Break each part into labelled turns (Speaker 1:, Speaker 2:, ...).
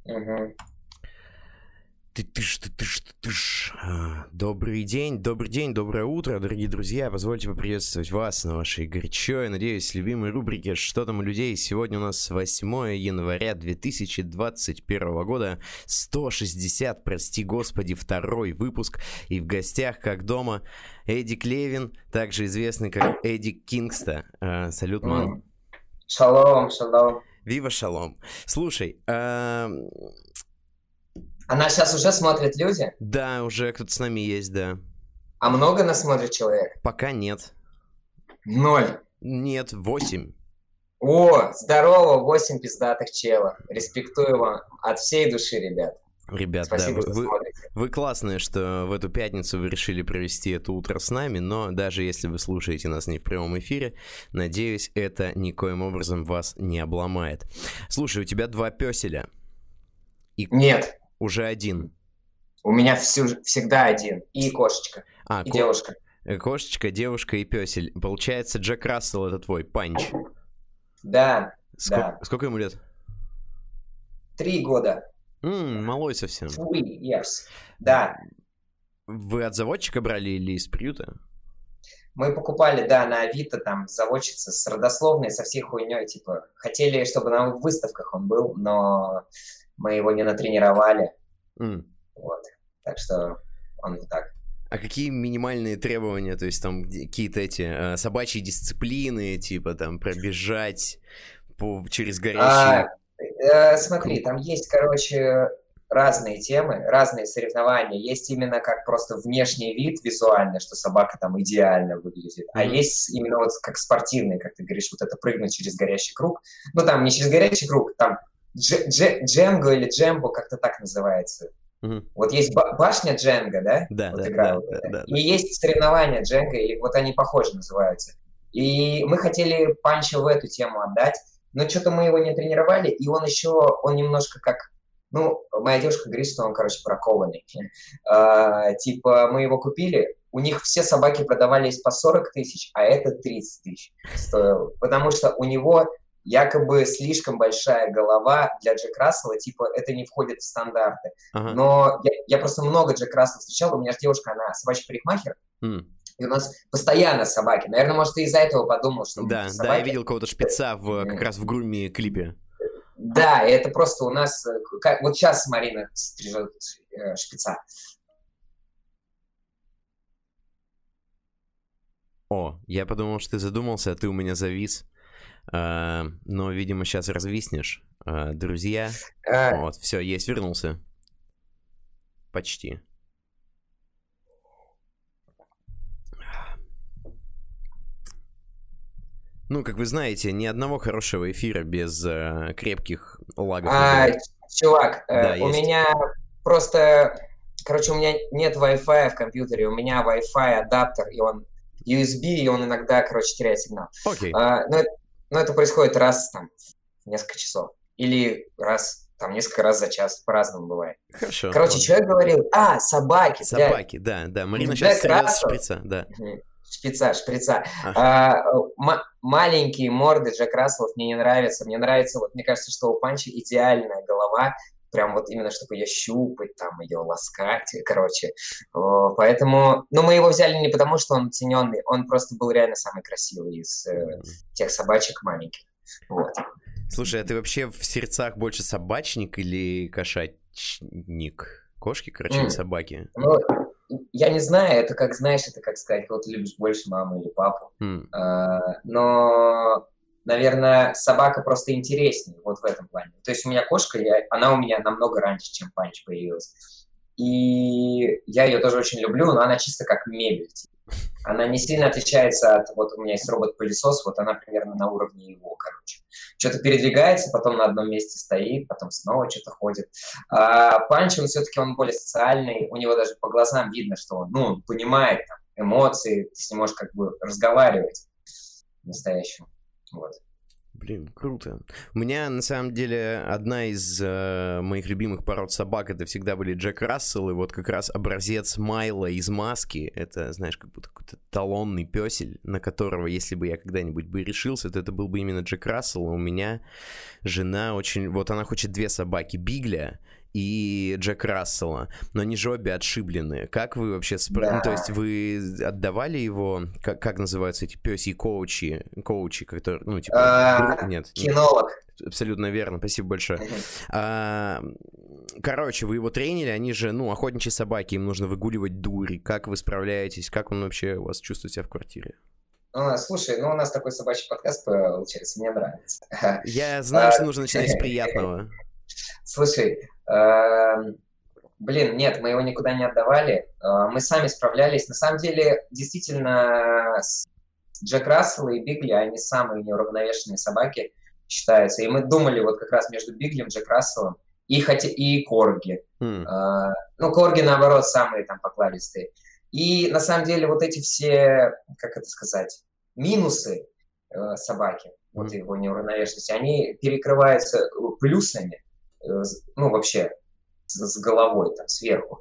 Speaker 1: Мгм.
Speaker 2: Ты-тыш. Добрый день, доброе утро, дорогие друзья. Позвольте поприветствовать вас на вашей горячо, я надеюсь, любимой рубрике «Что там у людей?». Сегодня у нас 8 января 2021 года, 160, прости господи, второй выпуск. И в гостях, как дома, Эдик Левин, также известный как Эдик Кингста. Салют, ман.
Speaker 1: Шалом, шалом.
Speaker 2: Вива шалом. Слушай,
Speaker 1: А нас сейчас уже смотрят люди?
Speaker 2: да, уже кто-то с нами есть, да.
Speaker 1: А много нас смотрит человек?
Speaker 2: Пока нет.
Speaker 1: 0.
Speaker 2: Нет, 8.
Speaker 1: О, здорово, 8 пиздатых челов. Респектую вам от всей души, ребят.
Speaker 2: Ребят,
Speaker 1: Спасибо,
Speaker 2: да,
Speaker 1: что смотрите.
Speaker 2: вы классные, что в эту пятницу вы решили провести это утро с нами, но даже если вы слушаете нас не в прямом эфире, надеюсь, это никоим образом вас не обломает. Слушай, у тебя 2 пёселя. И
Speaker 1: Нет,
Speaker 2: уже 1.
Speaker 1: у меня всегда один. И кошечка, и девушка.
Speaker 2: Кошечка, девушка и пёсель. Получается, Джек Рассел — это твой панч.
Speaker 1: Да,
Speaker 2: Сколько,
Speaker 1: да.
Speaker 2: сколько ему лет?
Speaker 1: 3 года.
Speaker 2: Малой совсем.
Speaker 1: 3 years. Да.
Speaker 2: Вы от заводчика брали или из приюта?
Speaker 1: Мы покупали, да, на Авито, там, заводчица с родословной, со всей хуйней, типа. Хотели, чтобы на выставках он был, но мы его не натренировали. Вот. Так что он вот так.
Speaker 2: А какие минимальные требования, то есть там какие-то эти собачьи дисциплины, типа там пробежать через горящий
Speaker 1: Смотри,
Speaker 2: круг?
Speaker 1: там есть, короче, разные темы, разные соревнования. Есть именно как просто внешний вид визуально, что собака там идеально выглядит. А есть именно вот как спортивный, как ты говоришь, вот это прыгнуть через горящий круг. Ну, там не через горящий круг, там Джемго или Джембо, как-то так называется. Вот есть башня Дженга, да?
Speaker 2: Да,
Speaker 1: вот
Speaker 2: да,
Speaker 1: игра
Speaker 2: да,
Speaker 1: вот эта.
Speaker 2: да.
Speaker 1: И есть соревнования Дженга, и вот они похожи называются. И мы хотели Панча в эту тему отдать, но что-то мы его не тренировали, и он немножко как... Ну, моя девушка говорит, что он, короче, бракованный. Типа, мы его купили, у них все собаки продавались по 40 тысяч, а это 30 тысяч стоило. Потому что у него якобы слишком большая голова для Джек Рассела, типа, это не входит в стандарты. Но я просто много Джек Рассела встречал, у меня же девушка, она собачий парикмахер, и у нас постоянно собаки. Наверное, может, ты из-за этого подумал, что
Speaker 2: Да,
Speaker 1: собаки.
Speaker 2: Да, я видел кого-то шпица как раз в груме клипе.
Speaker 1: Да, это просто у нас... Вот сейчас Марина стрижет шпица.
Speaker 2: О, я подумал, что ты задумался, а ты у меня завис. Но, видимо, сейчас развиснешь. Друзья. Вот, все, есть, вернулся. Почти. Ну, как вы знаете, ни одного хорошего эфира без крепких лагов.
Speaker 1: Чувак,
Speaker 2: да,
Speaker 1: у меня просто... Короче, у меня нет Wi-Fi в компьютере, у меня Wi-Fi адаптер, и он USB, и он иногда, короче, теряет сигнал.
Speaker 2: Окей.
Speaker 1: Но это происходит раз там в несколько часов. Или раз, там, несколько раз за час. По-разному бывает.
Speaker 2: Хорошо.
Speaker 1: Короче, что я говорил? Собаки.
Speaker 2: Собаки, да. Марина сейчас стреляет с шприца, да.
Speaker 1: Шприца. Маленькие морды Джек Расселов мне не нравятся. Мне нравится, вот мне кажется, что у Панчи идеальная голова. Прям вот именно, чтобы ее щупать, там, ее ласкать, короче. Поэтому... Но мы его взяли не потому, что он цененный, он просто был реально самый красивый из тех собачек маленьких. Вот.
Speaker 2: Слушай, а ты вообще в сердцах больше собачник или кошачник? Кошки, короче, или собаки?
Speaker 1: Ну, я не знаю, это как, знаешь, это как сказать, кого ты любишь больше, маму или папу. Но... Наверное, собака просто интереснее вот в этом плане. То есть у меня кошка, она у меня намного раньше, чем Панч появилась. И я ее тоже очень люблю, но она чисто как мебель. Она не сильно отличается от... Вот у меня есть робот-пылесос, вот она примерно на уровне его, короче. Что-то передвигается, потом на одном месте стоит, потом снова что-то ходит. А Панч, он все-таки более социальный, у него даже по глазам видно, что он понимает там, эмоции, ты с ним можешь как бы разговаривать по-настоящему. Вот.
Speaker 2: Блин, круто. У меня, на самом деле, одна из моих любимых пород собак, это всегда были Джек Рассел, и вот как раз образец Майла из «Маски», это, знаешь, как будто какой-то талонный пёсель, на которого, если бы я когда-нибудь бы решился, то это был бы именно Джек Рассел. У меня жена очень... Вот она хочет две собаки, Бигля и Джек Рассела, но они же обе отшибленные. Как вы вообще...
Speaker 1: Да.
Speaker 2: Ну, то есть вы отдавали его... Как называются эти пёсьи коучи, которые, ну, типа... Нет.
Speaker 1: Кинолог.
Speaker 2: Абсолютно верно, спасибо большое. Короче, вы его тренили, они же, ну, охотничьи собаки, им нужно выгуливать дури. Как вы справляетесь? Как он вообще у вас чувствует себя в квартире?
Speaker 1: Слушай, ну у нас такой собачий подкаст получается, мне нравится.
Speaker 2: Я знаю, что нужно начинать с приятного.
Speaker 1: Слушай, блин, нет, мы его никуда не отдавали, мы сами справлялись. На самом деле, действительно, Джек Рассел и Бигли, они самые неуравновешенные собаки считаются. И мы думали вот как раз между Биглем, Джек Расселом и Корги. Ну, Корги, наоборот, самые там покладистые. И на самом деле вот эти все, как это сказать, минусы собаки, вот его неуравновешенности, они перекрываются плюсами, ну, вообще, с головой, там, сверху.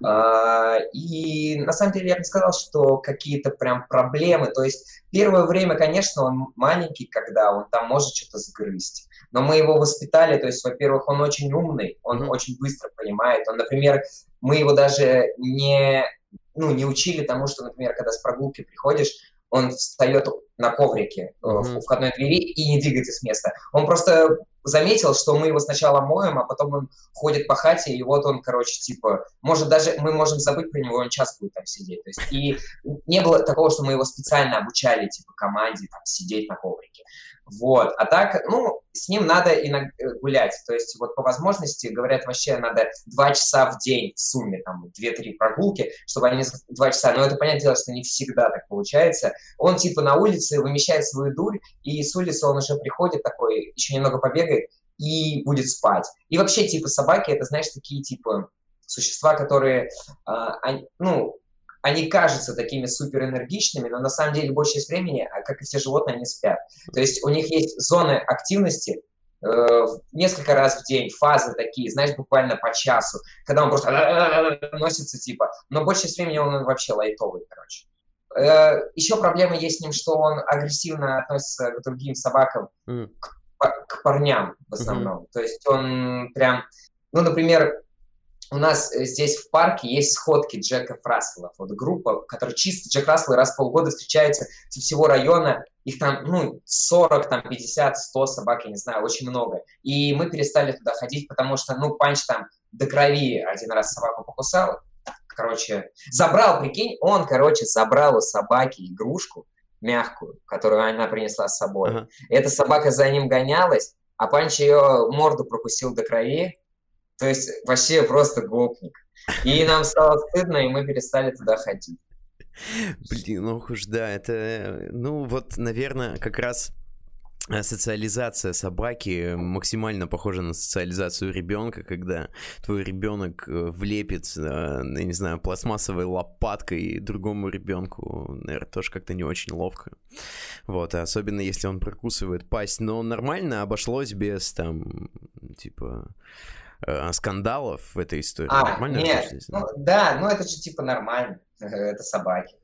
Speaker 1: И на самом деле я бы сказал, что какие-то прям проблемы, то есть первое время, конечно, он маленький, когда он там может что-то сгрызть, но мы его воспитали, то есть, во-первых, он очень умный, он очень быстро понимает, он, например, мы его даже не учили тому, что, например, когда с прогулки приходишь, он встает на коврике в входной двери и не двигается с места. Он просто заметил, что мы его сначала моем, а потом он ходит по хате, и вот он, короче, типа, может даже, мы можем забыть про него, он час будет там сидеть. То есть, и не было такого, что мы его специально обучали, типа, команде там сидеть на коврике. Вот. А так, ну, с ним надо иногда гулять. То есть, вот по возможности, говорят, вообще надо 2 часа в день в сумме, там, 2-3 прогулки, чтобы они 2 часа. Но это, понятное дело, что не всегда так получается. Он, типа, на улице вымещает свою дурь, и с улицы он уже приходит такой, еще немного побегает и будет спать. И вообще, типа, собаки, это, знаешь, такие, типа, существа, которые, они кажутся такими суперэнергичными, но на самом деле большую часть времени, как и все животные, они спят. То есть у них есть зоны активности несколько раз в день, фазы такие, знаешь, буквально по часу, когда он просто носится, типа, но большую часть времени он вообще лайтовый, короче. Еще проблема есть с ним, что он агрессивно относится к другим собакам, к парням в основном. То есть он прям, ну, например, у нас здесь в парке есть сходки Джеков Расселов. Вот группа, которая чисто Джек Рассел раз в полгода встречается со всего района. Их там, 40, там, 50, 100 собак, я не знаю, очень много. И мы перестали туда ходить, потому что, Панч там до крови один раз собаку покусал. Короче, прикинь, он, забрал у собаки игрушку мягкую, которую она принесла с собой. Эта собака за ним гонялась, а Панч ее морду прокусил до крови. То есть вообще просто гопник. И нам стало стыдно, и мы перестали туда ходить.
Speaker 2: Блин, ох уж да, это, вот, наверное, как раз социализация собаки максимально похожа на социализацию ребенка, когда твой ребенок влепит, я не знаю, пластмассовой лопаткой другому ребенку, наверное, тоже как-то не очень ловко. Вот, особенно если он прокусывает пасть. Но нормально обошлось без там, типа, скандалов в этой истории. Нормально?
Speaker 1: Нет, это же типа нормально. Это собаки.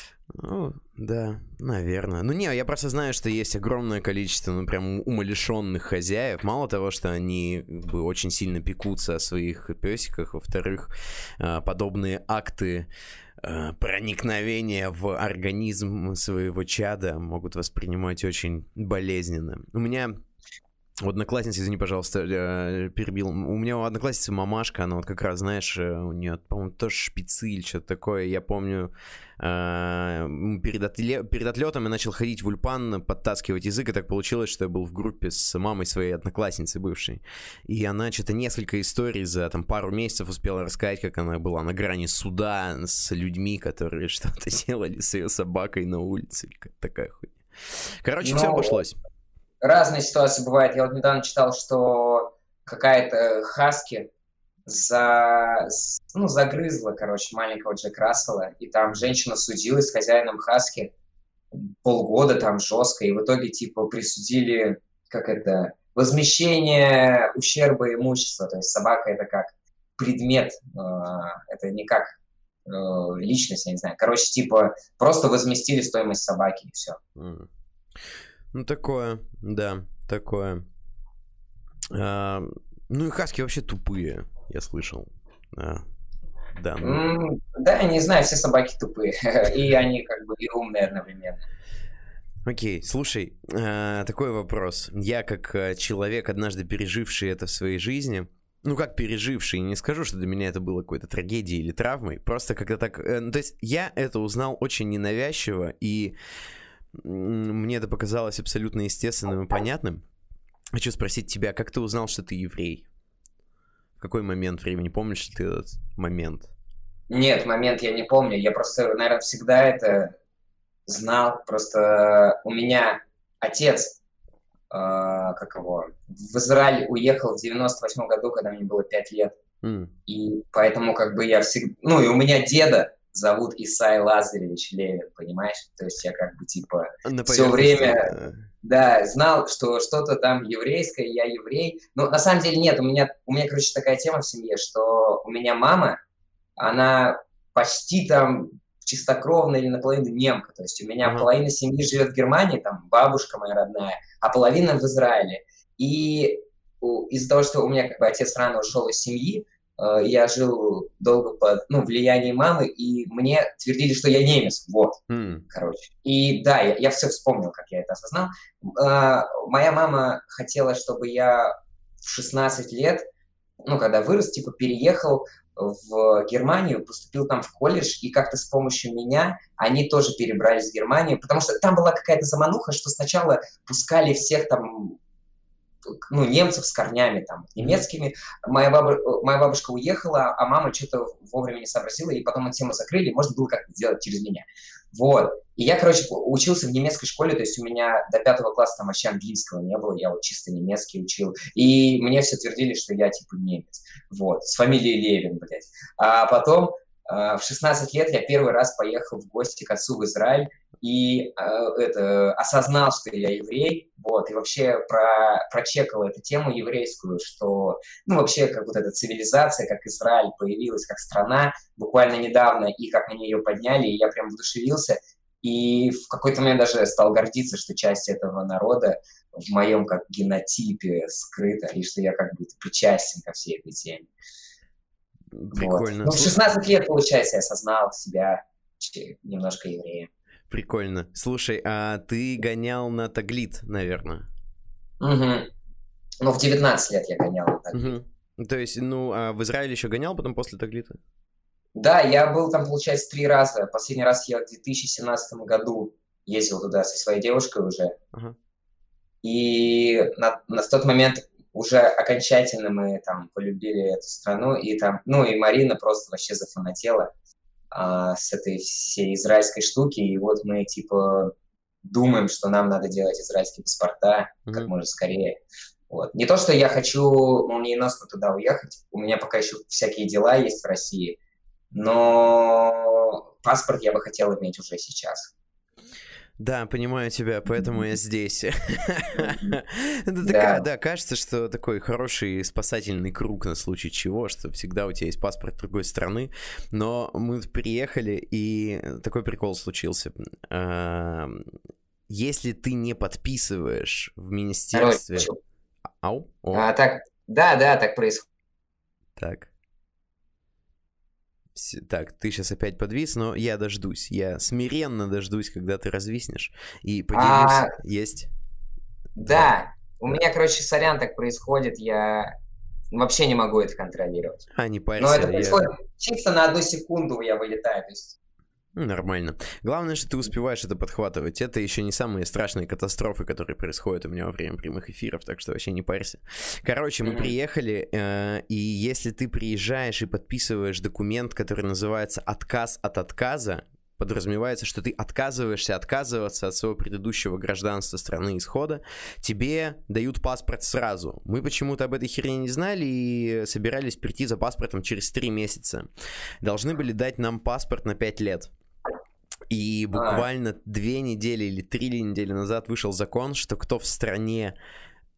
Speaker 2: Да, наверное. Я просто знаю, что есть огромное количество, прям умалишенных хозяев. Мало того, что они очень сильно пекутся о своих песиках, во-вторых, подобные акты проникновения в организм своего чада могут воспринимать очень болезненно. У меня у одноклассницы, извини, пожалуйста, перебил. У меня у одноклассницы мамашка, она вот как раз, знаешь, у нее, по-моему, тоже шпицы или что-то такое. Я помню, перед отлетом я начал ходить в Ульпан, подтаскивать язык, и так получилось, что я был в группе с мамой своей одноклассницы бывшей. И она что-то несколько историй за там пару месяцев успела рассказать, как она была на грани суда с людьми, которые что-то делали с ее собакой на улице. Такая хуйня. Короче, все обошлось.
Speaker 1: Разные ситуации бывают. Я вот недавно читал, что какая-то хаски загрызла, маленького Джек Рассела, и там женщина судилась с хозяином хаски полгода там жестко, и в итоге, типа, присудили как это, возмещение ущерба имущества. То есть собака это как предмет, это не как личность, я не знаю. Короче, типа, просто возместили стоимость собаки, и все.
Speaker 2: Ну, такое, да, такое. Ну и хаски вообще тупые, я слышал. Да, ну...
Speaker 1: Да, не знаю, все собаки тупые, и они как бы и умные одновременно.
Speaker 2: Окей, слушай, такой вопрос. Я как человек, однажды переживший это в своей жизни, ну как переживший, не скажу, что для меня это было какой-то трагедией или травмой, просто когда так... то есть я это узнал очень ненавязчиво, и мне это показалось абсолютно естественным и понятным. Хочу спросить тебя, как ты узнал, что ты еврей? В какой момент времени? Помнишь ли ты этот момент?
Speaker 1: Нет, момент я не помню. Я просто, наверное, всегда это знал. Просто у меня отец, как его, в Израиль уехал в 98-м году, когда мне было 5 лет. И поэтому как бы я всегда... Ну, и у меня деда зовут Исай Лазаревич Левин, понимаешь? То есть я как бы типа все время... Да, знал, что что-то там еврейское, я еврей. Но на самом деле нет, у меня, короче, такая тема в семье, что у меня мама, она почти там чистокровная или наполовину немка. То есть у меня половина семьи живет в Германии, там бабушка моя родная, а половина в Израиле. И из-за того, что у меня как бы отец рано ушел из семьи, я жил долго под влиянием мамы, и мне твердили, что я немец. Вот, короче. И да, я все вспомнил, как я это осознал. Моя мама хотела, чтобы я в 16 лет, когда вырос, типа переехал в Германию, поступил там в колледж, и как-то с помощью меня они тоже перебрались в Германию, потому что там была какая-то замануха, что сначала пускали всех там немцев с корнями там немецкими. Моя бабушка уехала, а мама что-то вовремя не сообразила, и потом тему закрыли, и можно было как-то сделать через меня. Вот. И я, короче, учился в немецкой школе, то есть у меня до 5 класса там вообще английского не было, я вот чисто немецкий учил. И мне все твердили, что я типа немец. Вот. С фамилией Левин, блядь. А потом в 16 лет я первый раз поехал в гости к отцу в Израиль и осознал, что я еврей, вот, и вообще прочекал эту тему еврейскую, что, вообще, как вот эта цивилизация, как Израиль появилась как страна буквально недавно, и как они ее подняли, и я прям вдушевился, и в какой-то момент даже стал гордиться, что часть этого народа в моем как генотипе скрыта, и что я как бы причастен ко всей этой теме.
Speaker 2: Прикольно.
Speaker 1: Вот. В 16 лет, получается, я осознал себя немножко евреем.
Speaker 2: Прикольно. Слушай, а ты гонял на Таглит, наверное?
Speaker 1: В 19 лет я гонял на Таглит.
Speaker 2: То есть, а в Израиле еще гонял потом после Таглита?
Speaker 1: Да, я был там, получается, 3 раза. Последний раз я в 2017 году ездил туда со своей девушкой уже. И на тот момент уже окончательно мы там полюбили эту страну. И там, и Марина просто вообще зафанатела с этой всей израильской штуки, и вот мы, типа, думаем, что нам надо делать израильские паспорта как можно скорее. Вот. Не то, что я хочу молниеносно туда уехать, у меня пока еще всякие дела есть в России, но паспорт я бы хотел иметь уже сейчас.
Speaker 2: Да, понимаю тебя, поэтому я здесь. Да, кажется, что такой хороший спасательный круг на случай чего, что всегда у тебя есть паспорт другой страны, но мы приехали, и такой прикол случился. Если ты не подписываешь в министерстве...
Speaker 1: Так происходит.
Speaker 2: Так, ты сейчас опять подвис, но я дождусь. Я смиренно дождусь, когда ты развиснешь. И поделюсь. Есть.
Speaker 1: Да. У меня, короче, сорян, так происходит. Я вообще не могу это контролировать.
Speaker 2: Не парься.
Speaker 1: Но это происходит чисто на 1 секунду, я вылетаю. То есть...
Speaker 2: Нормально. Главное, что ты успеваешь это подхватывать. Это еще не самые страшные катастрофы, которые происходят у меня во время прямых эфиров, так что вообще не парься. Короче, мы приехали, и если ты приезжаешь и подписываешь документ, который называется «Отказ от отказа», подразумевается, что ты отказываться от своего предыдущего гражданства страны исхода, тебе дают паспорт сразу. Мы почему-то об этой херне не знали и собирались прийти за паспортом через 3 месяца. Должны были дать нам паспорт на 5 лет. И буквально 2 недели или 3 недели назад вышел закон, что кто в стране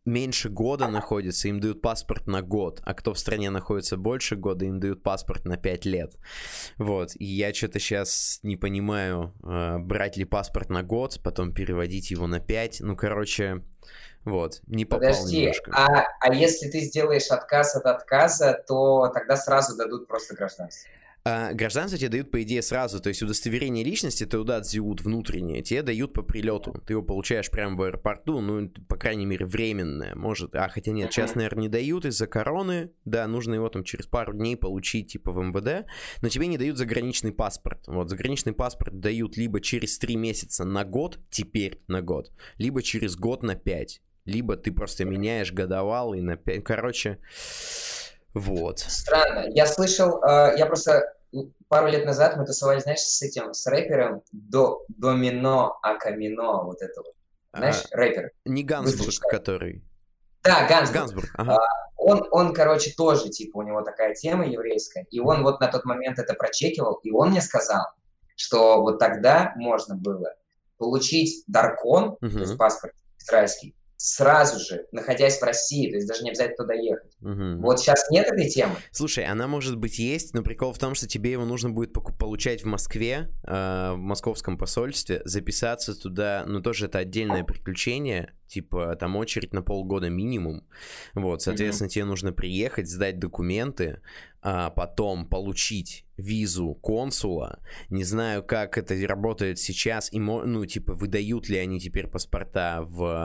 Speaker 2: меньше года находится, им дают паспорт на год, а кто в стране находится больше года, им дают паспорт на 5 лет. Вот, и я что-то сейчас не понимаю, брать ли паспорт на год, потом переводить его на 5, ну, короче, вот, не попал немножко.
Speaker 1: А если ты сделаешь отказ от отказа, то тогда сразу дадут просто гражданство.
Speaker 2: Гражданство тебе дают, по идее, сразу. То есть удостоверение личности, Теудат Зиут внутреннее, тебе дают по прилету. Ты его получаешь прямо в аэропорту, ну, по крайней мере, временное, может. Хотя нет, сейчас, наверное, не дают из-за короны. Да, нужно его там через пару дней получить, типа, в МВД. Но тебе не дают заграничный паспорт. Вот, заграничный паспорт дают либо через 3 месяца на год, теперь на год, либо через год на 5. Либо ты просто меняешь годовалый на 5. Короче, вот.
Speaker 1: Странно. Я слышал, я просто пару лет назад мы тусовались, знаешь, с рэпером Домино Акамино, вот это вот. Знаешь, рэпер.
Speaker 2: Не Гансбург, который.
Speaker 1: Да, Гансбург.
Speaker 2: Гансбург, ага.
Speaker 1: Он, короче, тоже, типа, у него такая тема еврейская, и он вот на тот момент это прочекивал, и он мне сказал, что вот тогда можно было получить даркон, то есть паспорт израильский, сразу же, находясь в России, то есть даже не обязательно туда ехать. Вот сейчас нет этой темы.
Speaker 2: Слушай, она может быть есть, но прикол в том, что тебе его нужно будет получать в Москве, в московском посольстве, записаться туда, ну тоже это отдельное приключение, типа там очередь на полгода минимум, вот, соответственно, тебе нужно приехать, сдать документы, потом получить визу консула. Не знаю, как это работает сейчас, и, ну, типа, выдают ли они теперь паспорта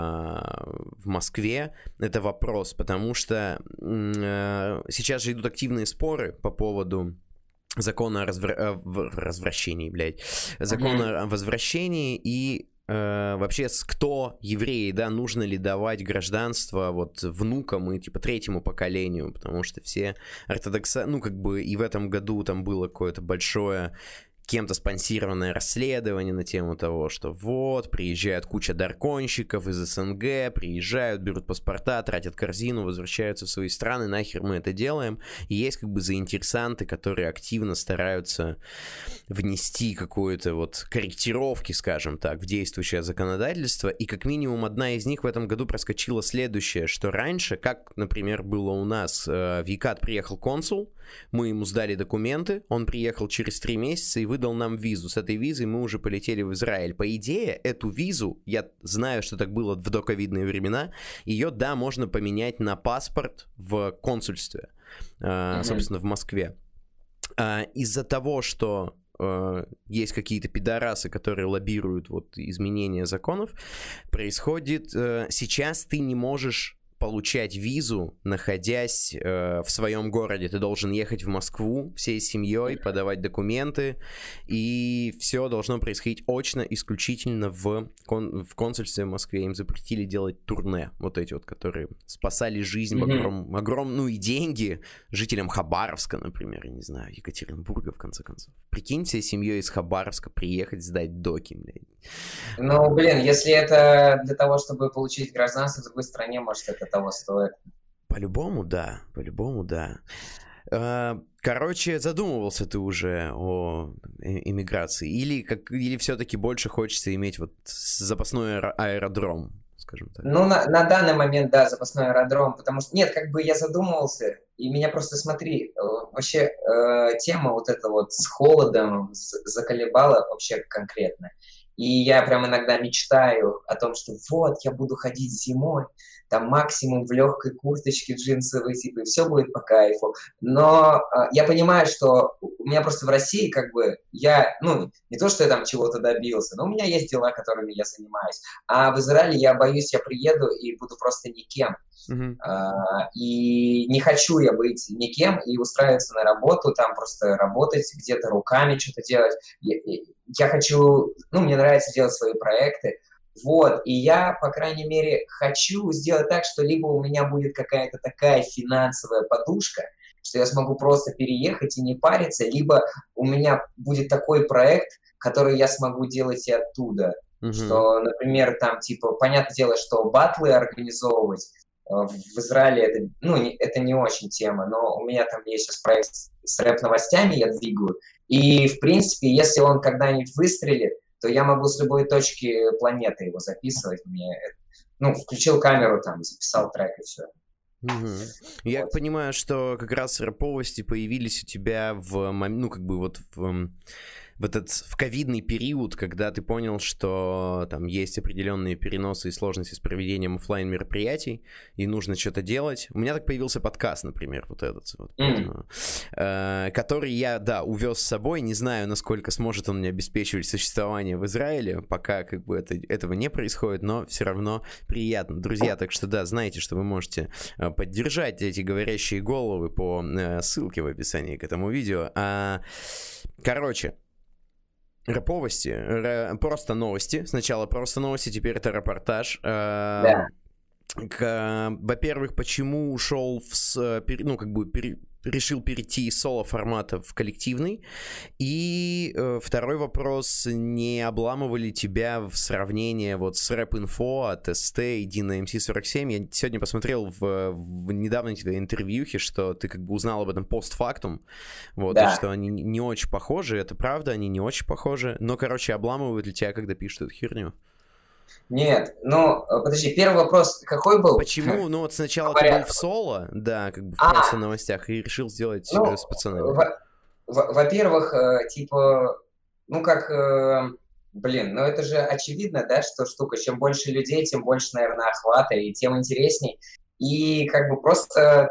Speaker 2: в Москве, это вопрос, потому что сейчас же идут активные споры по поводу закона о развращении, закона о возвращении и вообще, кто евреи, да, нужно ли давать гражданство вот внукам и типа третьему поколению, потому что все ну как бы и в этом году там было какое-то большое кем-то спонсированное расследование на тему того, что вот, приезжают куча дарконщиков из СНГ, приезжают, берут паспорта, тратят корзину, возвращаются в свои страны, нахер мы это делаем. И есть как бы заинтересанты, которые активно стараются внести какую-то вот корректировки, скажем так, в действующее законодательство. И как минимум одна из них в этом году проскочила следующее, что раньше, как, например, было у нас, в ЕКАТ приехал консул, мы ему сдали документы, он приехал через 3 месяца и выдал нам визу. С этой визой мы уже полетели в Израиль. По идее, эту визу, я знаю, что так было в доковидные времена, ее, да, можно поменять на паспорт в консульстве, собственно, в Москве. Из-за того, что есть какие-то пидорасы, которые лоббируют вот изменения законов, происходит... Сейчас ты не можешь получать визу, находясь в своем городе. Ты должен ехать в Москву всей семьей, подавать документы, и все должно происходить очно, исключительно в консульстве в Москве. Им запретили делать турне, вот эти вот, которые спасали жизнь, огромную и деньги жителям Хабаровска, например, я не знаю, Екатеринбурга, в конце концов. Прикинь себе семьей из Хабаровска приехать, сдать доки, блядь.
Speaker 1: Ну, блин, если это для того, чтобы получить гражданство в другой стране, может, это того стоит.
Speaker 2: По-любому, да. По-любому, да. Короче, задумывался ты уже о эмиграции? Или все-таки больше хочется иметь вот запасной аэродром, скажем так?
Speaker 1: Ну, на данный момент, да, запасной аэродром, потому что, нет, как бы я задумывался, и меня просто, смотри, вообще тема вот эта вот с холодом заколебала вообще конкретно. И я прям иногда мечтаю о том, что вот, я буду ходить зимой, там максимум в легкой курточке джинсовой, типа, и все будет по кайфу. Но я понимаю, что у меня просто в России, как бы, я, ну, не то, что я там чего-то добился, но у меня есть дела, которыми я занимаюсь. А в Израиле я боюсь, я приеду и буду просто никем. И не хочу я быть никем и устраиваться на работу, там просто работать, где-то руками что-то делать. Я хочу, ну, мне нравится делать свои проекты. Вот, и я, по крайней мере, хочу сделать так, что либо у меня будет какая-то такая финансовая подушка, что я смогу просто переехать и не париться, либо у меня будет такой проект, который я смогу делать и оттуда. Что, например, там, типа, понятное дело, что батлы организовывать в Израиле это, ну, это не очень тема, но у меня там есть сейчас проект с рэп-новостями, я двигаю, и, в принципе, если он когда-нибудь выстрелит, то я могу с любой точки планеты его записывать. ну, включил камеру, там, записал трек и все.
Speaker 2: Угу. Я
Speaker 1: Вот.
Speaker 2: понимаю, что как раз рэповости появились у тебя ну, как бы вот в этот в ковидный период, когда ты понял, что там есть определенные переносы и сложности с проведением офлайн мероприятий, и нужно что-то делать. У меня так появился подкаст, например, вот этот, вот, который я, да, увез с собой. Не знаю, насколько сможет он мне обеспечивать существование в Израиле, пока как бы этого не происходит, но все равно приятно. Друзья, так что да, знаете, что вы можете поддержать эти говорящие головы по ссылке в описании к этому видео. Короче, рэповости, просто новости. Сначала просто новости, теперь это репортаж.
Speaker 1: Да.
Speaker 2: Во-первых, почему ушел ну, как бы решил перейти из соло-формата в коллективный? И второй вопрос, не обламывали тебя в сравнении вот с рэп-инфо от СТ и Дина MC47? Я сегодня посмотрел в недавнем интервьюхе, что ты как бы узнал об этом постфактум, вот,
Speaker 1: Да.
Speaker 2: и что они не очень похожи, это правда, они не очень похожи, но, короче, обламывают ли тебя, когда пишут эту херню?
Speaker 1: Нет, ну, подожди, первый вопрос какой был?
Speaker 2: Почему? Ну, вот сначала ты был в соло, да, как бы в просто новостях, и решил сделать с пацанами.
Speaker 1: Во-первых, типа, ну, как, блин, ну, это же очевидно, да, что штука, чем больше людей, тем больше, наверное, охвата, и тем интересней. И как бы просто...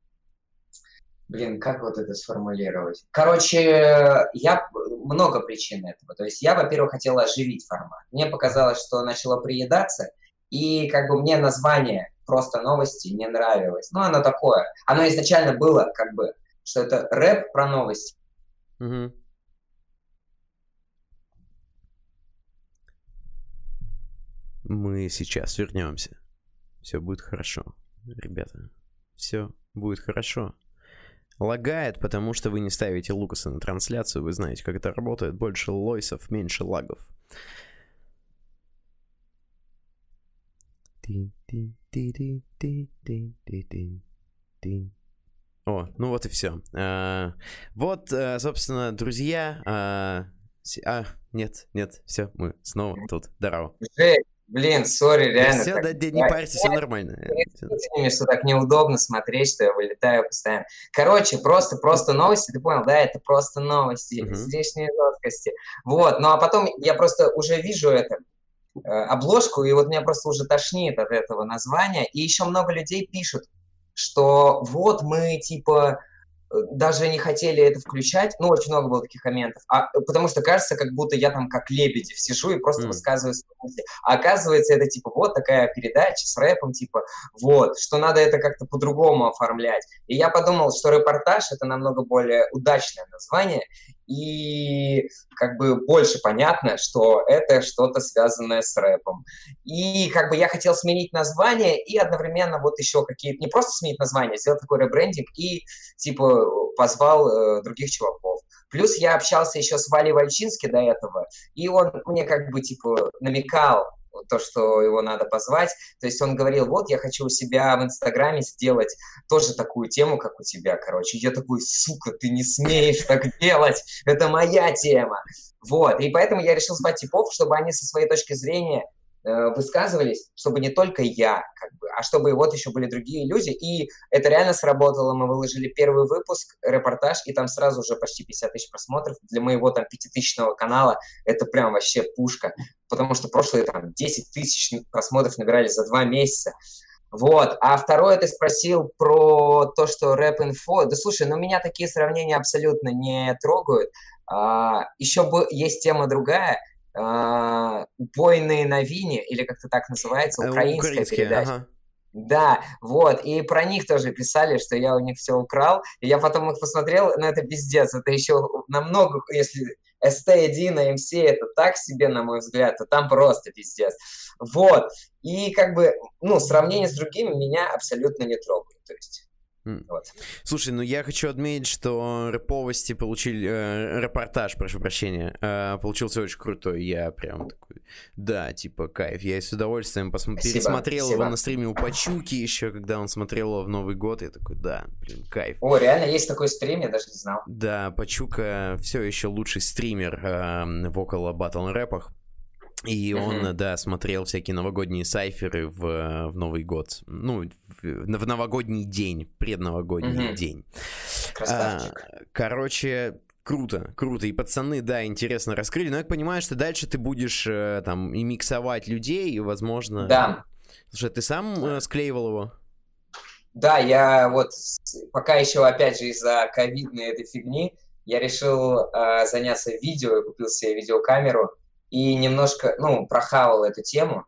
Speaker 1: Блин, как вот это сформулировать? Короче, много причин этого. То есть я, во-первых, хотел оживить формат. Мне показалось, что начало приедаться, и как бы мне название «Просто новости» не нравилось. Ну, оно такое. Оно изначально было как бы, что это рэп про новости.
Speaker 2: Угу. Мы сейчас вернемся. Все будет хорошо, ребята. Все будет хорошо. Лагает, потому что вы не ставите Лукаса на трансляцию. Вы знаете, как это работает. Больше лойсов, меньше лагов. О, ну вот и все. Вот, собственно, друзья. Нет, все, мы снова тут. Здорово.
Speaker 1: Блин, сори, реально.
Speaker 2: Все, да, не парься, все нормально.
Speaker 1: Мне что так неудобно смотреть, что я вылетаю постоянно. Короче, просто новости, ты понял, да, это просто новости, излишние жесткости. Вот, ну а потом я просто уже вижу обложку, и вот меня просто уже тошнит от этого названия. И еще много людей пишут, что вот мы, типа, даже не хотели это включать, ну, очень много было таких комментов, потому что кажется, как будто я там как Лебедев сижу и просто высказываю свои мысли. А оказывается, это, типа, вот такая передача с рэпом, типа, вот, что надо это как-то по-другому оформлять. И я подумал, что репортаж — это намного более удачное название, и как бы больше понятно, что это что-то связанное с рэпом. И как бы я хотел сменить название и одновременно вот еще какие-то, не просто сменить название, сделать такой ребрендинг и типа позвал других чуваков. Плюс я общался еще с Валей Вальчински до этого, и он мне как бы типа намекал то, что его надо позвать. То есть он говорил, вот, я хочу у себя в Инстаграме сделать тоже такую тему, как у тебя, короче. Я такой, сука, ты не смеешь так делать, это моя тема. Вот, и поэтому я решил звать типов, чтобы они со своей точки зрения высказывались, чтобы не только я, как бы, а чтобы вот еще были другие люди. И это реально сработало. Мы выложили первый выпуск, репортаж, и там сразу уже почти 50 тысяч просмотров. Для моего там 5000-го канала это прям вообще пушка. Потому что прошлые там 10 тысяч просмотров набирали за 2 месяца. Вот. А второе, ты спросил про то, что рэп-инфо. Да слушай, ну меня такие сравнения абсолютно не трогают. Еще есть тема другая. «Убойные новини», или как-то так называется, украинская передача. Ага. Да, вот, и про них тоже писали, что я у них все украл, и я потом их посмотрел, но это пиздец, это еще намного, если ST1 на MC это так себе, на мой взгляд, то там просто пиздец. Вот, и как бы, ну, сравнение с другими меня абсолютно не трогает, то есть...
Speaker 2: Вот. Слушай, ну я хочу отметить, что рэповости получили, репортаж, прошу прощения, получился очень крутой. Я прям такой, да, типа, кайф. Я с удовольствием пересмотрел его на стриме у Пачуки еще, когда он смотрел его в Новый год. Я такой, да, блин, кайф.
Speaker 1: О, реально есть такой стрим, я даже не знал.
Speaker 2: Да, Пачука все еще лучший стример в около батл рэпах. И он, да, смотрел всякие новогодние сайферы в Новый год. Ну, в новогодний день, предновогодний день.
Speaker 1: Красавчик.
Speaker 2: Короче, круто, круто. И пацаны, да, интересно раскрыли. Но я понимаю, что дальше ты будешь там и миксовать людей, и, возможно...
Speaker 1: Да.
Speaker 2: Слушай, ты сам склеивал его?
Speaker 1: Да, я вот пока еще, опять же, из-за ковидной этой фигни, я решил заняться видео, я купил себе видеокамеру и немножко, ну, прохавал эту тему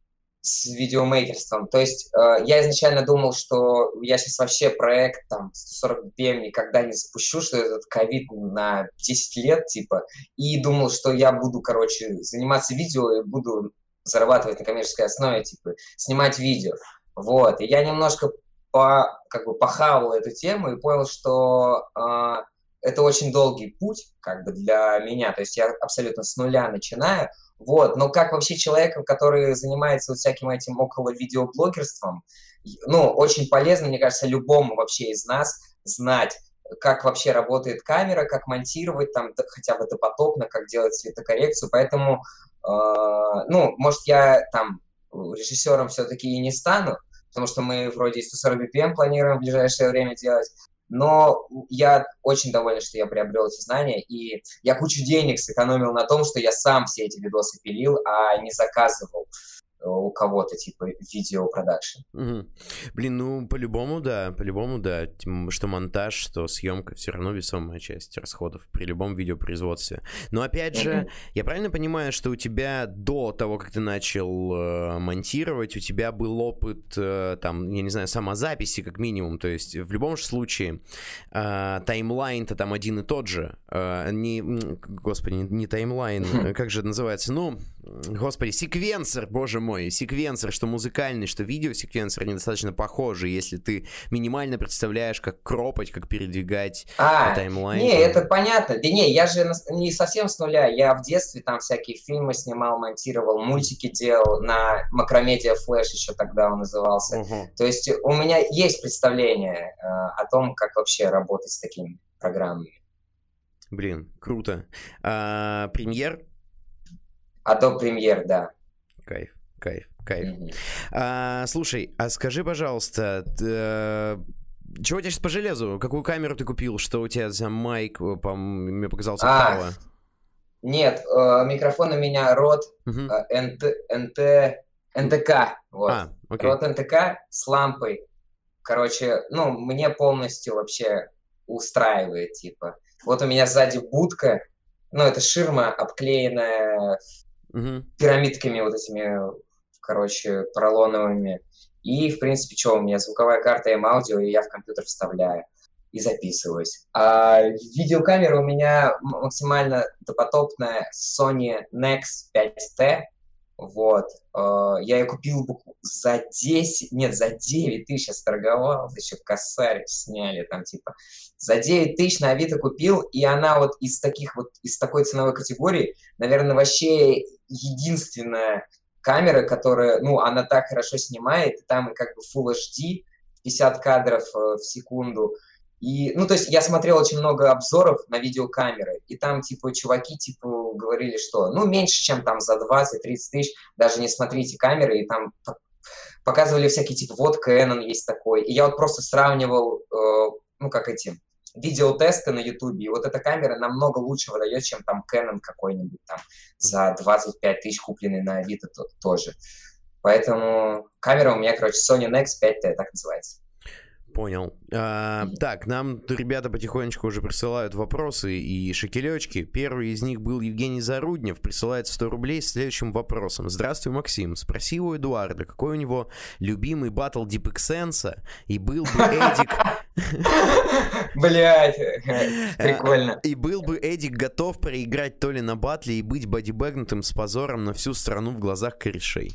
Speaker 1: с видеомейкерством. То есть я изначально думал, что я сейчас вообще проект там 140 BPM никогда не запущу, что этот ковид на 10 лет, типа, и думал, что я буду, короче, заниматься видео и буду зарабатывать на коммерческой основе, типа, снимать видео. Вот, и я немножко как бы похавал эту тему и понял, что это очень долгий путь, как бы, для меня, то есть я абсолютно с нуля начинаю, вот, но как вообще человеком, который занимается вот всяким этим около видеоблогерством, ну, очень полезно, мне кажется, любому вообще из нас знать, как вообще работает камера, как монтировать там хотя бы допотопно, как делать цветокоррекцию, поэтому, ну, может, я там режиссером все-таки и не стану, потому что мы вроде 140 BPM планируем в ближайшее время делать, но я очень доволен, что я приобрел эти знания, и я кучу денег сэкономил на том, что я сам все эти видосы пилил, а не заказывал у кого-то, типа, видеопродакшн.
Speaker 2: Блин, ну, по-любому, да, что монтаж, что съемка, все равно весомая часть расходов при любом видеопроизводстве. Но, опять же, я правильно понимаю, что у тебя до того, как ты начал монтировать, у тебя был опыт, там, я не знаю, самозаписи, как минимум, то есть в любом же случае таймлайн-то там один и тот же, господи, не таймлайн, как же это называется, ну, господи, секвенсор, боже мой, секвенсор, что музыкальный, что видеосеквенсор, они достаточно похожи, если ты минимально представляешь, как кропать, как передвигать таймлайн.
Speaker 1: Не, это понятно. Да не, я же не совсем с нуля. Я в детстве там всякие фильмы снимал, монтировал, мультики делал на Macromedia Flash, еще тогда он назывался. То есть у меня есть представление о том, как вообще работать с такими программами.
Speaker 2: Блин, круто. Премьер?
Speaker 1: Adobe Premiere, да.
Speaker 2: Кайф. Слушай, а скажи, пожалуйста, чего у тебя сейчас по железу? Какую камеру ты купил? Что у тебя за майк? Мне показался Кава.
Speaker 1: Нет, микрофон у меня Rode NTK. Вот. Rode NTK с лампой. Короче, ну, мне полностью вообще устраивает, типа. Вот у меня сзади будка, ну, это ширма, обклеенная пирамидками вот этими, короче, поролоновыми. И, в принципе, что, у меня звуковая карта M-Audio, и я в компьютер вставляю и записываюсь. А видеокамера у меня максимально допотопная Sony Nex 5T. Вот. Я ее купил за 9 тысяч я сторговал, еще косарь сняли там, типа. За 9 тысяч на Авито купил, и она вот из такой ценовой категории, наверное, вообще единственная камера, которая, ну, она так хорошо снимает, и там и как бы Full HD, 50 кадров в секунду. И, ну, то есть я смотрел очень много обзоров на видеокамеры, и там, типа, чуваки, типа, говорили, что, ну, меньше, чем там за 20-30 тысяч, даже не смотрите камеры, и там показывали всякие, типа, вот Canon есть такой. И я вот просто сравнивал, видеотесты на Ютубе, и вот эта камера намного лучше выдает, чем там Canon какой-нибудь там за 25 тысяч, купленный на Авито тоже. Поэтому камера у меня, короче, Sony Nex 5T, так называется.
Speaker 2: Понял. Так, нам ребята потихонечку уже присылают вопросы и шекелечки. Первый из них был Евгений Заруднев, присылает 100 рублей с следующим вопросом. Здравствуй, Максим. Спроси у Эдуарда, какой у него любимый батл DeepXense, и был бы Эдик...
Speaker 1: Блять, прикольно.
Speaker 2: И был бы Эдик готов проиграть то ли на батле и быть бодибэгнутым с позором на всю страну в глазах корешей?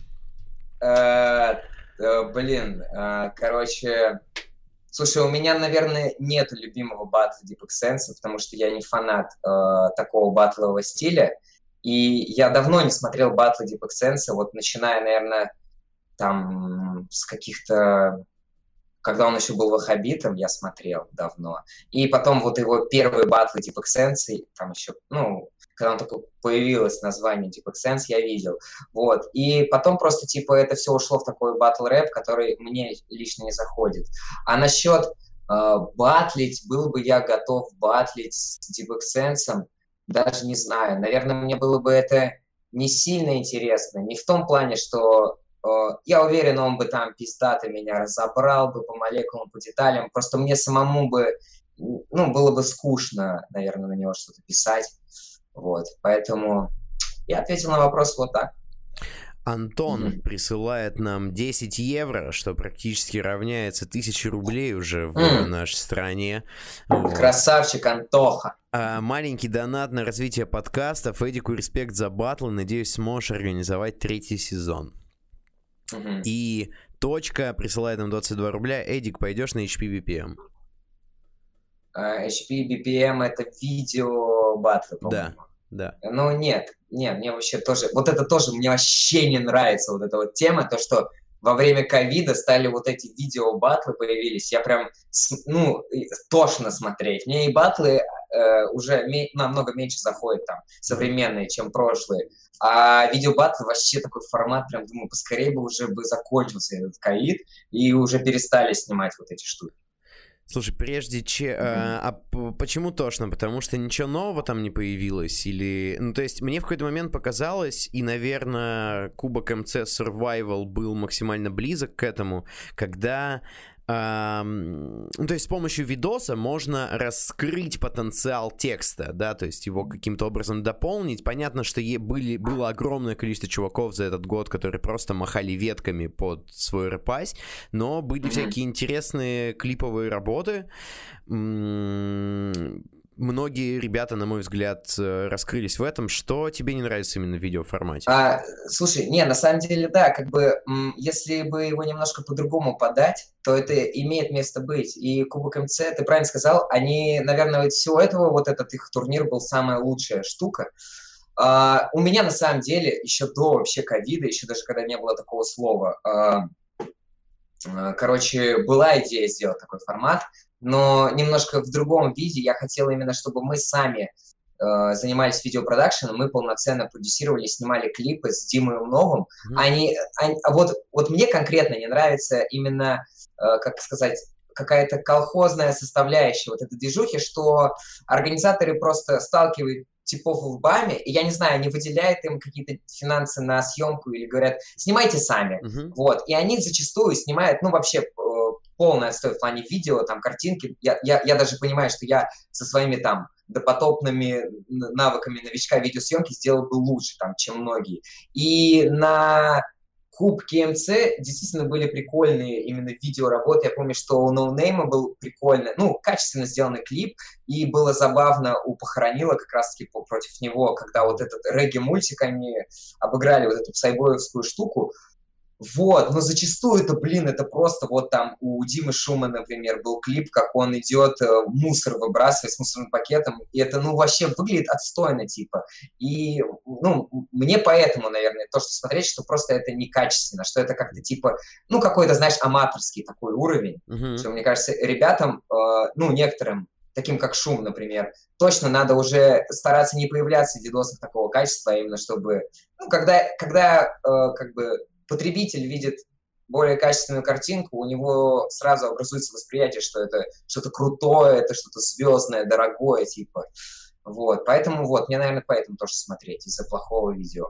Speaker 1: Блин, короче... Слушай, у меня, наверное, нет любимого батла DeepXense, потому что я не фанат такого батлового стиля. И я давно не смотрел батлы DeepXense, вот начиная, наверное, там с каких-то... Когда он еще был ваххабитом, я смотрел давно. И потом вот его первые батлы DeepXense, там еще, ну, когда он только появилось название Deep Sense, я видел. Вот. И потом просто, типа, это все ушло в такой батл-рэп, который мне лично не заходит. А насчет батлить, был бы я готов батлить с Deep Sense, даже не знаю. Наверное, мне было бы это не сильно интересно. Не в том плане, что я уверен, он бы там пиздато меня разобрал бы по молекулам, по деталям. Просто мне самому бы, ну, было бы скучно, наверное, на него что-то писать. Вот, поэтому я ответил на вопрос вот так.
Speaker 2: Антон присылает нам 10 евро, что практически равняется 1000 рублей уже в нашей стране.
Speaker 1: Вот. Красавчик, Антоха.
Speaker 2: Маленький донат на развитие подкастов. Эдику респект за батлы. Надеюсь, сможешь организовать 3-й сезон. И точка присылает нам 22 рубля. Эдик, пойдешь на HP BPM?
Speaker 1: HP BPM это видео батлы, по-моему.
Speaker 2: Да.
Speaker 1: Ну, нет, мне вообще тоже... Вот это тоже мне вообще не нравится, вот эта вот тема, то, что во время ковида стали вот эти видео-батлы появились. Я прям, ну, тошно смотреть. Мне и батлы уже намного меньше заходят там, современные, чем прошлые. А видео-батлы вообще такой формат, прям думаю, поскорее бы уже бы закончился этот ковид, и уже перестали снимать вот эти штуки.
Speaker 2: Слушай, прежде чем... почему тошно? Потому что ничего нового там не появилось? Или... Ну, то есть, мне в какой-то момент показалось, и, наверное, Кубок МЦ Survival был максимально близок к этому, когда... ну, то есть с помощью видоса можно раскрыть потенциал текста, да, то есть его каким-то образом дополнить. Понятно, что было огромное количество чуваков за этот год, которые просто махали ветками под свой рэпась, но были всякие интересные клиповые работы. Многие ребята, на мой взгляд, раскрылись в этом. Что тебе не нравится именно в видеоформате?
Speaker 1: Слушай, не, на самом деле, да, как бы, если бы его немножко по-другому подать, то это имеет место быть. И Кубок МЦ, ты правильно сказал, они, наверное, из всего этого, вот этот их турнир был самая лучшая штука. У меня, на самом деле, еще до вообще ковида, еще даже когда не было такого слова, короче, была идея сделать такой формат, но немножко в другом виде. Я хотел именно, чтобы мы сами занимались видеопродакшеном, мы полноценно продюсировали, снимали клипы с Димой Умновым. Вот мне конкретно не нравится именно, как сказать, какая-то колхозная составляющая вот этой движухи, что организаторы просто сталкивают типов лбами, и я не знаю, они выделяют им какие-то финансы на съемку или говорят, снимайте сами. Вот. И они зачастую снимают, ну, вообще полный отстой в плане видео, там, картинки. Я даже понимаю, что я со своими там допотопными навыками новичка видеосъемки сделал бы лучше, там, чем многие. И на Кубке МЦ действительно были прикольные именно видеоработы. Я помню, что у NoName был прикольный, ну, качественно сделанный клип, и было забавно у Похоронила как раз-таки против него, когда вот этот регги-мультик, они обыграли вот эту псайбоевскую штуку. Вот, но зачастую это, блин, это просто вот там у Димы Шума, например, был клип, как он идет мусор выбрасывать с мусорным пакетом, и это, ну, вообще выглядит отстойно, типа. И, ну, мне поэтому, наверное, то, что смотреть, что просто это некачественно, что это как-то, типа, ну, какой-то, знаешь, аматорский такой уровень, что, мне кажется, ребятам, ну, некоторым, таким как Шум, например, точно надо уже стараться не появляться в видосах такого качества, а именно чтобы, ну, когда как бы потребитель видит более качественную картинку, у него сразу образуется восприятие, что это что-то крутое, это что-то звездное, дорогое, типа. Вот, поэтому вот, мне, наверное, поэтому тоже смотреть из-за плохого видео.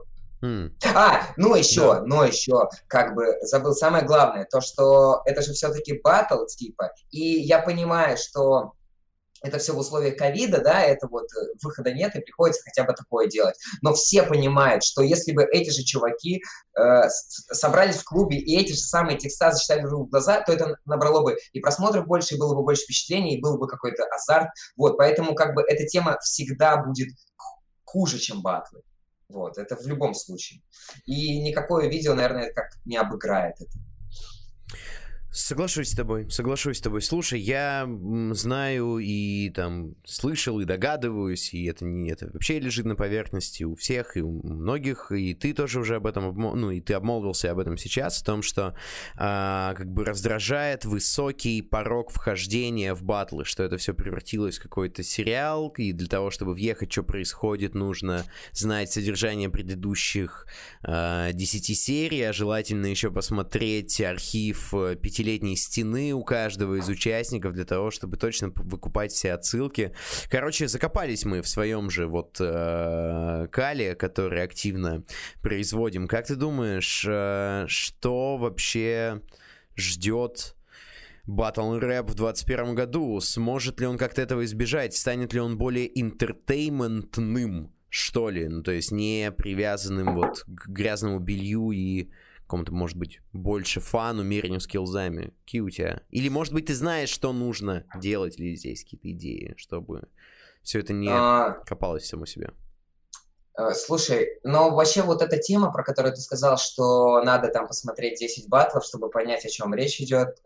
Speaker 1: Ну еще, как бы забыл самое главное, то, что это же все-таки батл, типа, и я понимаю, что это все в условиях ковида, да, это вот выхода нет, и приходится хотя бы такое делать. Но все понимают, что если бы эти же чуваки собрались в клубе, и эти же самые текста зачитали друг в глаза, то это набрало бы и просмотров больше, и было бы больше впечатлений, и был бы какой-то азарт. Вот, поэтому как бы эта тема всегда будет хуже, чем батлы. Вот, это в любом случае. И никакое видео, наверное, как не обыграет это.
Speaker 2: Соглашусь с тобой, соглашусь с тобой. Слушай, я знаю и там слышал, и догадываюсь, и это вообще лежит на поверхности у всех и у многих, и ты тоже уже об этом, ну, и ты обмолвился об этом сейчас, о том, что как бы раздражает высокий порог вхождения в батлы, что это все превратилось в какой-то сериал, и для того, чтобы въехать, что происходит, нужно знать содержание предыдущих 10 серий, а желательно еще посмотреть архив 5-летней стены у каждого из участников для того, чтобы точно выкупать все отсылки. Короче, закопались мы в своем же вот кале, который активно производим. Как ты думаешь, что вообще ждет Battle Rap в 2021 году? Сможет ли он как-то этого избежать? Станет ли он более интертейментным, что ли? Ну, то есть не привязанным вот к грязному белью и какому-то, может быть, больше фану, мерению скиллзами. Какие у тебя? Или, может быть, ты знаешь, что нужно делать, или здесь какие-то идеи, чтобы все это не копалось само себе?
Speaker 1: Слушай, но вообще вот эта тема, про которую ты сказал, что надо там посмотреть 10 батлов, чтобы понять, о чем речь идет,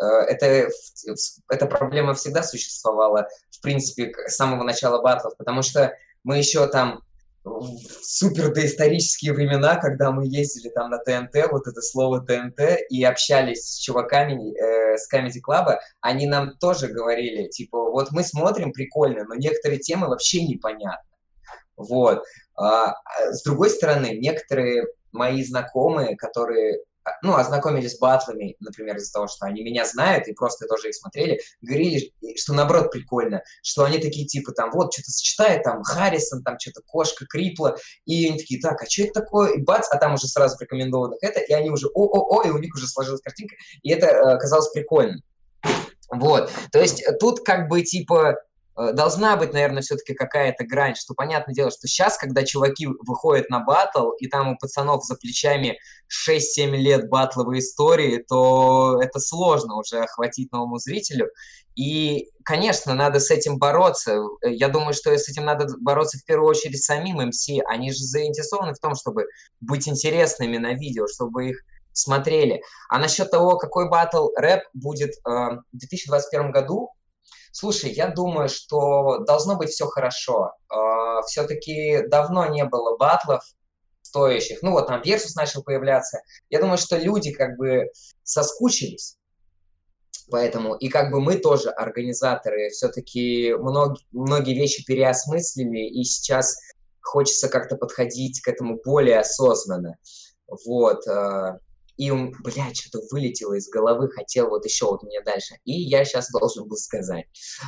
Speaker 1: эта проблема всегда существовала, в принципе, с самого начала батлов, потому что мы еще там в супер доисторические времена, когда мы ездили там на ТНТ, вот это слово ТНТ, и общались с чуваками с Comedy Club, они нам тоже говорили, типа, вот мы смотрим, прикольно, но некоторые темы вообще непонятны. Вот. С другой стороны, некоторые мои знакомые, которые, ну, ознакомились с батлами, например, из-за того, что они меня знают и просто тоже их смотрели, говорили, что наоборот прикольно, что они такие типа там, вот, что-то сочетает, там, Харрисон, там, что-то Кошка, Крипла, и они такие, так, а что это такое? И бац, а там уже сразу рекомендованных это, и они уже о-о-о, и у них уже сложилась картинка, и это казалось прикольно. Вот, то есть тут как бы типа должна быть, наверное, все-таки какая-то грань, что понятное дело, что сейчас, когда чуваки выходят на баттл, и там у пацанов за плечами 6-7 лет баттловой истории, то это сложно уже охватить новому зрителю. И, конечно, надо с этим бороться. Я думаю, что с этим надо бороться в первую очередь самим МС. Они же заинтересованы в том, чтобы быть интересными на видео, чтобы их смотрели. А насчет того, какой баттл рэп будет в 2021 году, слушай, я думаю, что должно быть все хорошо. Все-таки давно не было баттлов стоящих. Ну вот там Versus начал появляться. Я думаю, что люди как бы соскучились. Поэтому, и как бы мы тоже, организаторы, все-таки многие вещи переосмыслили, и сейчас хочется как-то подходить к этому более осознанно. Вот. И, блядь, что-то вылетело из головы, хотел вот еще вот мне дальше. И я сейчас должен был сказать.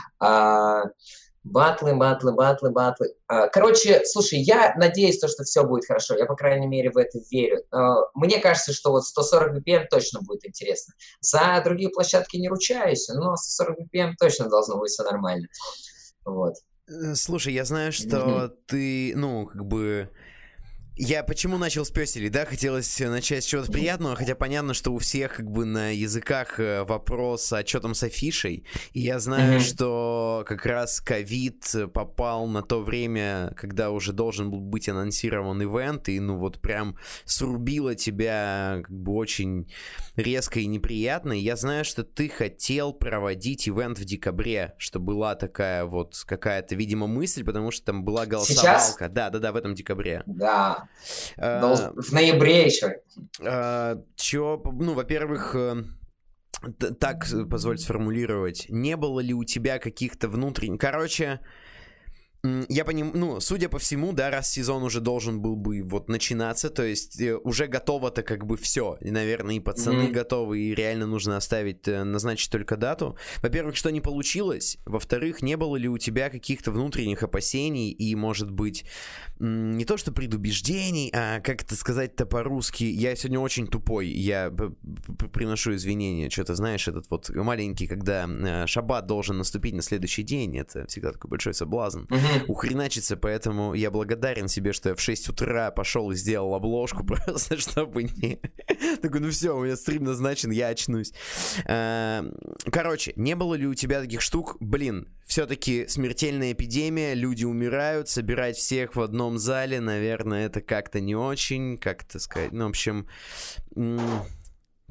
Speaker 1: Батлы. Короче, слушай, я надеюсь, что все будет хорошо. Я, по крайней мере, в это верю. Мне кажется, что вот 140 BPM точно будет интересно. За другие площадки не ручаюсь, но 140 BPM точно должно быть все нормально. Вот.
Speaker 2: Слушай, я знаю, что ты, ну, как бы... Я почему начал с пёселей, да? Хотелось начать с чего-то приятного, хотя понятно, что у всех как бы на языках вопрос, а что там с афишей. И я знаю, что как раз ковид попал на то время, когда уже должен был быть анонсирован ивент, и ну вот прям срубило тебя как бы очень резко и неприятно. И я знаю, что ты хотел проводить ивент в декабре, что была такая вот какая-то, видимо, мысль, потому что там была голосовалка.
Speaker 1: Сейчас?
Speaker 2: Да, в этом декабре.
Speaker 1: Да. В ноябре еще.
Speaker 2: Ну, во-первых, так, позволь сформулировать, не было ли у тебя каких-то внутренних... Короче, я понимаю, ну, судя по всему, да, раз сезон уже должен был бы вот начинаться, то есть уже готово-то как бы все, и, наверное, и пацаны готовы, и реально нужно оставить, назначить только дату. Во-первых, что не получилось, во-вторых, не было ли у тебя каких-то внутренних опасений и, может быть, не то что предубеждений, а как это сказать-то по-русски, я сегодня очень тупой, я приношу извинения, что-то, знаешь, этот вот маленький, когда шаббат должен наступить на следующий день, это всегда такой большой соблазн. Ухреначиться, поэтому я благодарен себе, что я в 6 утра пошел и сделал обложку, просто чтобы не... Такой, ну все, у меня стрим назначен, я очнусь. Короче, не было ли у тебя таких штук? Блин, все-таки смертельная эпидемия, люди умирают, собирать всех в одном зале, наверное, это как-то не очень, как-то сказать, ну, в общем...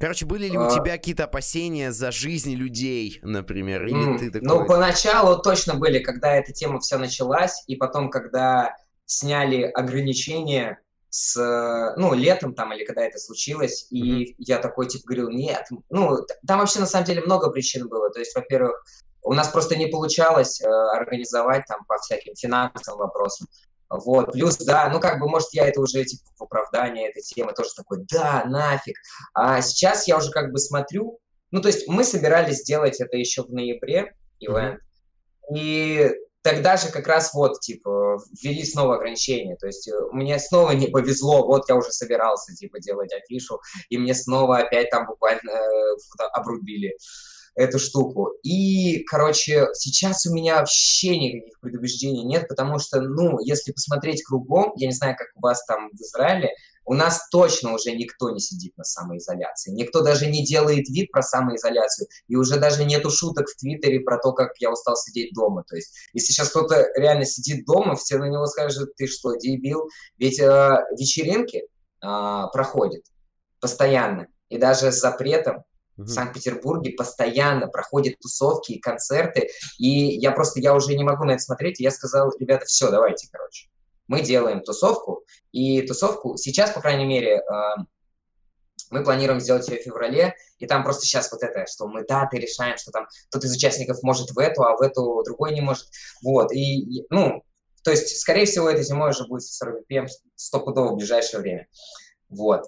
Speaker 2: Короче, были ли у тебя какие-то опасения за жизни людей, например? Или ты такой...
Speaker 1: Ну, поначалу точно были, когда эта тема вся началась, и потом, когда сняли ограничения летом там, или когда это случилось, и я такой, типа, говорил, нет. Ну, там вообще, на самом деле, много причин было. То есть, во-первых, у нас просто не получалось организовать там по всяким финансовым вопросам. Вот, плюс, да, ну, как бы, может, я это уже, типа, в оправдании этой темы тоже такой, да, нафиг. А сейчас я уже как бы смотрю, ну, то есть мы собирались сделать это еще в ноябре, ивент, и тогда же как раз вот, типа, ввели снова ограничения, то есть мне снова не повезло, вот я уже собирался, типа, делать афишу, и мне снова опять там буквально обрубили эту штуку. И, короче, сейчас у меня вообще никаких предубеждений нет, потому что, ну, если посмотреть кругом, я не знаю, как у вас там в Израиле, у нас точно уже никто не сидит на самоизоляции. Никто даже не делает вид про самоизоляцию. И уже даже нету шуток в Твиттере про то, как я устал сидеть дома. То есть, если сейчас кто-то реально сидит дома, все на него скажут, ты что, дебил? Ведь вечеринки проходят постоянно. И даже с запретом в Санкт-Петербурге постоянно проходят тусовки и концерты, и я уже не могу на это смотреть, и я сказал, ребята, все, давайте, короче, мы делаем тусовку, и тусовку сейчас, по крайней мере, мы планируем сделать ее в феврале, и там просто сейчас вот это, что мы даты решаем, что там кто-то из участников может в эту, а в эту другой не может, вот, и, ну, то есть, скорее всего, этой зимой уже будет с RVPM стопудово в ближайшее время, вот,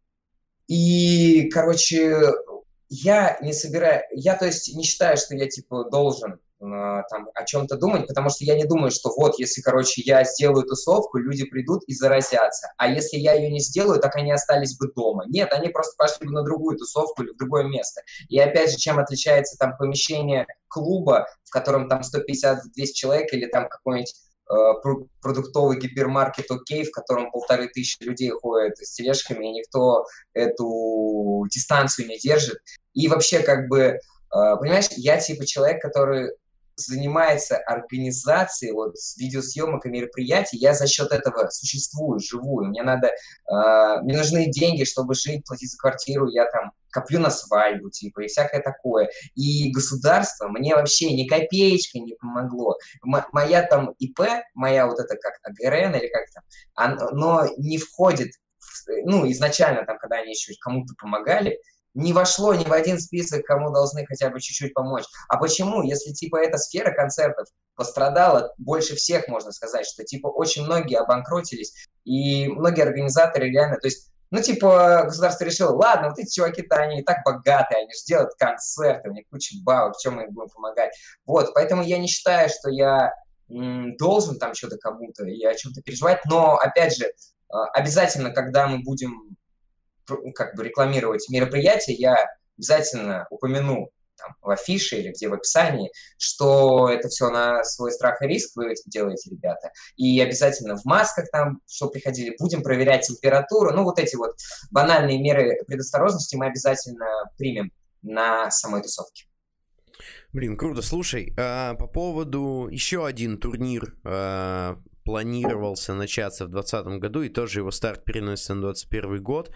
Speaker 1: и, короче, я то есть не считаю, что я, типа, должен там о чем-то думать, потому что я не думаю, что вот, если, короче, я сделаю тусовку, люди придут и заразятся, а если я ее не сделаю, так они остались бы дома. Нет, они просто пошли бы на другую тусовку или в другое место. И опять же, чем отличается там помещение клуба, в котором там 150-200 человек, или там какой-нибудь продуктовый гипермаркет «Окей», в котором 1500 людей ходят с тележками, и никто эту дистанцию не держит. И вообще, как бы, понимаешь, я типа человек, который занимается организацией вот видеосъемок и мероприятий, я за счет этого существую, живую. Мне нужны деньги, чтобы жить, платить за квартиру, я там коплю на свадьбу, типа, и всякое такое. И государство мне вообще ни копеечки не помогло. Моя там ИП, моя вот это как АГРН или как там, оно не входит, ну, изначально там, когда они еще кому-то помогали, не вошло ни в один список, кому должны хотя бы чуть-чуть помочь. А почему? Если, типа, эта сфера концертов пострадала больше всех, можно сказать, что, типа, очень многие обанкротились, и многие организаторы реально, то есть, ну, типа, государство решило, ладно, вот эти чуваки-то, они и так богатые, они же делают концерты, у них куча бабок, чем мы им будем помогать? Вот, поэтому я не считаю, что я должен там что-то кому-то и о чем-то переживать, но, опять же, обязательно, когда мы будем как бы рекламировать мероприятие, я обязательно упомяну там, в афише или где в описании, что это все на свой страх и риск вы делаете, ребята. И обязательно в масках там, что приходили, будем проверять температуру. Ну, вот эти вот банальные меры предосторожности мы обязательно примем на самой тусовке.
Speaker 2: Блин, круто. Слушай, по поводу еще один турнир планировался начаться в 2020 году, и тоже его старт переносится на 2021 год.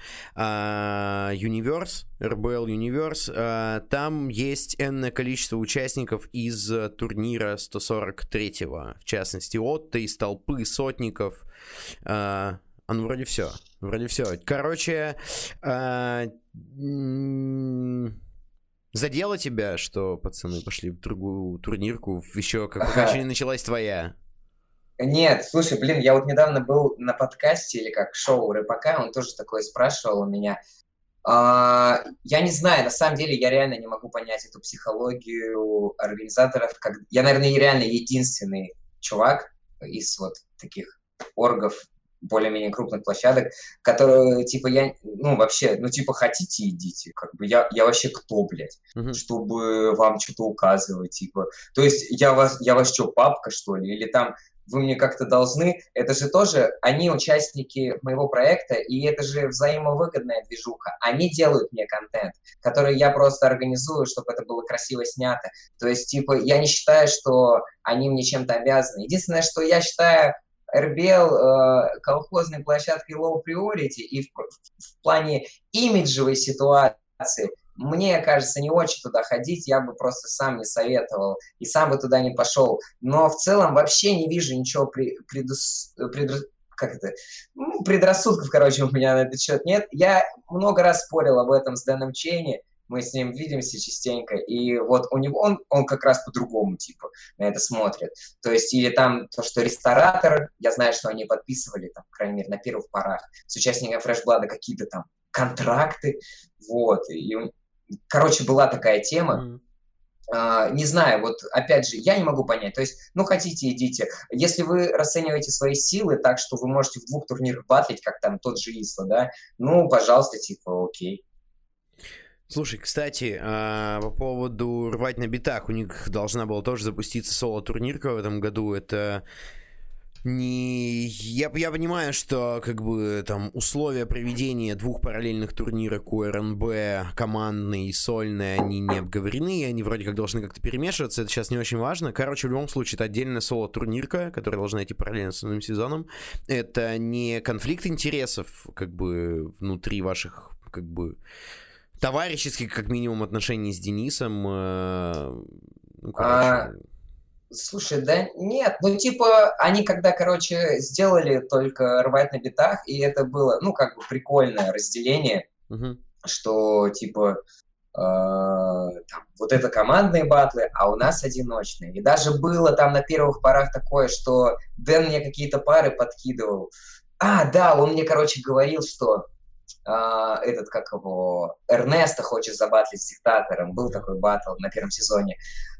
Speaker 2: Universe, RBL Universe, там есть энное количество участников из турнира 143-го, в частности, Отто, из толпы сотников. Ну, вроде все. Короче, задело тебя, что пацаны пошли в другую турнирку, еще пока еще не началась твоя?
Speaker 1: Нет, слушай, блин, я вот недавно был на подкасте, или как, шоу Рыбака, он тоже такое спрашивал у меня. Я не знаю, на самом деле я реально не могу понять эту психологию организаторов. Я, наверное, реально единственный чувак из вот таких оргов, более-менее крупных площадок, которые, типа, хотите, идите, как бы, я вообще кто, блядь, чтобы вам что-то указывать, типа, то есть я вас что, папка, что ли, или там вы мне как-то должны, это же тоже, они участники моего проекта, и это же взаимовыгодная движуха, они делают мне контент, который я просто организую, чтобы это было красиво снято, то есть, типа, я не считаю, что они мне чем-то обязаны, единственное, что я считаю, RBL колхозной площадкой low priority, и в плане имиджевой ситуации Мне кажется, не очень туда ходить, я бы просто сам не советовал и сам бы туда не пошел. Но в целом вообще не вижу ничего как это? Предрассудков, короче, у меня на этот счет нет. Я много раз спорил об этом с Дэном Чейни, мы с ним видимся частенько, и вот у него он как раз по-другому, типа, на это смотрит. То есть, или там то, что ресторатор, я знаю, что они подписывали, там, по крайней мере, на первых порах с участниками Фрешблада какие-то там контракты, вот, и, короче, была такая тема. Не знаю, вот опять же, я не могу понять. То есть, ну, хотите, идите. Если вы расцениваете свои силы так, что вы можете в 2 турнирах батлить, как там тот же Исла, да, ну, пожалуйста, типа, окей.
Speaker 2: Слушай, кстати, по поводу рвать на битах, у них должна была тоже запуститься соло-турнирка в этом году. Это не... Я понимаю, что как бы там условия проведения 2 параллельных турниров УРНБ, командные и сольные, они не обговорены, и они вроде как должны как-то перемешиваться, это сейчас не очень важно. Короче, в любом случае, это отдельная соло-турнирка, которая должна идти параллельно с основным сезоном. Это не конфликт интересов, как бы, внутри ваших, как бы, товарищеских, как минимум, отношений с Денисом. Ну, короче...
Speaker 1: Слушай, да нет, ну типа они когда, короче, сделали только рвать на битах, и это было, ну как бы прикольное разделение, что типа там, вот это командные батлы, а у нас одиночные. И даже было там на первых порах такое, что Дэн мне какие-то пары подкидывал. Да, он мне, короче, говорил, что этот, как его, Эрнеста хочет забатлить с диктатором. Был такой батл на первом сезоне.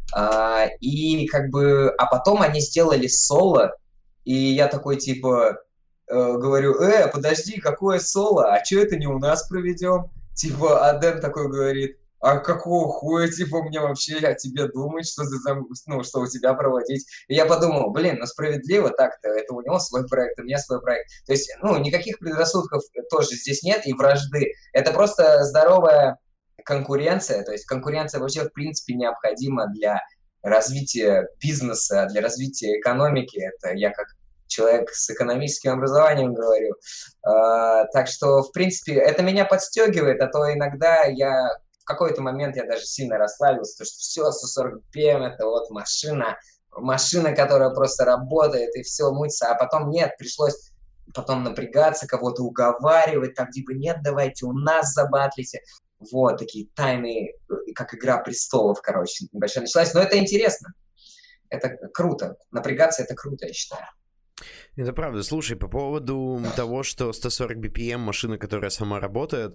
Speaker 1: И как бы, а потом они сделали соло, и я такой типа говорю, подожди, какое соло? А что это не у нас проведем? Типа, а Дэн такой говорит, а какого хуя, типа, мне вообще о тебе думать, что ты там, ну, что у тебя проводить? И я подумал, блин, ну справедливо так-то, это у него свой проект, у меня свой проект. То есть, ну, никаких предрассудков тоже здесь нет и вражды. Это просто здоровая конкуренция, то есть конкуренция вообще в принципе необходима для развития бизнеса, для развития экономики. Это я как человек с экономическим образованием говорю. Так что, в принципе, это меня подстегивает, а то иногда в какой-то момент я даже сильно расслабился, потому что все, 140 BPM, это вот машина, которая просто работает, и все, мыться, а потом нет, пришлось потом напрягаться, кого-то уговаривать, там типа, нет, давайте у нас забатлите. Вот, такие тайные, как «Игра престолов», короче, небольшая началась. Но это интересно. Это круто. Напрягаться — это круто, я считаю.
Speaker 2: Это правда. Слушай, по поводу того, что 140 BPM машина, которая сама работает,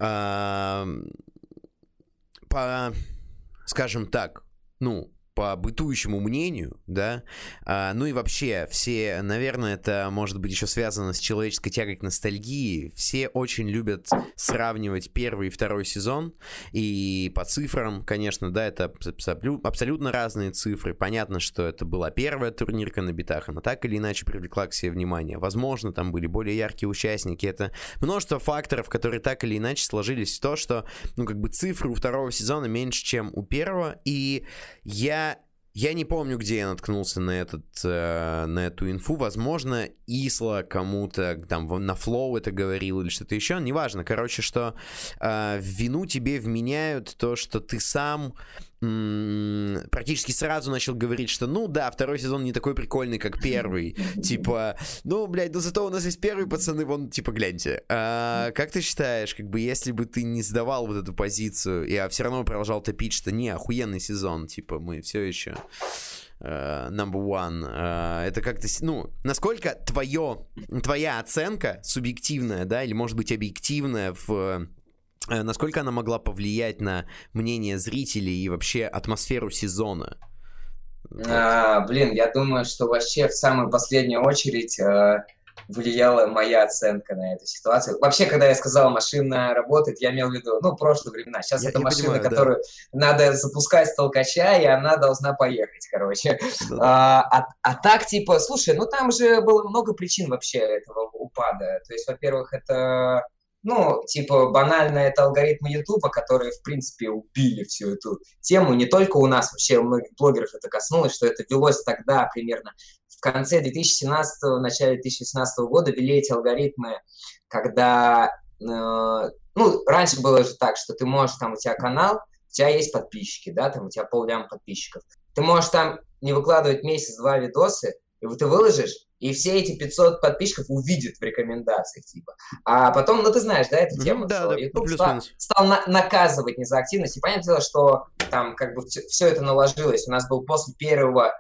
Speaker 2: скажем так, ну, по бытующему мнению, да, ну и вообще все, наверное, это может быть еще связано с человеческой тягой к ностальгии, все очень любят сравнивать первый и второй сезон, и по цифрам, конечно, да, это абсолютно разные цифры, понятно, что это была первая турнирка на битах, она так или иначе привлекла к себе внимание, возможно, там были более яркие участники, это множество факторов, которые так или иначе сложились в то, что, ну, как бы цифры у второго сезона меньше, чем у первого, и я не помню, где я наткнулся на эту инфу. Возможно, Исла кому-то там на Flow это говорил или что-то еще. Неважно. Короче, что в вину тебе вменяют то, что ты сам практически сразу начал говорить, что ну да, второй сезон не такой прикольный, как первый. Типа, ну, блядь, ну зато у нас есть первый, пацаны, вон, типа, гляньте. Как ты считаешь, как бы, если бы ты не сдавал вот эту позицию, все равно продолжал топить, что не, охуенный сезон, типа, мы все еще number one, это как-то, ну, насколько твоя оценка субъективная, да, или, может быть, объективная насколько она могла повлиять на мнение зрителей и вообще атмосферу сезона?
Speaker 1: Блин, я думаю, что вообще в самую последнюю очередь влияла моя оценка на эту ситуацию. Вообще, когда я сказал, машина работает, я имел в виду, ну, прошлые времена. Сейчас это машина, понимаю, которую надо запускать с толкача, и она должна поехать, короче. Так, типа, слушай, ну там же было много причин вообще этого упада. То есть, во-первых, это... Ну, типа, банально это алгоритмы Ютуба, которые, в принципе, убили всю эту тему. Не только у нас, вообще у многих блогеров это коснулось, что это велось тогда примерно в конце 2017-го, в начале 2018 года ввели эти алгоритмы, когда ну, раньше было же так, что ты можешь, там, у тебя канал, у тебя есть подписчики, да, там, у тебя 500 000 подписчиков. Ты можешь там не выкладывать месяц-два видосы, и вот ты выложишь, и все эти 500 подписчиков увидят в рекомендациях, типа. А потом, ну, ты знаешь, да, эту тему,
Speaker 2: Да,
Speaker 1: что
Speaker 2: да,
Speaker 1: YouTube
Speaker 2: плюс-минус.
Speaker 1: стал наказывать не за активность. И понятное дело, что там как бы все это наложилось. У нас был после первого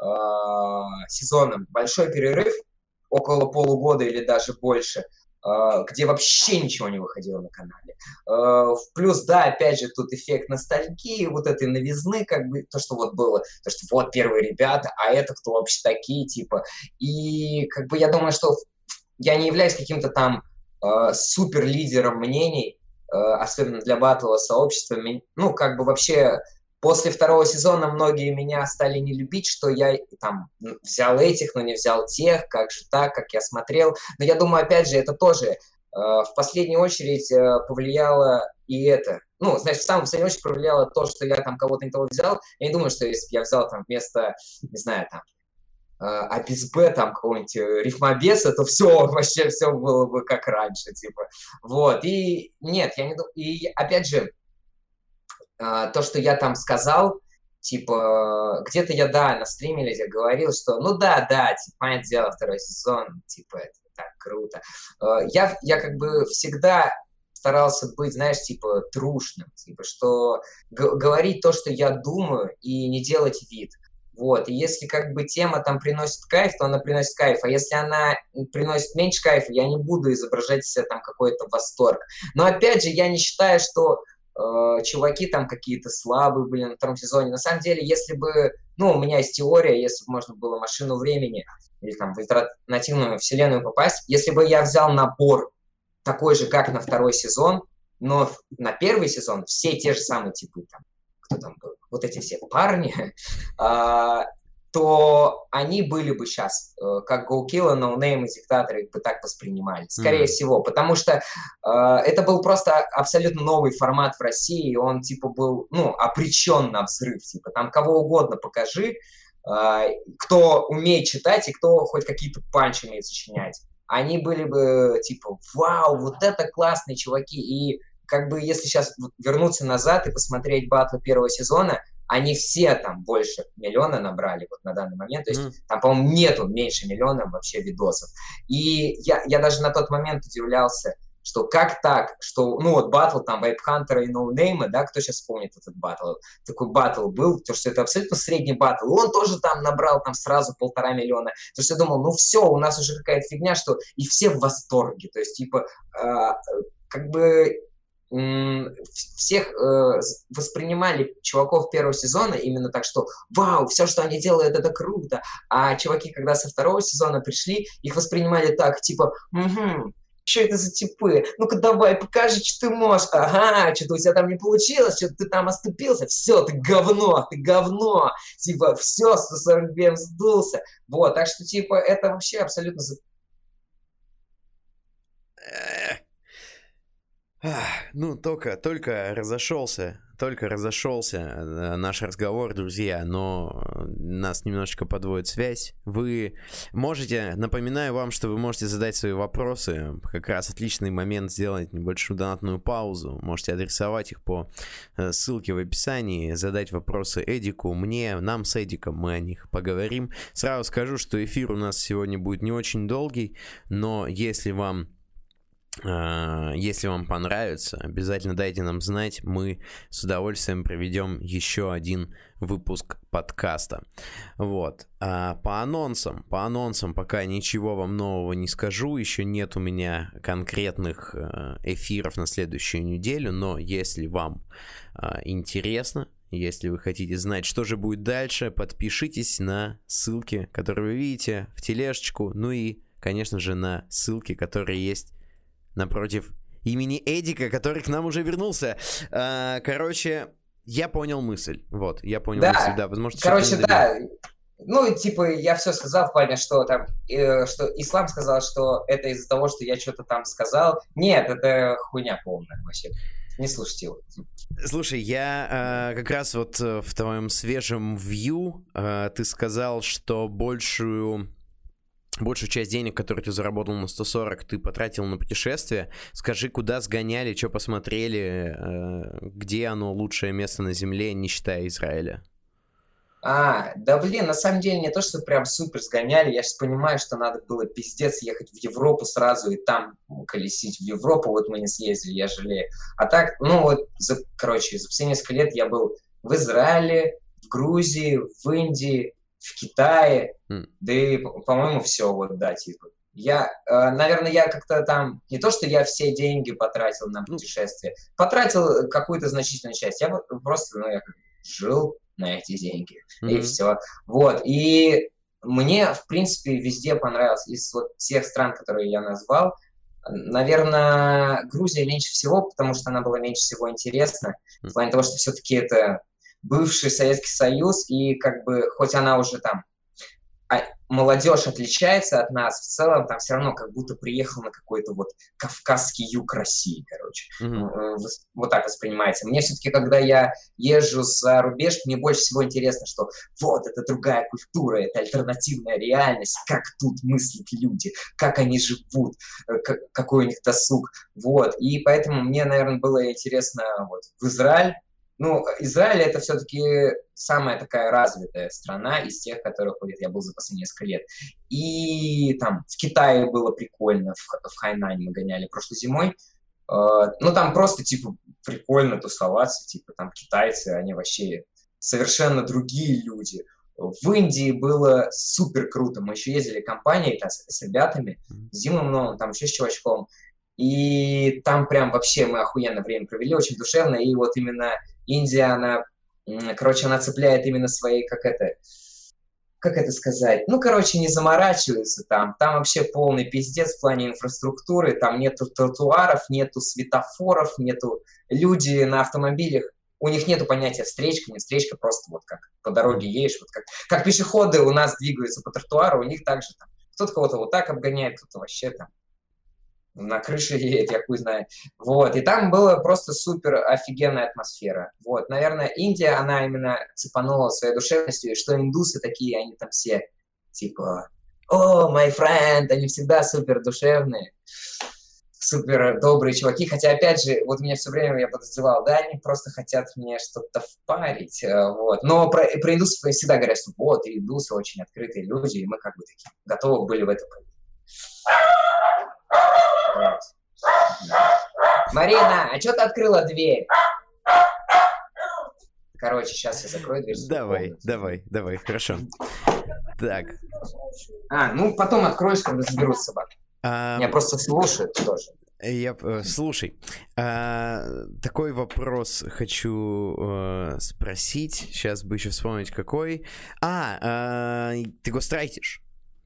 Speaker 1: сезона большой перерыв, около полугода или даже больше, где вообще ничего не выходило на канале. Плюс, да, опять же, тут эффект ностальгии, вот этой новизны, как бы, то, что вот было, то, что вот первые ребята, а это кто вообще такие, типа. И, как бы, я думаю, что я не являюсь каким-то там супер лидером мнений, особенно для баттлового сообщества. Ну, как бы, вообще... После второго сезона многие меня стали не любить, что я там взял этих, но не взял тех, как же так, как я смотрел. Но я думаю, опять же, это тоже в последнюю очередь повлияло и это. Ну, значит, в последнюю очередь повлияло то, что я там кого-то не того взял. Я не думаю, что если бы я взял там вместо, не знаю, там, Аписб, там, какого-нибудь рифмобеса, то все, вообще все было бы как раньше, типа. Вот, и нет, я не думаю, и опять же, то, что я там сказал, типа, где-то я, да, на стриме я говорил, что, ну да, типа, понятное дело, второй сезон, типа, это так круто. Я как бы всегда старался быть, знаешь, типа, трушным, типа, что говорить то, что я думаю, и не делать вид. Вот, и если как бы тема там приносит кайф, то она приносит кайф, а если она приносит меньше кайфа, я не буду изображать из себя там какой-то восторг. Но опять же, я не считаю, что чуваки там какие-то слабые были на втором сезоне. На самом деле, если бы, ну, у меня есть теория, если бы можно было машину времени или там в альтернативную вселенную попасть, если бы я взял набор такой же, как на второй сезон, но на первый сезон все те же самые типы, там, кто там был, вот эти все парни, то они были бы сейчас, как GoKill, NoName и Диктаторы их бы так воспринимали. Скорее всего, потому что это был просто абсолютно новый формат в России, и он, типа, был, ну, обречен на взрыв. Типа, там кого угодно покажи, кто умеет читать и кто хоть какие-то панчи умеет сочинять. Они были бы, типа, вау, вот это классные чуваки. И, как бы, если сейчас вернуться назад и посмотреть батлы первого сезона, они все там больше миллиона набрали вот на данный момент. То есть там, по-моему, нету меньше миллиона вообще видосов. И я даже на тот момент удивлялся, что как так, что, ну вот батл там Вейпхантера и NoName, да, кто сейчас вспомнит этот батл? Такой батл был, то что это абсолютно средний батл. Он тоже там набрал там сразу 1,5 миллиона. То есть я думал, ну все, у нас уже какая-то фигня, что и все в восторге. То есть типа как бы всех воспринимали чуваков первого сезона именно так, что вау, все, что они делают, это круто. А чуваки, когда со второго сезона пришли, их воспринимали так, типа, что это за типы? Ну-ка давай, покажи, что ты можешь. Ага, что-то у тебя там не получилось, что-то ты там оступился. Все, ты говно. Типа, все, 140 BM сдулся. Вот, так что, типа, это вообще абсолютно...
Speaker 2: Ну, только разошелся наш разговор, друзья, но нас немножечко подводит связь. Вы можете, напоминаю вам, что вы можете задать свои вопросы, как раз отличный момент сделать небольшую донатную паузу, можете адресовать их по ссылке в описании, задать вопросы Эдику, мне, нам с Эдиком, мы о них поговорим. Сразу скажу, что эфир у нас сегодня будет не очень долгий, но если вам понравится, обязательно дайте нам знать, мы с удовольствием проведем еще один выпуск подкаста. Вот. По анонсам пока ничего вам нового не скажу, еще нет у меня конкретных эфиров на следующую неделю, но если вам интересно, если вы хотите знать, что же будет дальше, подпишитесь на ссылки, которые вы видите в тележечку, ну и, конечно же, на ссылки, которые есть напротив имени Эдика, который к нам уже вернулся. Короче, я понял мысль. Вот, я понял мысль, да. Возможно,
Speaker 1: короче, да. Ну, типа, я все сказал в плане, что там, что Ислам сказал, что это из-за того, что я что-то там сказал. Нет, это хуйня полная вообще. Не слушайте его.
Speaker 2: Слушай, я как раз вот в твоем свежем вью ты сказал, что большую большую часть денег, которые ты заработал на 140, ты потратил на путешествие. Скажи, куда сгоняли, что посмотрели, где оно лучшее место на Земле, не считая Израиля?
Speaker 1: Да блин, на самом деле не то, что прям супер сгоняли, я сейчас понимаю, что надо было пиздец ехать в Европу сразу и там колесить в Европу, вот мы не съездили, я жалею. А так, ну вот, короче, за все несколько лет я был в Израиле, в Грузии, в Индии, в Китае, да и, по-моему, все, вот, да, типа. Наверное, я как-то там, не то, что я все деньги потратил на путешествие, потратил какую-то значительную часть, я просто, я жил на эти деньги, и все. Вот, и мне, в принципе, везде понравилось. Из вот тех стран, которые я назвал, наверное, Грузия меньше всего, потому что она была меньше всего интересна, в плане того, что все-таки это бывший Советский Союз, и как бы, хоть она уже там, молодежь отличается от нас, в целом там все равно как будто приехал на какой-то вот кавказский юг России, короче. Вот так воспринимается. Мне все-таки, когда я езжу за рубеж, мне больше всего интересно, что вот, это другая культура, это альтернативная реальность, как тут мыслят люди, как они живут, какой у них досуг. Вот. И поэтому мне, наверное, было интересно вот в Израиль. Ну, Израиль — это все-таки самая такая развитая страна из тех, которых я был за последние несколько лет. И там в Китае было прикольно, в Хайнане мы гоняли прошлой зимой. Ну, там просто, типа, прикольно тусоваться, типа, там китайцы, они вообще совершенно другие люди. В Индии было супер круто. Мы еще ездили компанией с ребятами, с Димой Мновым, там еще с чувачком. И там прям вообще мы охуенно время провели, очень душевно. И вот именно Индия, она цепляет именно своей, как это сказать, не заморачиваются там вообще полный пиздец в плане инфраструктуры, там нету тротуаров, нету светофоров, нету люди на автомобилях, у них нету понятия встречка, не встречка, просто вот как по дороге едешь, вот как пешеходы у нас двигаются по тротуару, у них также там, кто-то кого-то вот так обгоняет, кто-то вообще там на крыше едет, я хуй знает. Вот, и там была просто супер офигенная атмосфера. Вот, наверное, Индия, она именно цепанула своей душевностью, и что индусы такие, они там все, типа, о, my friend, они всегда супер душевные, супер добрые чуваки, хотя, опять же, вот меня все время я подозревал, да, они просто хотят мне что-то впарить, вот. Но про индусов всегда говорят, что вот, и индусы очень открытые люди, и мы как бы такие готовы были в это пройти. Марина, а что ты открыла дверь? Короче, сейчас я закрою дверь.
Speaker 2: Давай, хорошо. Так.
Speaker 1: Потом откроешь, когда заберут собак. Меня просто слушают тоже.
Speaker 2: Слушай, такой вопрос хочу спросить. Сейчас бы еще вспомнить, какой. Ты гострайтишь?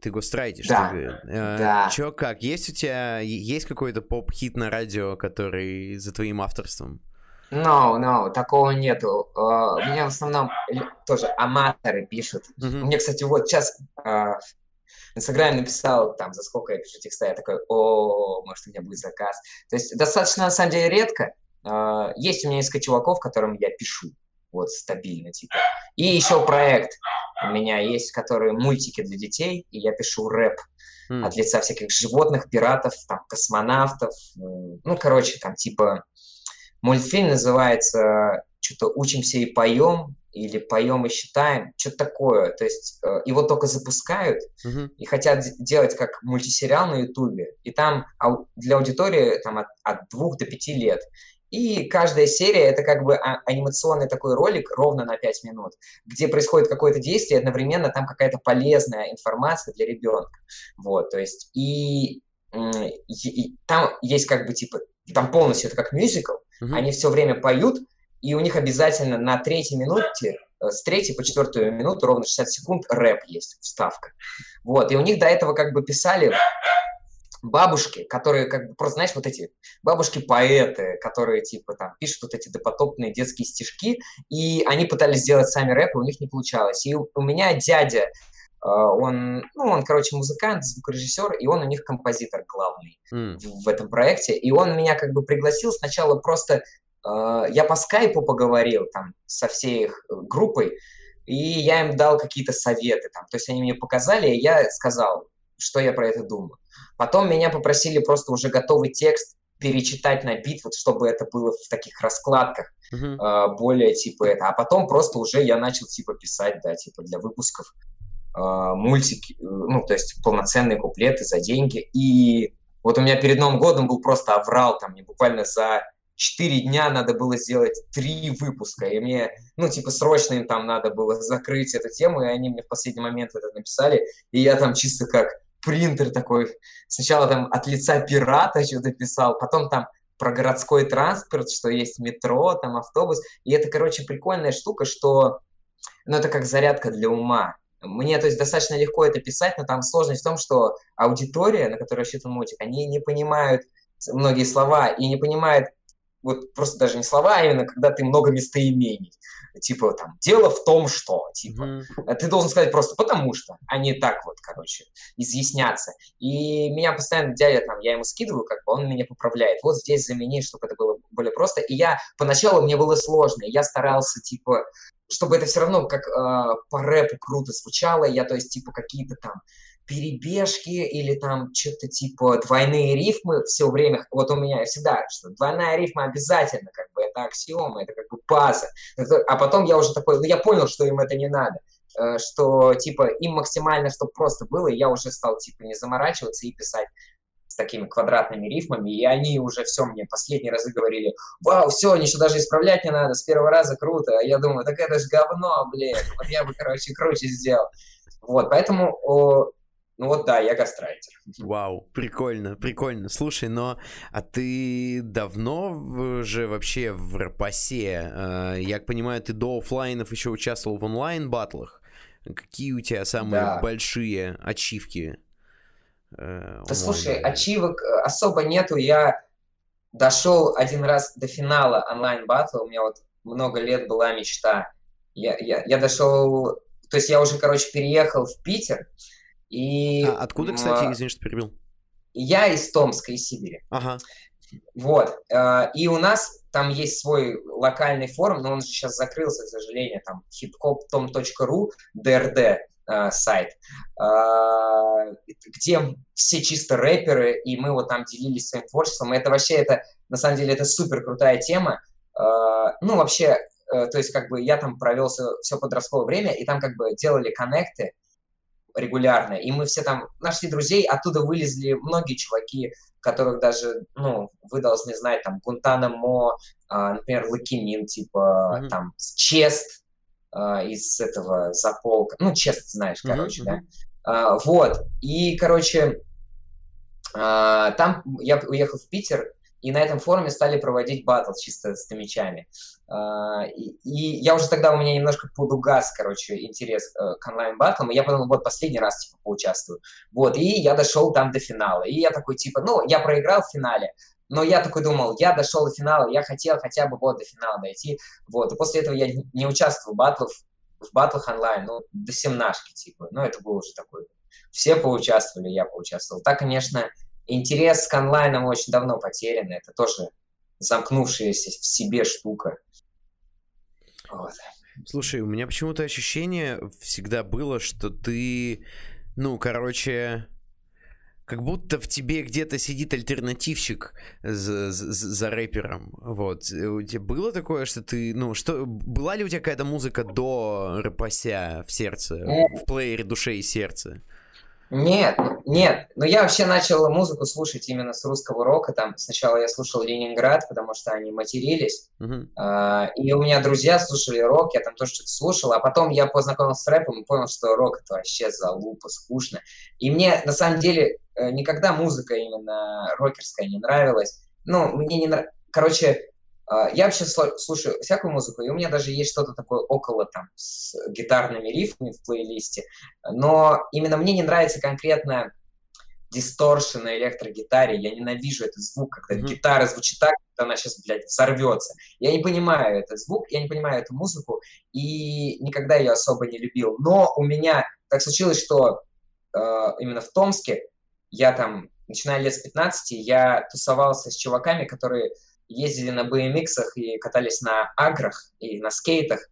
Speaker 1: Да.
Speaker 2: Чё, как? Есть у тебя, есть какой-то поп-хит на радио, который за твоим авторством?
Speaker 1: No, такого нету. Мне в основном тоже аматоры пишут. Мне, кстати, вот сейчас в Инстаграме написал, там, за сколько я пишу текста, я такой, может, у меня будет заказ. То есть достаточно, на самом деле, редко. Есть у меня несколько чуваков, которым я пишу. Вот, стабильно, типа. И еще проект у меня есть, который мультики для детей, и я пишу рэп от лица всяких животных, пиратов, там, космонавтов. Там, типа, мультфильм называется что-то «Учимся и поем», или «Поем и считаем», что-то такое. То есть его только запускают и хотят делать как мультисериал на Ютубе. И там для аудитории там, от 2 до 5 лет. И каждая серия — это как бы анимационный такой ролик ровно на 5 минут, где происходит какое-то действие, одновременно там какая-то полезная информация для ребенка. Вот, то есть, и там есть как бы типа, там полностью это как мюзикл, они все время поют, и у них обязательно на 3-й минуте, с 3 по 4 минуту, ровно 60 секунд, рэп есть, вставка. Вот, и у них до этого как бы писали бабушки, которые, как бы, просто, знаешь, вот эти бабушки-поэты, которые, типа, там, пишут вот эти допотопные детские стишки, и они пытались сделать сами рэп, и у них не получалось. И у меня дядя, он, музыкант, звукорежиссер, и он у них композитор главный в этом проекте, и он меня, как бы, пригласил сначала просто, я по скайпу поговорил, там, со всей их группой, и я им дал какие-то советы, там, то есть они мне показали, и я сказал, что я про это думаю. Потом меня попросили просто уже готовый текст перечитать на бит, вот чтобы это было в таких раскладках, более типа это. А потом просто уже я начал типа писать, да, типа для выпусков мультики, ну, то есть полноценные куплеты за деньги. И вот у меня перед Новым годом был просто аврал, там мне буквально за 4 дня надо было сделать 3 выпуска, и мне, ну, типа, срочно им там надо было закрыть эту тему, и они мне в последний момент это написали, и я там чисто как принтер такой, сначала там от лица пирата что-то писал, потом там про городской транспорт, что есть метро, там автобус, и это, короче, прикольная штука, что, ну, это как зарядка для ума. Мне, то есть, достаточно легко это писать, но там сложность в том, что аудитория, на которую рассчитан мультик, они не понимают многие слова и не понимают вот просто даже не слова, а именно когда ты много местоимений. Типа там, дело в том, что, типа, ты должен сказать просто потому что, а не так вот, короче, изъясняться. И меня постоянно дядя там, я ему скидываю, как бы он меня поправляет. Вот здесь замени, чтобы это было более просто. И я, поначалу мне было сложно, я старался, типа, чтобы это все равно как по рэпу круто звучало, я, то есть, типа, какие-то там перебежки или там что-то типа двойные рифмы все время, вот у меня всегда, что двойная рифма обязательно, как бы, это аксиома, это как бы база. А потом я уже такой, ну я понял, что им это не надо, что типа им максимально, чтобы просто было, и я уже стал типа не заморачиваться и писать с такими квадратными рифмами, и они уже все мне последние разы говорили, вау, все, ничего даже исправлять не надо, с первого раза круто, а я думаю, так это же говно, блин, вот я бы, короче, круче сделал. Вот, поэтому ну вот да, я гастрайтер.
Speaker 2: Вау, прикольно, прикольно. Слушай, а ты давно же вообще в рэпасе? Я понимаю, ты до оффлайнов еще участвовал в онлайн-баттлах. Какие у тебя самые большие ачивки?
Speaker 1: Да слушай, ачивок особо нету. Я дошел один раз до финала онлайн-баттла. У меня вот много лет была мечта. Я дошел... То есть я уже, короче, переехал в Питер. И,
Speaker 2: откуда, кстати, извини, что перебил?
Speaker 1: Я из Томска, из Сибири.
Speaker 2: Ага.
Speaker 1: Вот. И у нас там есть свой локальный форум, но он же сейчас закрылся, к сожалению, там hiphoptom.ru, ДРД сайт, где все чисто рэперы, и мы вот там делились своим творчеством. И это вообще, на самом деле, это супер крутая тема. Ну, вообще, то есть, как бы, я там провел все подростковое время, и там, как бы, делали коннекты регулярно, и мы все там нашли друзей, оттуда вылезли многие чуваки, которых даже, ну, вы должны знать, там, Гунтанамо, например, Лакимин, типа, там, Чест из этого Заполка, ну, Чест знаешь, короче, да, вот, и, короче, там я уехал в Питер, и на этом форуме стали проводить баттл чисто с томичами. И я уже тогда, у меня немножко подугас, короче, интерес к онлайн-баттлам, и я подумал, вот последний раз, типа, поучаствую. Вот, и я дошел там до финала. И я такой, типа, ну, я проиграл в финале, но я такой думал, я дошел до финала, я хотел хотя бы вот до финала дойти. Вот, и после этого я не участвовал в баттлах онлайн, ну, до семнашки, типа. Ну, это было уже такой, все поучаствовали, я поучаствовал. Так, конечно, интерес к онлайнам очень давно потерян, это тоже замкнувшаяся в себе штука. Вот.
Speaker 2: Слушай, у меня почему-то ощущение всегда было, что ты, ну, короче, как будто в тебе где-то сидит альтернативщик за рэпером. Вот. У тебя было такое, что ты, ну, что, была ли у тебя какая-то музыка до рэпася в сердце, в плеере души и сердца?
Speaker 1: Нет, но я вообще начал музыку слушать именно с русского рока. Там сначала я слушал Ленинград, потому что они матерились, и у меня друзья слушали рок, я там тоже что-то слушал, а потом я познакомился с рэпом и понял, что рок — это вообще залупа, скучно. И мне, на самом деле, никогда музыка именно рокерская не нравилась. Ну, мне не нравилось. Короче, я вообще слушаю всякую музыку, и у меня даже есть что-то такое около там с гитарными рифами в плейлисте, но именно мне не нравится конкретно дисторшн на электрогитаре, я ненавижу этот звук, когда гитара звучит так, что она сейчас, блядь, взорвется. Я не понимаю этот звук, я не понимаю эту музыку, и никогда ее особо не любил. Но у меня так случилось, что именно в Томске я там, начиная лет с 15, я тусовался с чуваками, которые ездили на BMX-ах и катались на аграх и на скейтах.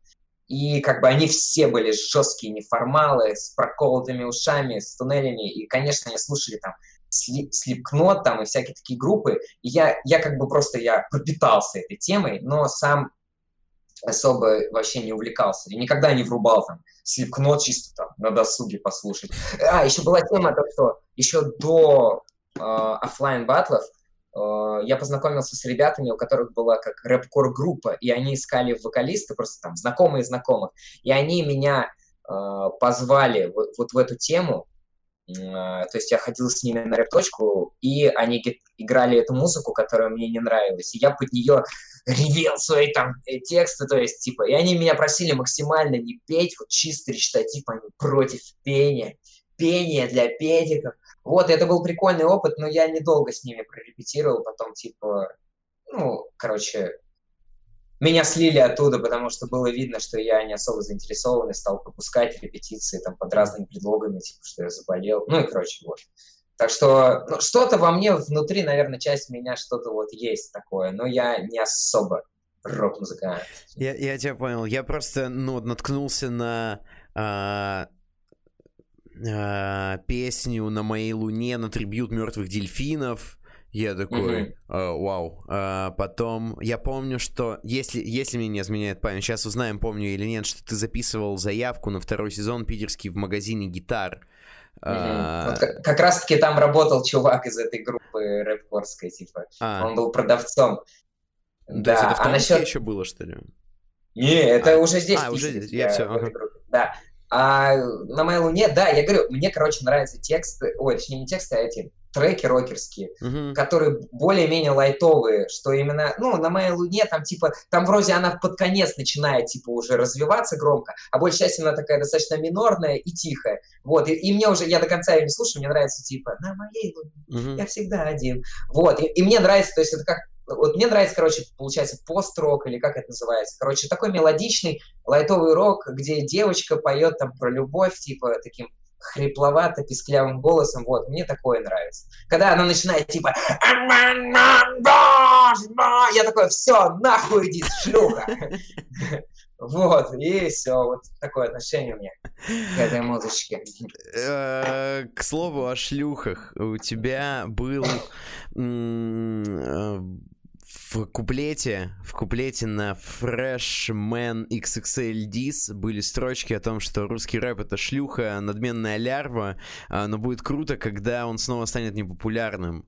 Speaker 1: и как бы они все были жесткие неформалы, с проколотыми ушами, с туннелями, и, конечно, они слушали там Slipknot там и всякие такие группы, и я как бы просто, я пропитался этой темой, но сам особо вообще не увлекался, и никогда не врубал там Slipknot чисто там на досуге послушать. Еще была тема, то, что еще до оффлайн батлов я познакомился с ребятами, у которых была как рэп-кор группа, и они искали вокалиста, просто там знакомые знакомых, и они меня позвали вот в эту тему. То есть я ходил с ними на рэп-точку, и они играли эту музыку, которая мне не нравилась, и я под нее ревел свои там тексты, то есть, типа, и они меня просили максимально не петь, вот чисто речитатив, они против пения для педиков. Вот, это был прикольный опыт, но я недолго с ними прорепетировал, потом, типа, короче, меня слили оттуда, потому что было видно, что я не особо заинтересован и стал пропускать репетиции там под разными предлогами, типа, что я заболел. Ну и, короче, вот. Так что что-то во мне внутри, наверное, часть меня что-то вот есть такое, но я не особо рок-музыкант.
Speaker 2: Я тебя понял. Я просто, наткнулся на песню «На моей луне» на трибьют «Мертвых дельфинов». Я такой, вау. Потом, я помню, что, если мне не изменяет память, сейчас узнаем, помню или нет, что ты записывал заявку на 2-й сезон питерский в магазине гитар.
Speaker 1: Вот как раз-таки там работал чувак из этой группы рэп-корской, типа. Он был продавцом.
Speaker 2: То есть это в Томске еще было, что ли?
Speaker 1: Не, это уже здесь.
Speaker 2: Уже здесь, я все.
Speaker 1: Да. А на моей луне, да, я говорю, мне, короче, нравятся тексты, точнее, не тексты, а эти треки рокерские, которые более-менее лайтовые, что именно, на моей луне, там, типа, там вроде она под конец начинает, типа, уже развиваться громко, а большая часть она такая достаточно минорная и тихая, вот, и мне уже, я до конца ее не слушаю, мне нравится, типа, на моей луне, я всегда один, вот, и мне нравится, то есть это как, вот мне нравится, короче, получается, пост-рок, или как это называется, короче, такой мелодичный, лайтовый рок, где девочка поет там про любовь, типа, таким хрипловато-писклявым голосом, вот, мне такое нравится. Когда она начинает, типа, я такой, все, нахуй иди, шлюха. Вот, и все, вот такое отношение у меня к этой музычке.
Speaker 2: К слову о шлюхах, у тебя был в куплете на Freshman XXL Diss были строчки о том, что русский рэп — это шлюха, надменная лярва, но будет круто, когда он снова станет непопулярным.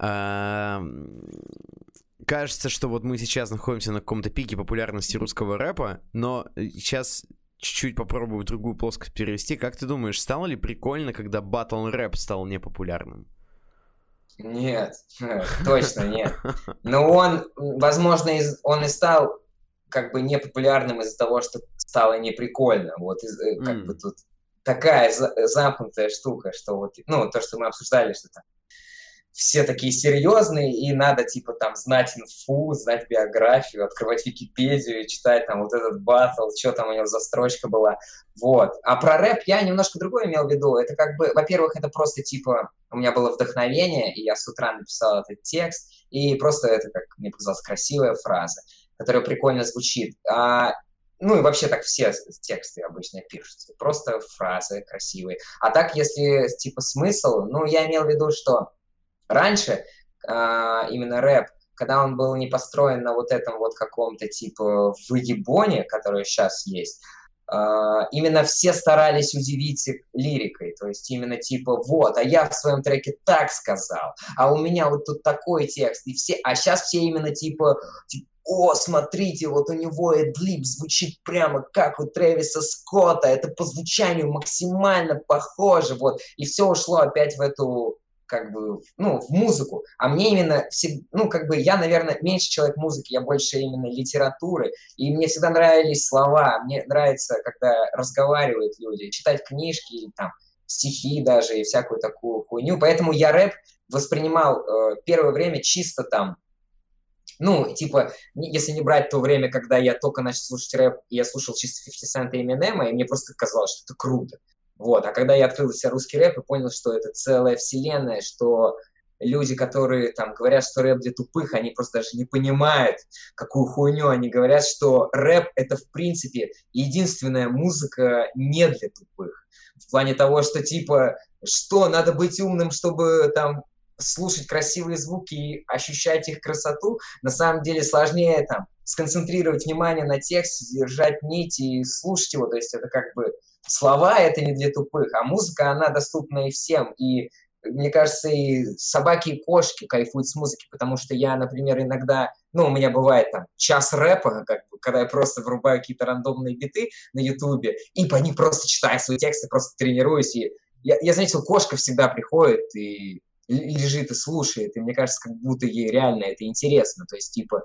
Speaker 2: Кажется, что вот мы сейчас находимся на каком-то пике популярности русского рэпа, но сейчас чуть-чуть попробую в другую плоскость перевести. Как ты думаешь, стало ли прикольно, когда батл рэп стал непопулярным?
Speaker 1: Нет, точно нет. Но он, возможно, он и стал как бы непопулярным из-за того, что стало неприкольно. Вот как бы тут такая замкнутая штука, что вот, то, что мы обсуждали, что там все такие серьезные, и надо, типа, там, знать инфу, знать биографию, открывать Википедию и читать там вот этот батл, что там у него за строчка была. Вот. А про рэп я немножко другое имел в виду. Это как бы, во-первых, это просто, типа, у меня было вдохновение, и я с утра написал этот текст, и просто это, как мне показалось, красивая фраза, которая прикольно звучит. И вообще так все тексты обычно пишутся. Просто фразы красивые. А так, если, типа, смысл, я имел в виду, что раньше именно рэп, когда он был не построен на вот этом вот каком-то типа выебоне, который сейчас есть, именно все старались удивить лирикой, то есть именно типа вот, а я в своем треке так сказал, а у меня вот тут такой текст, и все, а сейчас все именно типа о, смотрите, вот у него эдлиб звучит прямо как у Трэвиса Скотта, это по звучанию максимально похоже, вот, и все ушло опять в эту как бы, в музыку. А мне именно, я, наверное, меньше человек музыки, я больше именно литературы. И мне всегда нравились слова. Мне нравится, когда разговаривают люди, читать книжки или там стихи даже и всякую такую хуйню. Поэтому я рэп воспринимал первое время чисто там, если не брать то время, когда я только начал слушать рэп, я слушал чисто 50 Cent и Eminem, и мне просто казалось, что это круто. Вот. А когда я открыл для себя русский рэп и понял, что это целая вселенная, что люди, которые там говорят, что рэп для тупых, они просто даже не понимают, какую хуйню они говорят, что рэп — это, в принципе, единственная музыка не для тупых. В плане того, что, типа, что, надо быть умным, чтобы там слушать красивые звуки и ощущать их красоту. На самом деле сложнее там сконцентрировать внимание на тексте, держать нить и слушать его. То есть это как бы слова — это не для тупых, а музыка, она доступна и всем. И мне кажется, и собаки, и кошки кайфуют с музыки, потому что я, например, иногда, ну, у меня бывает там час рэпа, как бы, когда я просто врубаю какие-то рандомные биты на Ютубе, и по ним просто читаю свои тексты, просто тренируюсь. И я заметил, кошка всегда приходит и лежит и слушает, и мне кажется, как будто ей реально это интересно. То есть, типа,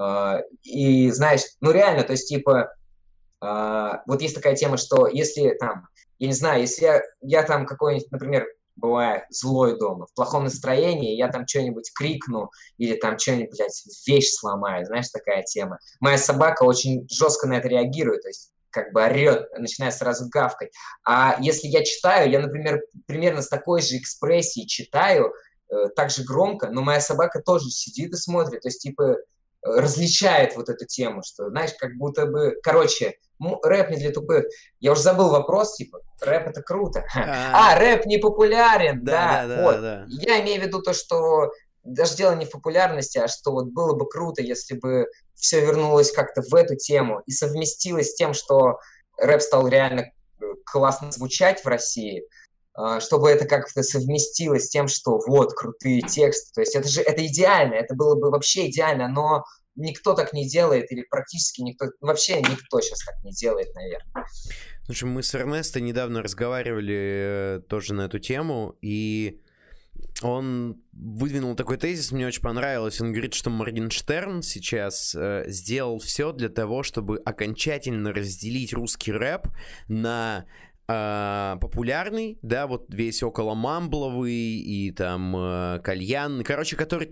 Speaker 1: и знаешь, ну реально, то есть, типа, вот есть такая тема, что если там, я не знаю, если я там какой-нибудь, например, бывает злой дома, в плохом настроении, я там что-нибудь крикну или там что-нибудь, блядь, вещь сломаю, знаешь, такая тема. Моя собака очень жестко на это реагирует, то есть как бы орет, начинает сразу гавкать. А если я читаю, я, например, примерно с такой же экспрессией читаю, так же громко, но моя собака тоже сидит и смотрит, то есть, типа, различает вот эту тему, что, знаешь, как будто бы... Короче, рэп не для тупых. Я уже забыл вопрос, типа, рэп — это круто. Рэп не популярен, да, вот. Я имею в виду то, что даже дело не в популярности, а что вот было бы круто, если бы все вернулось как-то в эту тему и совместилось с тем, что рэп стал реально классно звучать в России, чтобы это как-то совместилось с тем, что вот, крутые тексты. То есть это идеально, это было бы вообще идеально, но никто так не делает, или практически никто, вообще никто сейчас так не делает, наверное.
Speaker 2: Слушай, мы с Эрнесто недавно разговаривали тоже на эту тему, и он выдвинул такой тезис, мне очень понравилось. Он говорит, что Моргенштерн сейчас сделал все для того, чтобы окончательно разделить русский рэп на популярный, да, вот весь около мамбловый и там кальянный, короче, который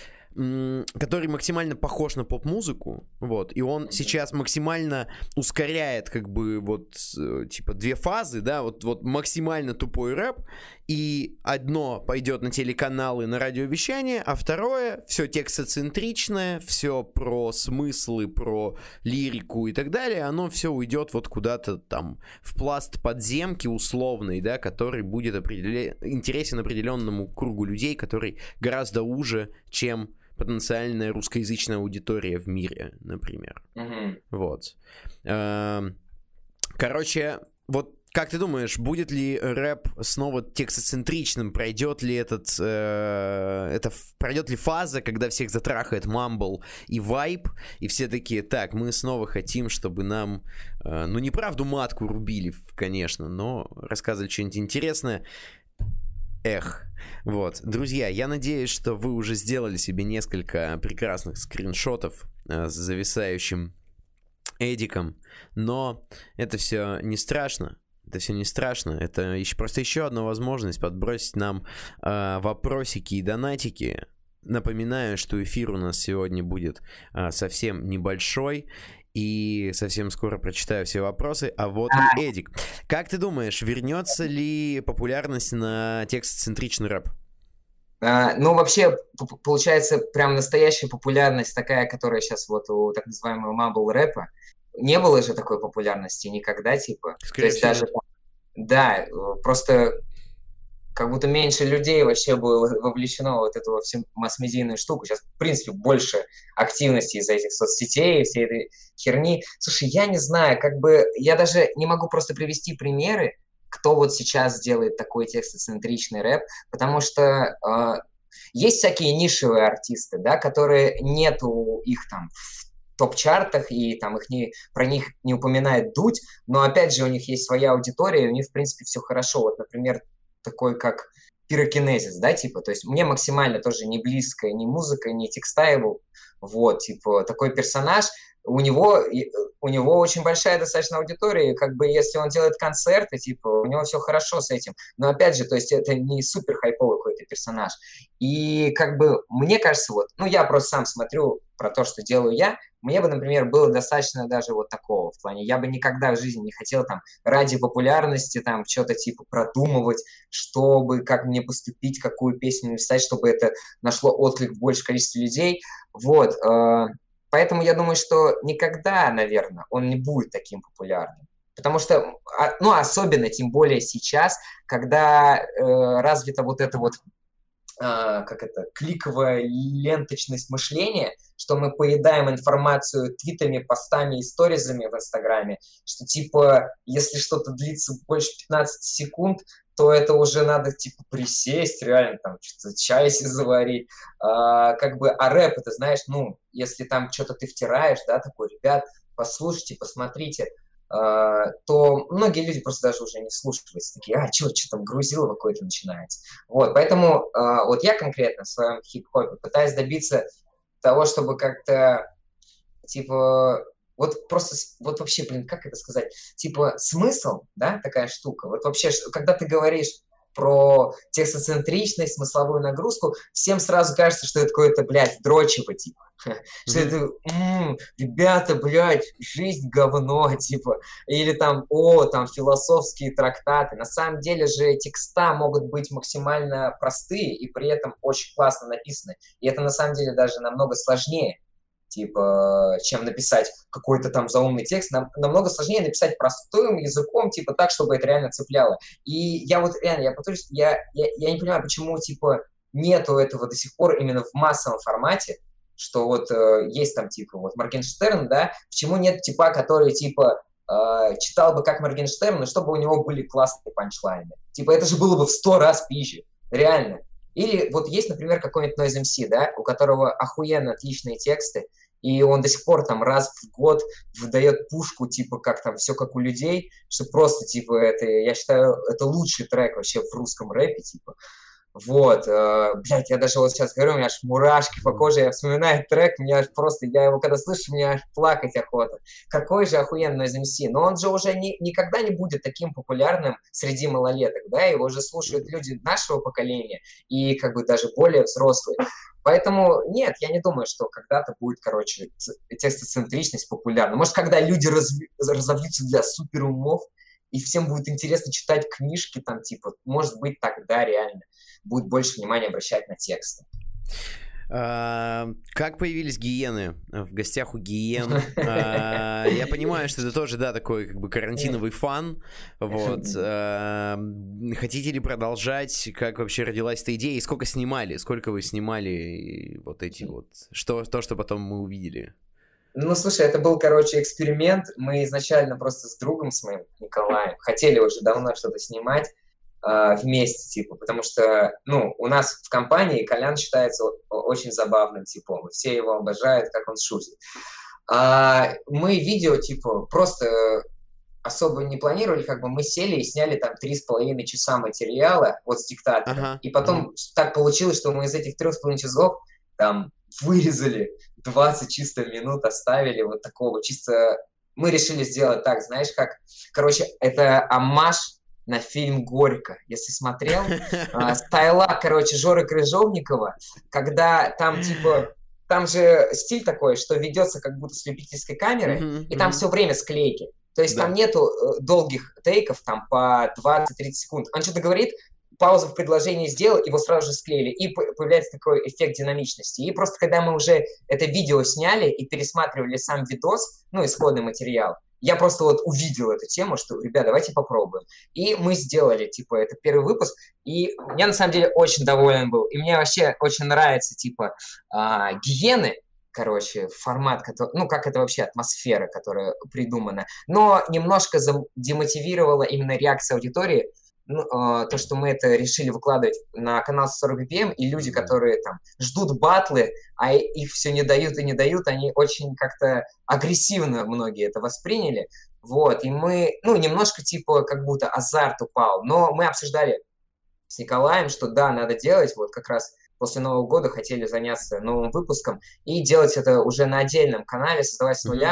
Speaker 2: максимально похож на поп-музыку, вот, и он сейчас максимально ускоряет, как бы, вот, типа, две фазы, да, вот максимально тупой рэп, и одно пойдет на телеканалы, на радиовещание, а второе, все текстоцентричное, все про смыслы, про лирику и так далее, оно все уйдет вот куда-то там в пласт подземки условный, да, который будет интересен определенному кругу людей, который гораздо уже, чем потенциальная русскоязычная аудитория в мире, например. Вот. Короче, вот как ты думаешь, будет ли рэп снова текстоцентричным? Пройдет ли пройдет ли фаза, когда всех затрахает мамбл и вайб, и все такие, так, мы снова хотим, чтобы нам, ну, не правду матку рубили, конечно, но рассказывали что-нибудь интересное. Вот. Друзья, я надеюсь, что вы уже сделали себе несколько прекрасных скриншотов с зависающим Эдиком, но это все не страшно. Это просто еще одна возможность подбросить нам вопросики и донатики. Напоминаю, что эфир у нас сегодня будет совсем небольшой. И совсем скоро прочитаю все вопросы. А вот и Эдик. Как ты думаешь, вернется ли популярность на текстоцентричный рэп?
Speaker 1: Ну, вообще, получается, прям настоящая популярность, такая, которая сейчас вот у так называемого мамбл-рэпа. Не было же такой популярности никогда, типа.
Speaker 2: Скорее
Speaker 1: То есть даже... Да, просто как будто меньше людей вообще было вовлечено в вот эту всю масс-медийную штуку. Сейчас, в принципе, больше активности из-за этих соцсетей, всей этой херни. Слушай, я не знаю, как бы... Я даже не могу просто привести примеры, кто вот сейчас делает такой текстоцентричный рэп, потому что есть всякие нишевые артисты, да, которые нету их там в топ-чартах, и там про них не упоминает Дудь, но опять же у них есть своя аудитория, и у них, в принципе, все хорошо. Вот, например, такой как Пирокинезис, да, типа, то есть мне максимально тоже не близкая ни музыка, ни текстайл, вот, типа, такой персонаж, у него очень большая достаточно аудитория, и как бы если он делает концерты, типа, у него все хорошо с этим, но опять же, то есть это не супер хайповый какой-то какой-то персонаж. И как бы мне кажется, вот, ну я просто сам смотрю про то, что делаю я, мне бы, например, было достаточно даже вот такого в плане. Я бы никогда в жизни не хотел там ради популярности там что-то типа продумывать, чтобы, как мне поступить, какую песню написать, чтобы это нашло отклик в большее количество людей. Вот. Поэтому я думаю, что никогда, наверное, он не будет таким популярным. Потому что, ну, особенно, тем более сейчас, когда развита вот эта вот как это, кликовая ленточность мышления, что мы поедаем информацию твитами, постами и сторизами в Инстаграме, что типа, если что-то длится больше 15 секунд, то это уже надо типа присесть, реально там что-то чай себе заварить. Как бы, а рэп, это знаешь, ну, если там что-то ты втираешь, да, такой, ребят, послушайте, посмотрите, то многие люди просто даже уже не вслушиваются, такие, что там грузилово какое-то начинается. Вот, поэтому вот я конкретно в своем хип-хопе пытаюсь добиться того, чтобы как-то, типа, вот просто, вот вообще, блин, как это сказать, типа, смысл, да, такая штука, вот вообще, когда ты говоришь про текстоцентричность, смысловую нагрузку, всем сразу кажется, что это какое-то, блядь, дрочево, типа. Что это, ребята, блядь, жизнь говно, типа. Или там, там философские трактаты. На самом деле же текста могут быть максимально простые и при этом очень классно написаны. И это на самом деле даже намного сложнее, типа, чем написать какой-то там заумный текст. Намного сложнее написать простым языком, типа, так, чтобы это реально цепляло. И я вот реально, я повторюсь, я не понимаю, почему, типа, нету этого до сих пор именно в массовом формате, что вот есть там, типа, вот Моргенштерн, да, почему нет типа, который, типа, читал бы как Моргенштерн, но чтобы у него были классные панчлайны. Типа, это же было бы в 100 раз пизже, реально. Или вот есть, например, какой-нибудь Noise MC, да, у которого охуенно отличные тексты, и он до сих пор там раз в год выдает пушку, типа, как там, все как у людей, что просто, типа, это, я считаю, это лучший трек вообще в русском рэпе, типа. Вот, блядь, я даже вот сейчас говорю, у меня аж мурашки по коже, я вспоминаю трек, мне аж просто, я его когда слышу, мне аж плакать охота. Какой же охуенный Noise MC, но он же уже никогда не будет таким популярным среди малолеток, да, его же слушают люди нашего поколения и как бы даже более взрослые. Поэтому нет, я не думаю, что когда-то будет, короче, текстоцентричность популярна. Может, когда люди разовьются для суперумов, и всем будет интересно читать книжки, там, типа, может быть, тогда реально будет больше внимания обращать на тексты.
Speaker 2: Как появились гиены? В гостях у гиен. Я понимаю, что это тоже, да, такой как бы карантиновый фан. Вот. Хотите ли продолжать? Как вообще родилась эта идея? И сколько снимали? Сколько вы снимали вот эти вот? Что потом мы увидели?
Speaker 1: Ну, слушай, это был, короче, эксперимент. Мы изначально просто с другом, с моим Николаем, хотели уже давно что-то снимать вместе, типа, потому что, ну, у нас в компании Колян считается очень забавным типом, все его обожают, как он шутит. Мы видео, типа, просто особо не планировали, как бы мы сели и сняли там 3,5 часа материала вот с диктатором, и потом так получилось, что мы из этих 3,5 часов там вырезали 20 чисто минут, оставили вот такого чисто... Мы решили сделать так, знаешь, как... Короче, это оммаж на фильм «Горько», если смотрел. Стайла, короче, Жоры Крыжовникова, когда там, типа... Там же стиль такой, что ведется как будто с любительской камеры, и там все время склейки. То есть там нету долгих тейков, там по 20-30 секунд. Он что-то говорит, паузу в предложении сделал, его сразу же склеили, и появляется такой эффект динамичности. И просто когда мы уже это видео сняли и пересматривали сам видос, ну, исходный материал, я просто вот увидел эту тему, что, ребят, давайте попробуем. И мы сделали, типа, это первый выпуск, и я, на самом деле, очень доволен был. И мне вообще очень нравится, типа, гиены, короче, формат, ну, как это вообще атмосфера, которая придумана. Но немножко демотивировала именно реакция аудитории, то, что мы это решили выкладывать на канал 40 BPM, и люди, которые там ждут батлы, а их все не дают и не дают, они очень как-то агрессивно многие это восприняли. Вот, и мы, ну, немножко типа как будто азарт упал, но мы обсуждали с Николаем, что да, надо делать, вот как раз после Нового года хотели заняться новым выпуском и делать это уже на отдельном канале, создавать с нуля.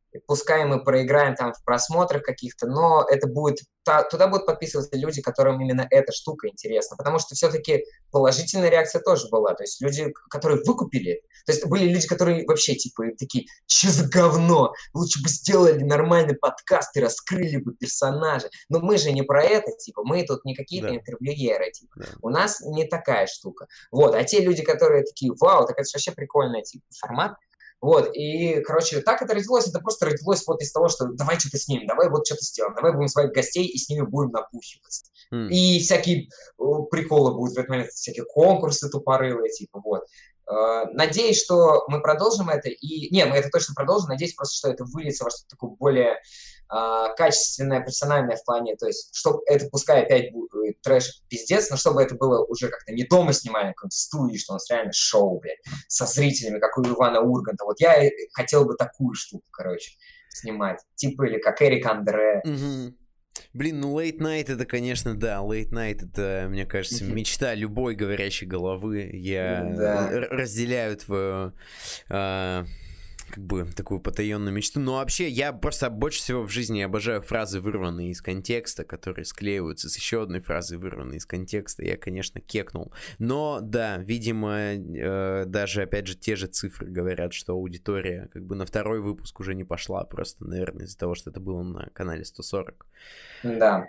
Speaker 1: пускай мы проиграем там в просмотрах каких-то, но это будет, туда будут подписываться люди, которым именно эта штука интересна, потому что все-таки положительная реакция тоже была, то есть люди, которые выкупили, то есть были люди, которые вообще типа такие, что за говно, лучше бы сделали нормальный подкаст и раскрыли бы персонажа, но мы же не про это, типа, мы тут не какие-то интервьюеры, типа, у нас не такая штука, вот, а те люди, которые такие, вау, так это же вообще прикольный типа формат. Вот, и, короче, так это родилось, это просто родилось вот из того, что давай что-то снимем, давай вот что-то сделаем, давай будем звать гостей и с ними будем напухиваться. И всякие приколы будут в этот момент, всякие конкурсы тупорылые, типа, вот. Надеюсь, что мы продолжим это, мы это точно продолжим, надеюсь просто, что это выльется во что-то такое более качественное, профессиональное в плане, то есть, чтобы это, пускай опять будет трэш-пиздец, но чтобы это было уже как-то не дома снимали, на какой-то студии, что у нас реально шоу, блядь, со зрителями, как у Ивана Урганта. Вот я хотел бы такую штуку, короче, снимать. Типа или как Эрик Андре.
Speaker 2: Блин, ну Late Night это, конечно, да, Late Night это, мне кажется, мечта любой говорящей головы. Я разделяю твою как бы такую потаенную мечту. Но вообще, я просто больше всего в жизни обожаю фразы, вырванные из контекста, которые склеиваются с еще одной фразой, вырванной из контекста. Я, конечно, кекнул. Но, да, видимо, даже, опять же, те же цифры говорят, что аудитория как бы на второй выпуск уже не пошла. Просто, наверное, из-за того, что это было на канале 140.
Speaker 1: Да.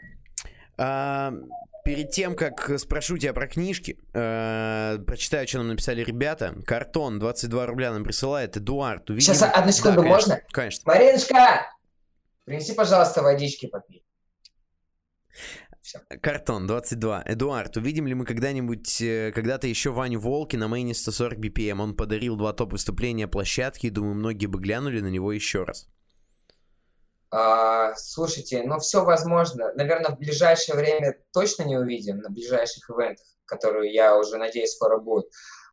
Speaker 2: Перед тем, как спрошу тебя про книжки, прочитаю, что нам написали ребята. Картон, 22 рубля нам присылает. Эдуард, увидим...
Speaker 1: Сейчас, одну секунду,
Speaker 2: да,
Speaker 1: можно?
Speaker 2: Конечно.
Speaker 1: Мариночка, принеси, пожалуйста, водички попить.
Speaker 2: Картон, 22. Эдуард, увидим ли мы когда-нибудь, когда-то еще Ваню Волки на мейне 140 BPM? Он подарил 2 топ-выступления площадки, и думаю, многие бы глянули на него еще раз.
Speaker 1: Слушайте, ну все возможно. Наверное, в ближайшее время точно не увидим, на ближайших ивентах, которые, я уже надеюсь, скоро будут.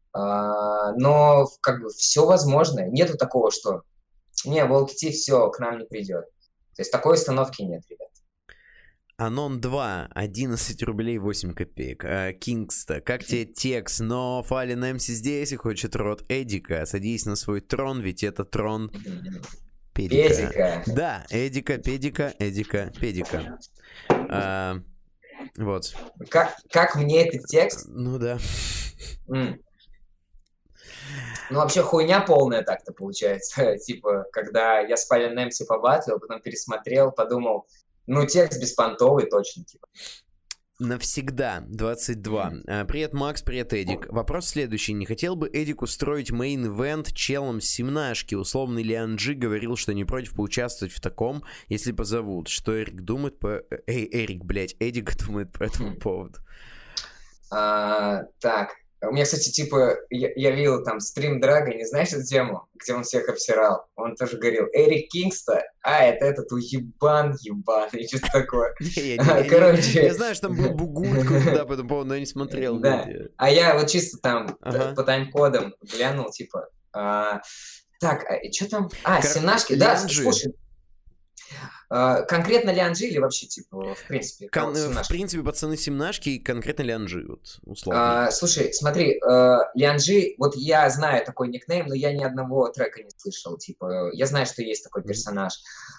Speaker 1: Но как бы все возможно. Нету такого, что не, Волки все, к нам не придет. То есть такой установки нет, ребят.
Speaker 2: Анон 2, 11 рублей 8 копеек. Кингста, как тебе текст? Но Фален Эмси здесь и хочет рот Эдика. Садись на свой трон, ведь это трон... Педика. Да, Эдика, Педика, Эдика, Педика. Вот.
Speaker 1: Как мне этот текст?
Speaker 2: Ну да.
Speaker 1: Ну вообще хуйня полная так-то получается. Типа, когда я с Fallen MC побатлил, потом пересмотрел, подумал, ну текст беспонтовый точно, типа.
Speaker 2: Навсегда, 22. Привет, Макс, привет, Эдик. Вопрос следующий. Не хотел бы Эдик устроить мейн-ивент челом с семнашки? Условный Лианджи говорил, что не против поучаствовать в таком, если позовут. Что Эрик думает по... Эрик, блядь, Эдик думает по этому поводу.
Speaker 1: Так, у меня, кстати, типа, я видел там стрим Драга, не знаешь эту тему, где он всех обсирал? Он тоже говорил, Эрик Кингста, это этот уебан ебаный, что-то такое.
Speaker 2: Короче. Я знаю, что там был бугурт какой-то по этому поводу, но я не смотрел.
Speaker 1: Да, а я вот чисто там по тайм-кодам глянул, типа, так, что там? Семнашки, да, слушай. Конкретно Лианджи или вообще, типа, в принципе?
Speaker 2: В принципе, пацаны семнашки и конкретно Лианджи, вот, условно.
Speaker 1: Слушай, смотри, Лианджи, вот я знаю такой никнейм, но я ни одного трека не слышал, типа, я знаю, что есть такой персонаж.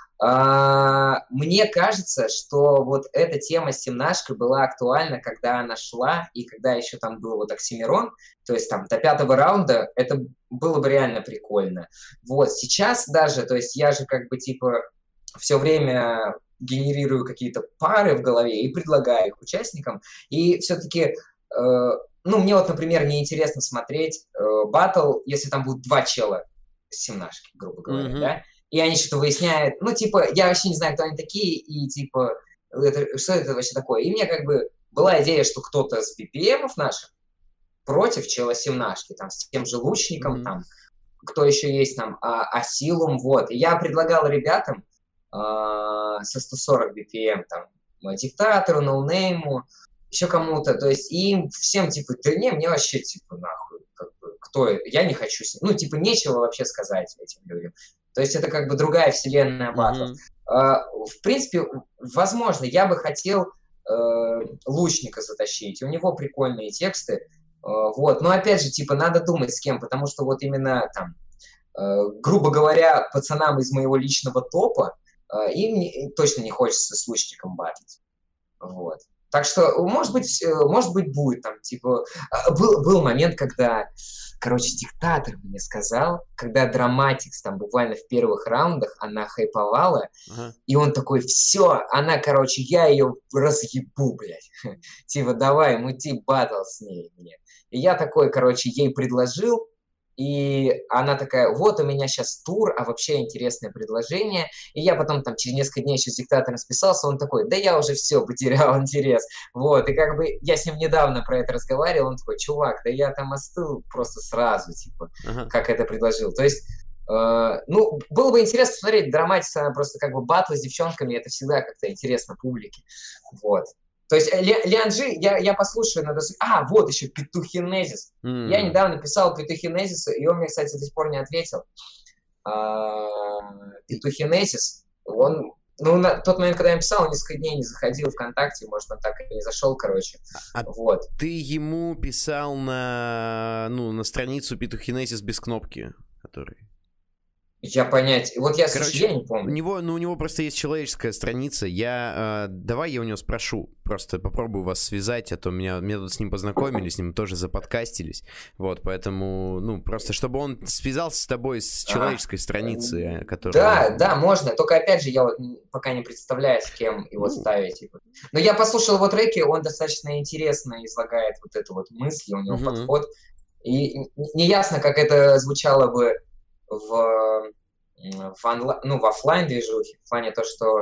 Speaker 1: Мне кажется, что вот эта тема с семнашкой была актуальна, когда она шла, и когда еще там был вот Оксимирон, то есть там до 5-го раунда, это было бы реально прикольно. Вот, сейчас даже, то есть я же как бы, типа, все время генерирую какие-то пары в голове и предлагаю их участникам. И все-таки, мне вот, например, неинтересно смотреть баттл, если там будут 2 чела с семнашки, грубо говоря, да? И они что-то выясняют. Ну, типа, я вообще не знаю, кто они такие, и, типа, что это вообще такое? И мне как бы была идея, что кто-то с BPM-ов наших против чела семнашки, там, с тем же лучником, там, кто еще есть, там, Асилум, вот. И я предлагал ребятам со 140 BPM, там, диктатору, ноунейму, еще кому-то, то есть им всем, типа, да не, мне вообще, типа, нахуй, как бы, кто это, я не хочу с ним, ну, типа, нечего вообще сказать этим людям, то есть это как бы другая вселенная батлов. В принципе, возможно, я бы хотел лучника затащить, у него прикольные тексты, вот, но опять же, типа, надо думать с кем, потому что вот именно там грубо говоря, пацанам из моего личного топа, им точно не хочется с лучником батлить. Вот. Так что, может быть, будет там, типа... Был момент, когда, короче, диктатор мне сказал, когда Драматикс там буквально в первых раундах, она хайповала, и он такой, все, она, короче, я ее разъебу, блядь. Типа, давай, мути батл с ней мне. И я такой, короче, ей предложил, и она такая, вот у меня сейчас тур, а вообще интересное предложение. И я потом там через несколько дней еще с диктатором списался, он такой, да я уже все, потерял интерес. Вот, и как бы я с ним недавно про это разговаривал, он такой, чувак, да я там остыл просто сразу, типа, как это предложил. То есть, ну, было бы интересно посмотреть, Драматикс, она просто как бы батлы с девчонками, это всегда как-то интересно публике. Вот. То есть Лианжи, я послушаю на досуге. Вот еще Петухинезис. Я недавно писал Петухинезису, и он мне, кстати, до сих пор не ответил. Петухинезис, он, ну, на тот момент, когда я писал, он несколько дней не заходил ВКонтакте, может, он так и не зашел, короче. Вот.
Speaker 2: Ты ему писал на страницу Петухинезис без кнопки, который...
Speaker 1: Вот я, короче, я не помню.
Speaker 2: У него просто есть человеческая страница. Давай я у него спрошу. Просто попробую вас связать, а то меня тут с ним познакомились, с ним тоже заподкастились. Вот, поэтому, просто чтобы он связался с тобой с человеческой страницы, которая...
Speaker 1: Да, можно. Только, опять же, я вот пока не представляю, с кем его ставить. Но я послушал его треки, он достаточно интересно излагает вот эту вот мысль, у него подход. И неясно, как это звучало бы в офлайн движухе, в плане то, что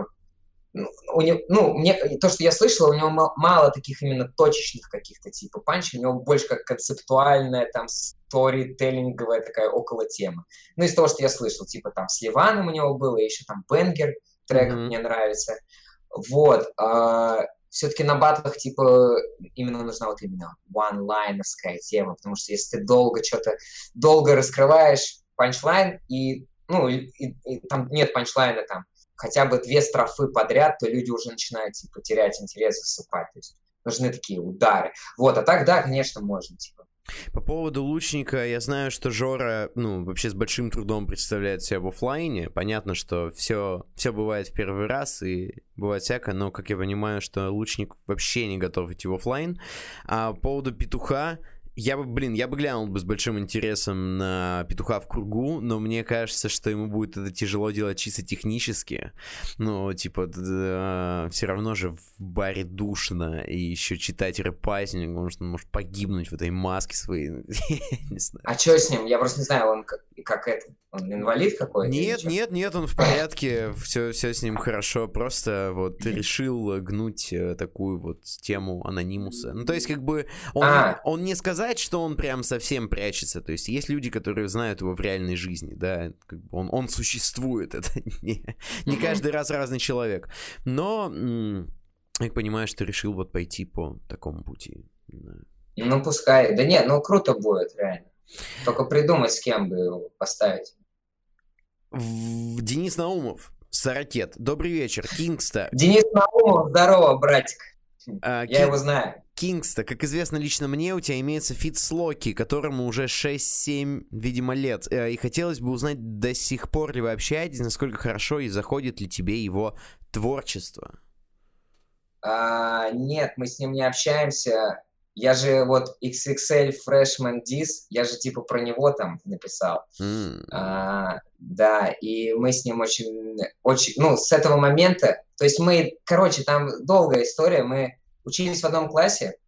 Speaker 1: то, что я слышал, у него мало таких именно точечных каких-то типа панчей, у него больше как концептуальная, там, сторителлинговая такая около тема. Ну, из того, что я слышал, типа там с Ливаном у него было, еще там Бенгер трек мне нравится. Вот. Все-таки на батлах, типа, именно нужна вот именно one-linerская тема, потому что если ты долго раскрываешь панчлайн, и там нет панчлайна, там хотя бы 2 строфы подряд, то люди уже начинают типа терять интерес, засыпать. То есть нужны такие удары. Вот, а так, да, конечно, можно, типа.
Speaker 2: По поводу лучника, я знаю, что Жора, вообще с большим трудом представляет себя в офлайне. Понятно, что все бывает в первый раз и бывает всякое, но, как я понимаю, что лучник вообще не готов идти в офлайн. А по поводу петуха, я бы глянул бы с большим интересом на петуха в кругу, но мне кажется, что ему будет это тяжело делать чисто технически. Все равно же в баре душно, и еще читать рэпайзинг, он может погибнуть в этой маске своей. Не знаю.
Speaker 1: А что с ним? Я просто не знаю, он как это? Он инвалид какой-то?
Speaker 2: Нет, он в порядке, все с ним хорошо, просто вот решил гнуть такую вот тему анонимуса. То есть, как бы, он не сказать, что он прям совсем прячется, то есть, есть люди, которые знают его в реальной жизни, да, как бы он существует, это не каждый раз разный человек, но, я понимаю, что решил вот пойти по такому пути.
Speaker 1: Ну, пускай, да нет, круто будет, реально. Только придумать, с кем бы его поставить.
Speaker 2: Денис Наумов, Сорокет. Добрый вечер, Кингста.
Speaker 1: Денис Наумов, здорово, братик. Я его знаю.
Speaker 2: Кингста, как известно лично мне, у тебя имеется фит с Локи, которому уже 6-7, видимо, лет. И хотелось бы узнать, до сих пор ли вы общаетесь, насколько хорошо и заходит ли тебе его творчество?
Speaker 1: Нет, мы с ним не общаемся. Я же вот XXL Freshman Diss, я же типа про него там написал. Да, и мы с ним очень, с этого момента, то есть мы, короче, там долгая история, мы учились в одном классе,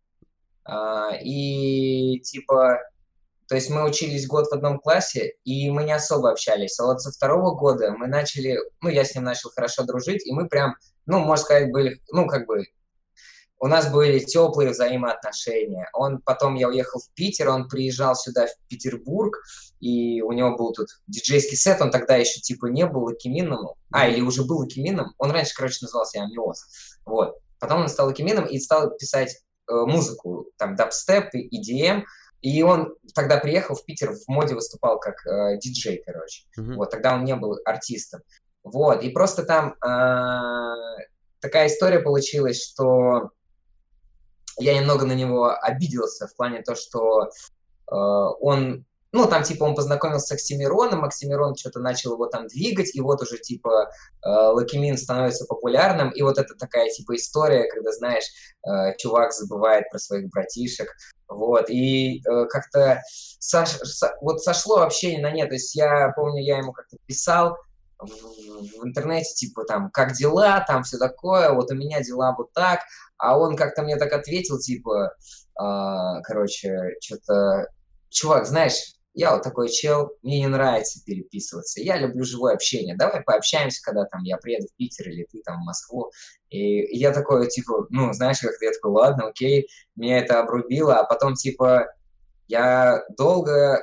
Speaker 1: и типа, то есть мы учились год в одном классе, и мы не особо общались. А вот со 2-го года мы начали, я с ним начал хорошо дружить, и мы прям, можно сказать, были, у нас были теплые взаимоотношения. Потом я уехал в Питер, он приезжал сюда, в Петербург, и у него был тут диджейский сет, он тогда еще типа не был Лакимином, или уже был Лакимином, он раньше, назывался Амиоз. Вот. Потом он стал Лакимином и стал писать музыку, там, дабстеп и EDM, и он тогда приехал в Питер, в моде выступал как диджей, короче. Вот, тогда он не был артистом. Вот, и просто там такая история получилась, что я немного на него обиделся в плане того, что он ну, там, типа, он познакомился с Оксимироном, Оксимирон что-то начал его там двигать, и вот уже, типа, Локимин становится популярным, и вот это такая, типа, история, когда, знаешь, чувак забывает про своих братишек, вот, и как-то вот сошло общение на нет, то есть я помню, я ему как-то писал в интернете, типа, там, как дела, там, все такое, вот у меня дела вот так, а он как-то мне так ответил, типа, короче, что-то, чувак, знаешь, я вот такой чел, мне не нравится переписываться, я люблю живое общение, давай пообщаемся, когда там я приеду в Питер или ты там в Москву. И я такой, типа, ну, знаешь, как-то я такой, ладно, окей, меня это обрубило, а потом, типа, я долго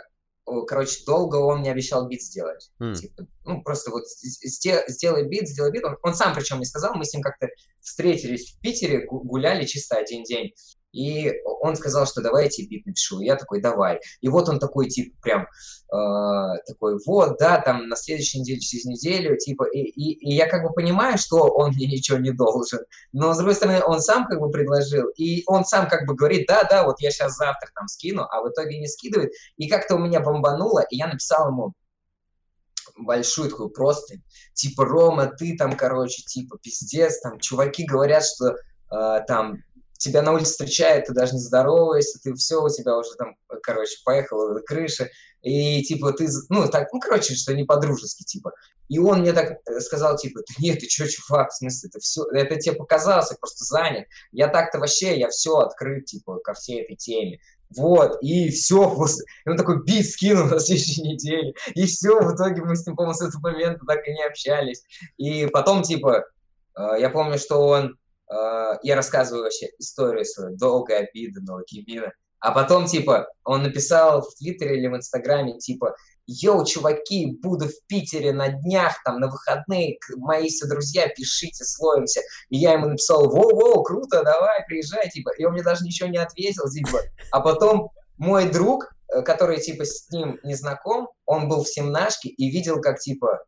Speaker 1: он мне обещал бит сделать. Типа, ну, просто вот сделай бит. Он сам причем не сказал, мы с ним как-то встретились в Питере, гуляли чисто один день. И он сказал, что давай я тебе бит напишу. И я такой, давай. И вот он такой, типа, прям, такой, вот, да, там, на следующей неделе, через неделю, типа, и я как бы понимаю, что он мне ничего не должен. Но, с другой стороны, он сам как бы предложил, и он сам как бы говорит, да, вот я сейчас завтра там скину, а в итоге не скидывает. И как-то у меня бомбануло, и я написал ему большую такую простынь, типа, Рома, ты там, короче, типа, пиздец, там, чуваки говорят, что там тебя на улице встречают, ты даже не здороваешься, ты все, у тебя уже там, короче, поехала крыша, и, типа, ты, ну, так, ну, короче, что не по-дружески, типа. И он мне так сказал, типа, да нет, ты чё, чувак, в смысле, это тебе показалось, я просто занят. Я так-то вообще, я все открыт, типа, ко всей этой теме. Вот, и все, и он такой бит скинул на следующей неделе, и все, в итоге мы с ним, по-моему, с этого момента так и не общались. И потом, типа, я помню, что он, я рассказываю вообще историю свою, долгая обида на Локимина, а потом, типа, он написал в Твиттере или в Инстаграме, типа, йоу, чуваки, буду в Питере на днях, там, на выходные, мои все друзья, пишите, словимся. И я ему написал, воу, круто, давай, приезжай, типа. И он мне даже ничего не ответил, типа. А потом мой друг, который, типа, с ним не знаком, он был в Семнашке и видел, как, типа,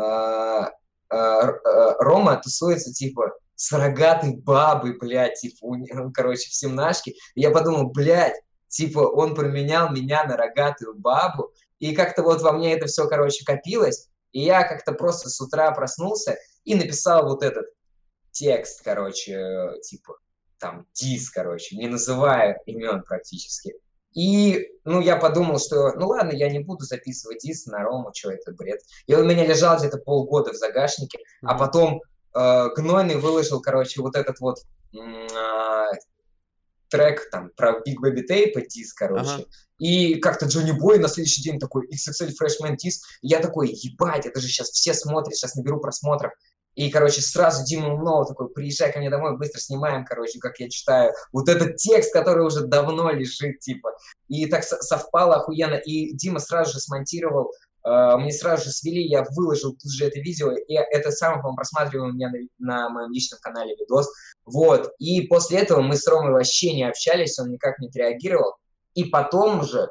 Speaker 1: Рома тусуется, типа, с рогатой бабой, блядь, типа, короче, в Семнашке. И я подумал, блядь, типа, он променял меня на рогатую бабу. И как-то вот во мне это все, короче, копилось. И я как-то просто с утра проснулся и написал вот этот текст, короче, типа, там, дис, короче, не называя имен практически. И, ну, я подумал, что, ну, ладно, я не буду записывать дис на Рому, что это бред. И он у меня лежал где-то полгода в загашнике, а потом Гнойный выложил, короче, вот этот вот трек там про Big Baby Tape, дис, короче. И как-то Джонни Бой на следующий день такой XXL Freshman дис. И я такой, ебать, это же сейчас все смотрят, сейчас наберу просмотров. И, короче, сразу Дима Умнова такой, приезжай ко мне домой, быстро снимаем, короче, как я читаю. Вот этот текст, который уже давно лежит, типа. И так совпало охуенно. И Дима сразу же смонтировал, мне сразу же свели, я выложил тут же это видео, и это самое, по-моему, просматриваемое у меня на моем личном канале видос. Вот. И после этого мы с Ромой вообще не общались, он никак не отреагировал. И потом уже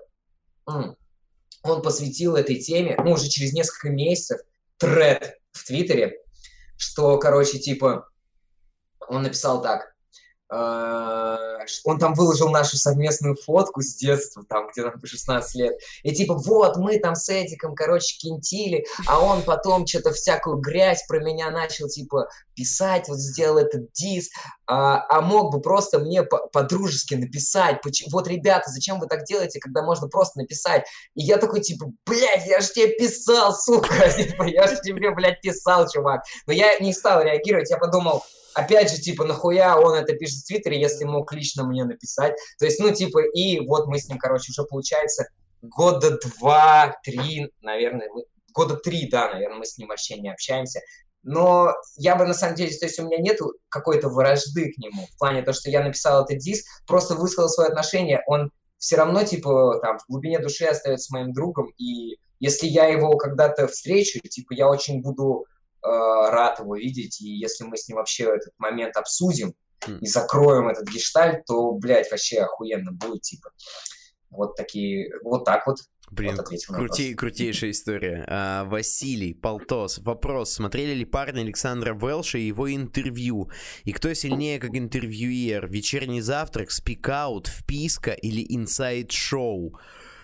Speaker 1: он посвятил этой теме, ну, уже через несколько месяцев, тред в Твиттере, что, короче, типа, он написал так, он там выложил нашу совместную фотку с детства, там, где нам по 16 лет, и типа, вот, мы там с Эдиком, короче, кентили, а он потом что-то всякую грязь про меня начал, типа, писать, вот сделал этот дис, а мог бы просто мне по-дружески написать, вот, ребята, зачем вы так делаете, когда можно просто написать, и я такой, типа, блядь, я же тебе писал, сука, я же тебе, блядь, писал, чувак, но я не стал реагировать, я подумал, опять же, типа, нахуя он это пишет в Твиттере, если мог лично мне написать. То есть, ну, типа, и вот мы с ним, короче, уже, получается, года 2-3, наверное, года 3, да, наверное, мы с ним вообще не общаемся. Но я бы, на самом деле, то есть у меня нету какой-то вражды к нему, в плане того, что я написал этот дис, просто высказал свое отношение, он все равно, типа, там, в глубине души остается моим другом, и если я его когда-то встречу, типа, я очень буду рад его видеть, и если мы с ним вообще этот момент обсудим и закроем этот гештальт, то, блядь, вообще охуенно будет, типа. Вот такие, вот так вот.
Speaker 2: Блин,
Speaker 1: вот
Speaker 2: крутейшая история. Василий Полтос. Вопрос. Смотрели ли парни Александра Велша и его интервью? И кто сильнее как интервьюер? Вечерний завтрак, спик-аут, вписка или инсайд-шоу?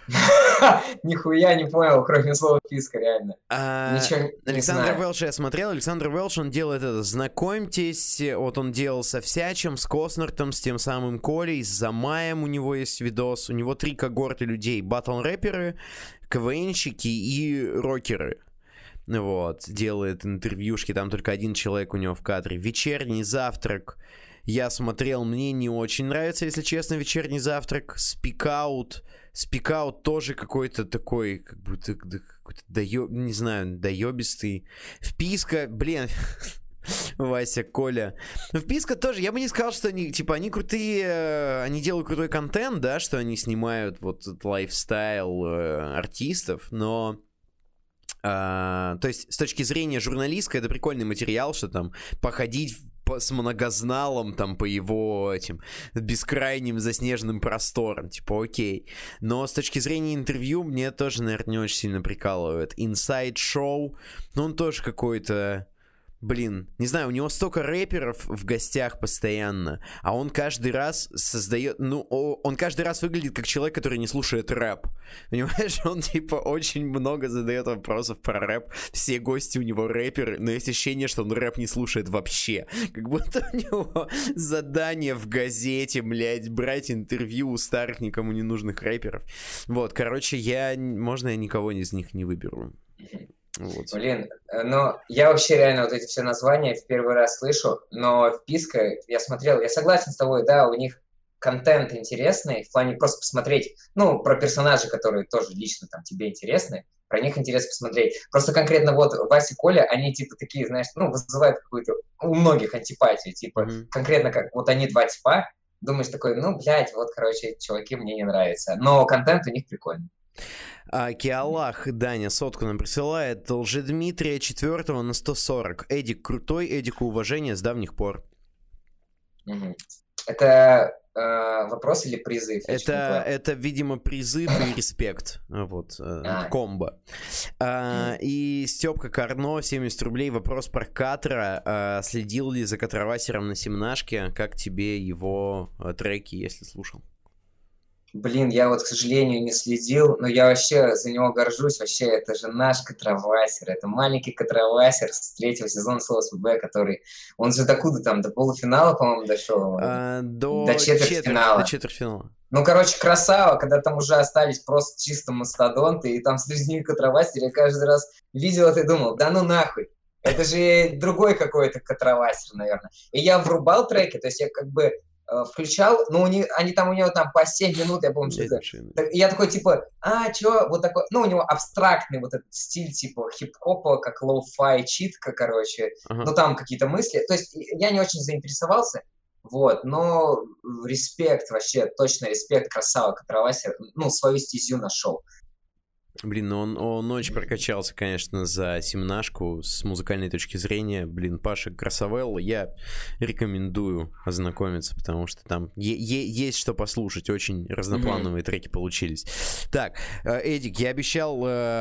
Speaker 1: Нихуя не понял, кроме слова «писка», реально. Ничего не
Speaker 2: Александра
Speaker 1: знаю.
Speaker 2: Велша я смотрел. Александр Велш, он делает это. Знакомьтесь, вот он делал со Всячем, с Коснартом, с тем самым Колей, с Замаем у него есть видос. У него 3 когорты людей. Батл-рэперы, КВНщики и рокеры. Вот, делает интервьюшки, там только 1 человек у него в кадре. «Вечерний завтрак». Я смотрел, мне не очень нравится, если честно, «Вечерний завтрак». Спикаут тоже какой-то такой, как будто какой-то не знаю, доебистый. Вписка, блин, Вася, Коля. Вписка тоже, я бы не сказал, что они, типа, они крутые, они делают крутой контент, да, что они снимают вот этот лайфстайл артистов, но... то есть, с точки зрения журналистской, это прикольный материал, что там походить с многозналом там по его этим бескрайним заснеженным просторам, типа окей. Но с точки зрения интервью мне тоже, наверное, не очень сильно прикалывает. Inside Show, но он тоже какой-то... Блин, не знаю, у него столько рэперов в гостях постоянно, а он каждый раз создает... Ну, он каждый раз выглядит как человек, который не слушает рэп. Понимаешь, он типа очень много задает вопросов про рэп. Все гости у него рэперы, но есть ощущение, что он рэп не слушает вообще. Как будто у него задание в газете, блядь, брать интервью у старых никому не нужных рэперов. Вот, короче, можно я никого из них не выберу. Вот.
Speaker 1: Блин, ну, я вообще реально вот эти все названия в первый раз слышу, но вписка, я смотрел, я согласен с тобой, да, у них контент интересный, в плане просто посмотреть, ну, про персонажей, которые тоже лично там тебе интересны, про них интересно посмотреть. Просто конкретно вот Вася и Коля, они типа такие, знаешь, ну, вызывают какую-то у многих антипатию, типа, конкретно как вот они 2 типа, думаешь такой, ну, блядь, вот, короче, чуваки мне не нравятся, но контент у них прикольный.
Speaker 2: Киалах, Даня, сотку нам присылает. Лжедмитрия 4 на 140. Эдик крутой, Эдику уважение с давних пор.
Speaker 1: Это вопрос или призыв?
Speaker 2: Это, видимо, призыв и респект. Вот, комбо. И Степка Карно, 70 рублей. Вопрос про Катра. Следил ли за Катровасером на Семнашке? Как тебе его треки, если слушал?
Speaker 1: Блин, я вот, к сожалению, не следил, но я вообще за него горжусь. Вообще, это же наш Катровасер. Это маленький Катровасер с 3-го сезона Слова СВБ, который... Он же докуда там? До полуфинала, по-моему, дошел? До четвертьфинала.
Speaker 2: До четвертьфинала.
Speaker 1: Ну, короче, красава, когда там уже остались просто чисто мастодонты, и там среди них Катровасер, я каждый раз видел это и думал, да ну нахуй. Это же другой какой-то Катровасер, наверное. И я врубал треки, то есть я как бы... включал, ну, они там у него там по 7 минут, я помню, что-то. Я такой, типа, чё, вот такой, ну, у него абстрактный вот этот стиль, типа, хип-хопа, как лоу-фай, читка, короче, ну, там какие-то мысли, то есть я не очень заинтересовался, вот, но респект вообще, точно респект, красава, Катровасер, ну, свою стезю нашел.
Speaker 2: Блин, ну он очень прокачался, конечно, за Семнашку с музыкальной точки зрения. Блин, Паша Красавелло, я рекомендую ознакомиться, потому что там есть что послушать, очень разноплановые треки получились. Так, Эдик, я обещал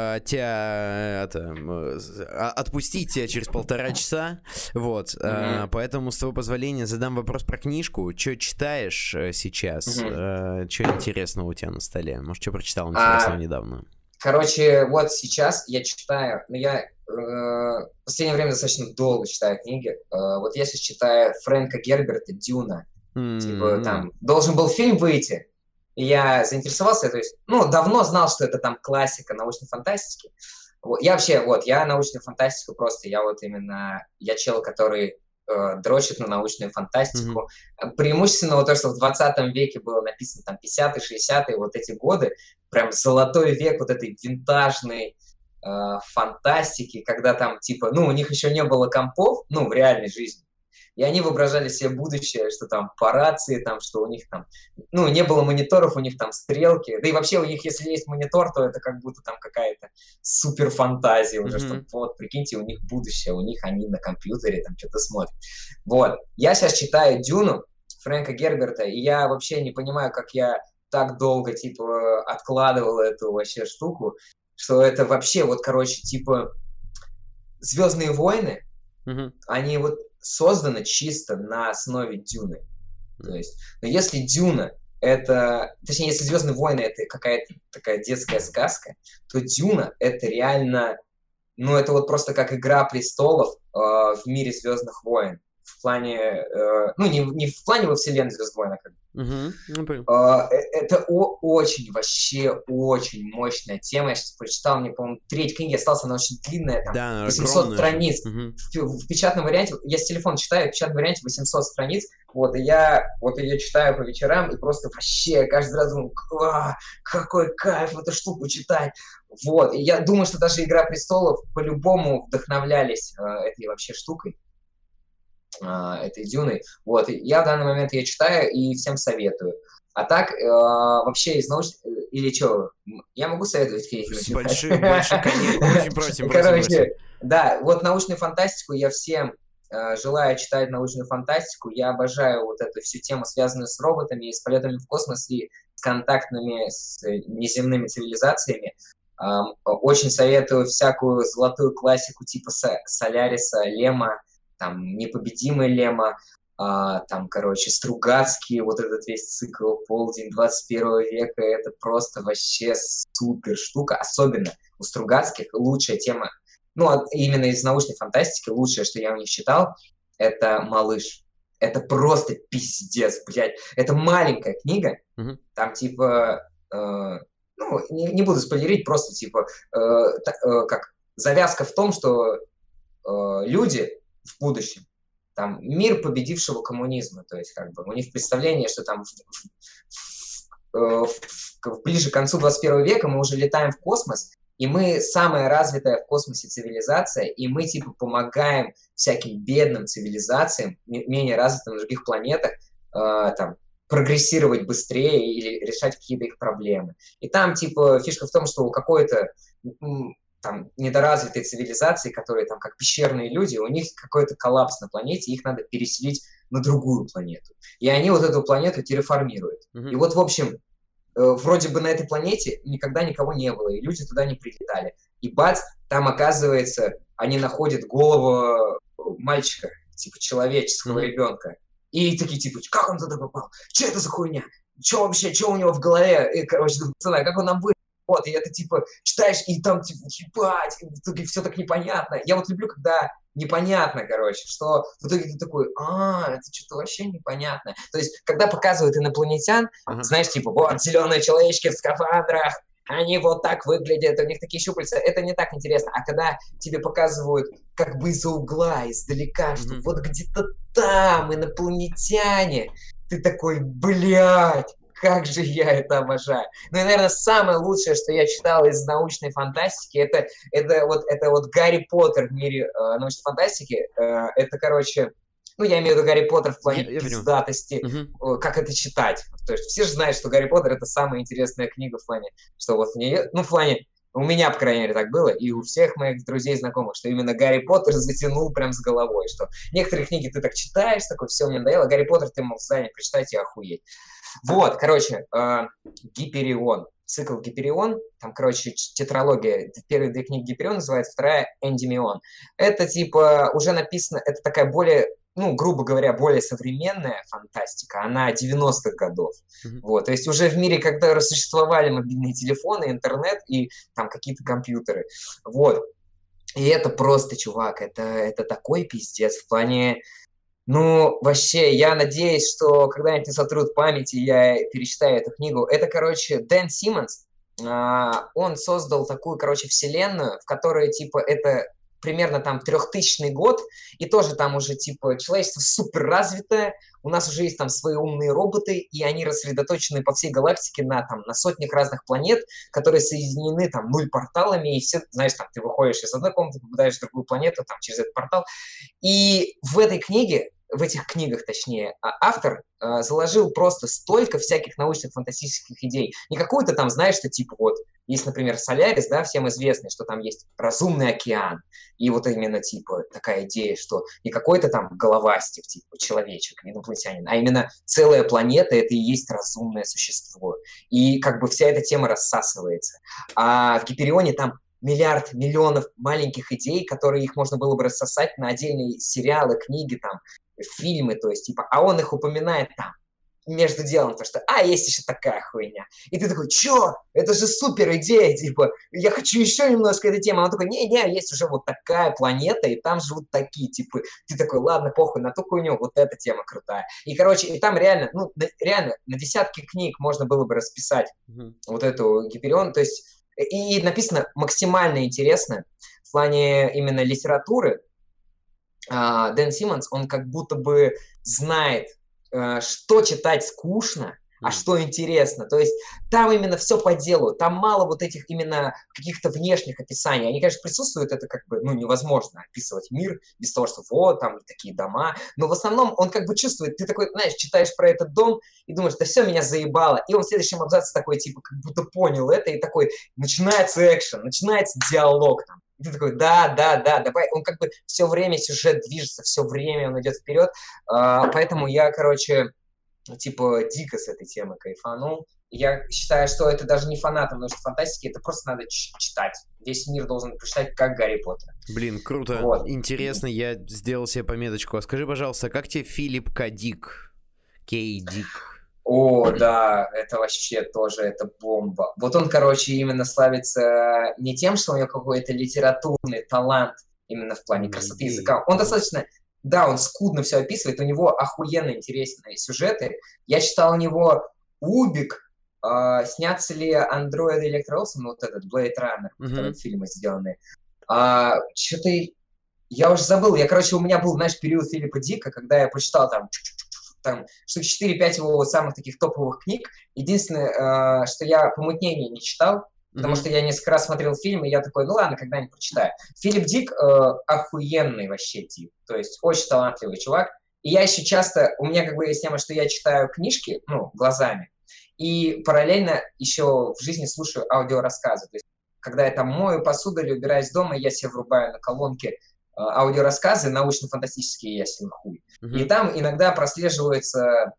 Speaker 2: тебя отпустить тебя через 1,5 часа, вот, поэтому, с твоего позволения, задам вопрос про книжку. Что читаешь сейчас? Что интересного у тебя на столе? Может, что прочитал интересного недавно?
Speaker 1: Короче, вот сейчас я читаю, ну, я в последнее время достаточно долго читаю книги. Вот я сейчас читаю Фрэнка Герберта «Дюна». Типа там должен был фильм выйти, и я заинтересовался, то есть, ну, давно знал, что это там классика научной фантастики. Вот. Я вообще, вот, я научную фантастику просто, я вот именно, я чел, который дрочит на научную фантастику. Преимущественно вот то, что в 20 веке было написано, там, 50-е, 60-е, вот эти годы, прям золотой век вот этой винтажной фантастики, когда там, типа, ну, у них еще не было компов, ну, в реальной жизни, и они воображали себе будущее, что там по рации, там, что у них там, ну, не было мониторов, у них там стрелки, да и вообще у них, если есть монитор, то это как будто там какая-то супер фантазия уже, что вот, прикиньте, у них будущее, у них они на компьютере там что-то смотрят. Вот, я сейчас читаю «Дюну» Фрэнка Герберта, и я вообще не понимаю, как я так долго, типа, откладывал эту вообще штуку, что это вообще, вот, короче, типа, «Звездные войны», они вот созданы чисто на основе Дюны. То есть, но если Дюна это... Точнее, если «Звездные войны» — это какая-то такая детская сказка, то «Дюна» — это реально... Ну, это вот просто как «Игра престолов» в мире «Звездных войн». В плане... ну, не в плане во вселенной «Звездных войн», а как это очень, вообще очень мощная тема. Я сейчас прочитал, мне, по-моему, треть книги осталась, она очень длинная, там,
Speaker 2: Да,
Speaker 1: 800 страниц. В печатном варианте, я с телефона читаю, в печатном варианте 800 страниц, вот, и я ее читаю по вечерам, и просто вообще каждый раз думаю, какой кайф эту штуку читать. Вот, и я думаю, что даже «Игра престолов» по-любому вдохновлялись этой вообще штукой, этой «Дюной». Вот, и я в данный момент ее читаю и всем советую. А так, вообще из научных... Или что, я могу советовать фильмы?
Speaker 2: С большим, конечно, очень просим.
Speaker 1: Короче, да, вот научную фантастику я всем желаю читать научную фантастику. Я обожаю вот эту всю тему, связанную с роботами, с полетами в космос и с контактными с неземными цивилизациями. Очень советую всякую золотую классику типа Соляриса, Лема, там, «Непобедимый Лема», там, короче, Стругацкий, вот этот весь цикл «Полдень 21 века», это просто вообще супер штука. Особенно у Стругацких лучшая тема, ну, именно из научной фантастики, лучшее, что я у них читал, это «Малыш». Это просто пиздец, блядь. Это маленькая книга, там, типа, ну, не буду спойлерить, просто, типа, как завязка в том, что люди в будущем, там, мир победившего коммунизма, то есть, как бы, у них представление, что там ближе к концу 21 века мы уже летаем в космос, и мы самая развитая в космосе цивилизация, и мы, типа, помогаем всяким бедным цивилизациям, менее развитым на других планетах, там, прогрессировать быстрее или решать какие-то их проблемы. И там, типа, фишка в том, что у какой-то там недоразвитой цивилизации, которые там как пещерные люди, у них какой-то коллапс на планете, их надо переселить на другую планету. И они вот эту планету терраформируют. И вот, в общем, вроде бы на этой планете никогда никого не было, и люди туда не прилетали. И бац, там, оказывается, они находят голову мальчика, типа человеческого ребенка. И такие, типа, как он туда попал? Что это за хуйня? Что вообще, что у него в голове? И, короче, пацаны, как он нам вы... Вот, и это, типа, читаешь, и там, типа, ебать, в итоге все так непонятно. Я вот люблю, когда непонятно, короче, что в итоге ты такой, это что-то вообще непонятно. То есть, когда показывают инопланетян, знаешь, типа, вот, зеленые человечки в скафандрах, они вот так выглядят, у них такие щупальца, это не так интересно. А когда тебе показывают как бы из-за угла, издалека, что вот где-то там инопланетяне, ты такой, блядь, как же я это обожаю. Ну и, наверное, самое лучшее, что я читал из научной фантастики, это вот Гарри Поттер в мире научной фантастики. Это, короче, ну, я имею в виду Гарри Поттер в плане пиздатости, как это читать. То есть все же знают, что Гарри Поттер — это самая интересная книга в плане, что вот в нее, ну, в плане, у меня, по крайней мере, так было, и у всех моих друзей и знакомых, что именно Гарри Поттер затянул прям с головой, что некоторые книги ты так читаешь, такой, все, мне надоело, Гарри Поттер ты мог занять, прочитать и охуеть. Вот, короче, Гиперион, цикл Гиперион, там, короче, тетралогия, первые две книги Гиперион называется, вторая Эндимион. Это, типа, уже написано, это такая более, ну, грубо говоря, более современная фантастика, она 90-х годов. Вот, то есть уже в мире, когда существовали мобильные телефоны, интернет и там какие-то компьютеры. Вот. И это просто, чувак, это такой пиздец в плане... Ну, вообще, я надеюсь, что когда-нибудь не сотрут памяти, я перечитаю эту книгу. Это, короче, Дэн Симмонс, он создал такую, короче, вселенную, в которой, типа, это примерно там 3000 год, и тоже там уже, типа, человечество супер развитое, у нас уже есть там свои умные роботы, и они рассредоточены по всей галактике на сотнях разных планет, которые соединены там порталами, и все, знаешь, там ты выходишь из одной комнаты, попадаешь в другую планету там через этот портал. И в этой книге, в этих книгах, точнее, автор заложил просто столько всяких научных фантастических идей. Не какую-то там, знаешь, что типа вот, есть, например, Солярис, да, всем известный, что там есть разумный океан, и вот именно типа такая идея, что не какой-то там головастик, типа человечек, инопланетянин, а именно целая планета — это и есть разумное существо. И как бы вся эта тема рассасывается. А в Гиперионе там миллионов маленьких идей, которые их можно было бы рассосать на отдельные сериалы, книги, там, фильмы, то есть, типа, а он их упоминает там. между делом, то, что, есть еще такая хуйня. И ты такой, чё? Это же супер идея, типа, я хочу еще немножко этой темы. А он такой, не, есть уже вот такая планета, и там живут такие, типа, ты такой, ладно, похуй, на ту хуйню, вот эта тема крутая. И, короче, и там реально, реально, на десятки книг можно было бы расписать вот эту Гиперион, то есть, и написано максимально интересно в плане именно литературы. Дэн Симмонс, он как будто бы знает, что читать скучно, а что интересно. То есть там именно все по делу. Там мало вот этих именно каких-то внешних описаний. Они, конечно, присутствуют, это как бы, невозможно описывать мир без того, что вот, там такие дома. Но в основном он как бы чувствует, ты такой, знаешь, читаешь про этот дом и думаешь, да все, меня заебало. И он в следующем абзаце такой, типа, как будто понял это, и такой, начинается экшен, начинается диалог там. И ты такой, да, давай. Он как бы все время, сюжет движется, все время он идет вперед. Поэтому я, короче, типа, дико с этой темы кайфанул. Я считаю, что это даже не фанатам нужно фантастики, это просто надо читать. Весь мир должен прочитать, как Гарри Поттер.
Speaker 2: Блин, круто, вот. Интересно, я сделал себе пометочку. А скажи, пожалуйста, как тебе Филипп К. Дик? Кей Дик?
Speaker 1: О, да, это вообще тоже, это бомба. Вот он, короче, именно славится не тем, что у него какой-то литературный талант именно в плане красоты языка. Он достаточно, да, он скудно все описывает, у него охуенно интересные сюжеты. Я читал у него Убик, снятся ли Андроид и Электроолсен, вот этот Blade Runner, которые фильмы сделаны. Что-то я уже забыл. У меня был, знаешь, период Филиппа Дика, когда я прочитал там штук 4-5 его самых таких топовых книг. Единственное, что я «Помутнение» не читал, потому что я несколько раз смотрел фильм, и я такой, ну ладно, когда-нибудь прочитаю. Филипп Дик охуенный вообще тип, то есть очень талантливый чувак. И я еще часто, у меня как бы есть тема, что я читаю книжки, глазами, и параллельно еще в жизни слушаю аудиорассказы. То есть когда я там мою посуду или убираюсь дома, я себе врубаю на колонке аудиорассказы научно-фантастические, я себе хуй. И там иногда прослеживаются,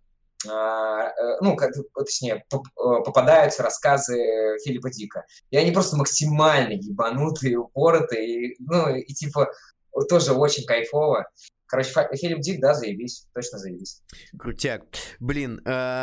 Speaker 1: точнее, попадаются рассказы Филиппа Дика. И они просто максимально ебанутые, упоротые, и типа тоже очень кайфово. Короче, Филипп Дик, да, заебись, точно заебись.
Speaker 2: Крутяк. Блин,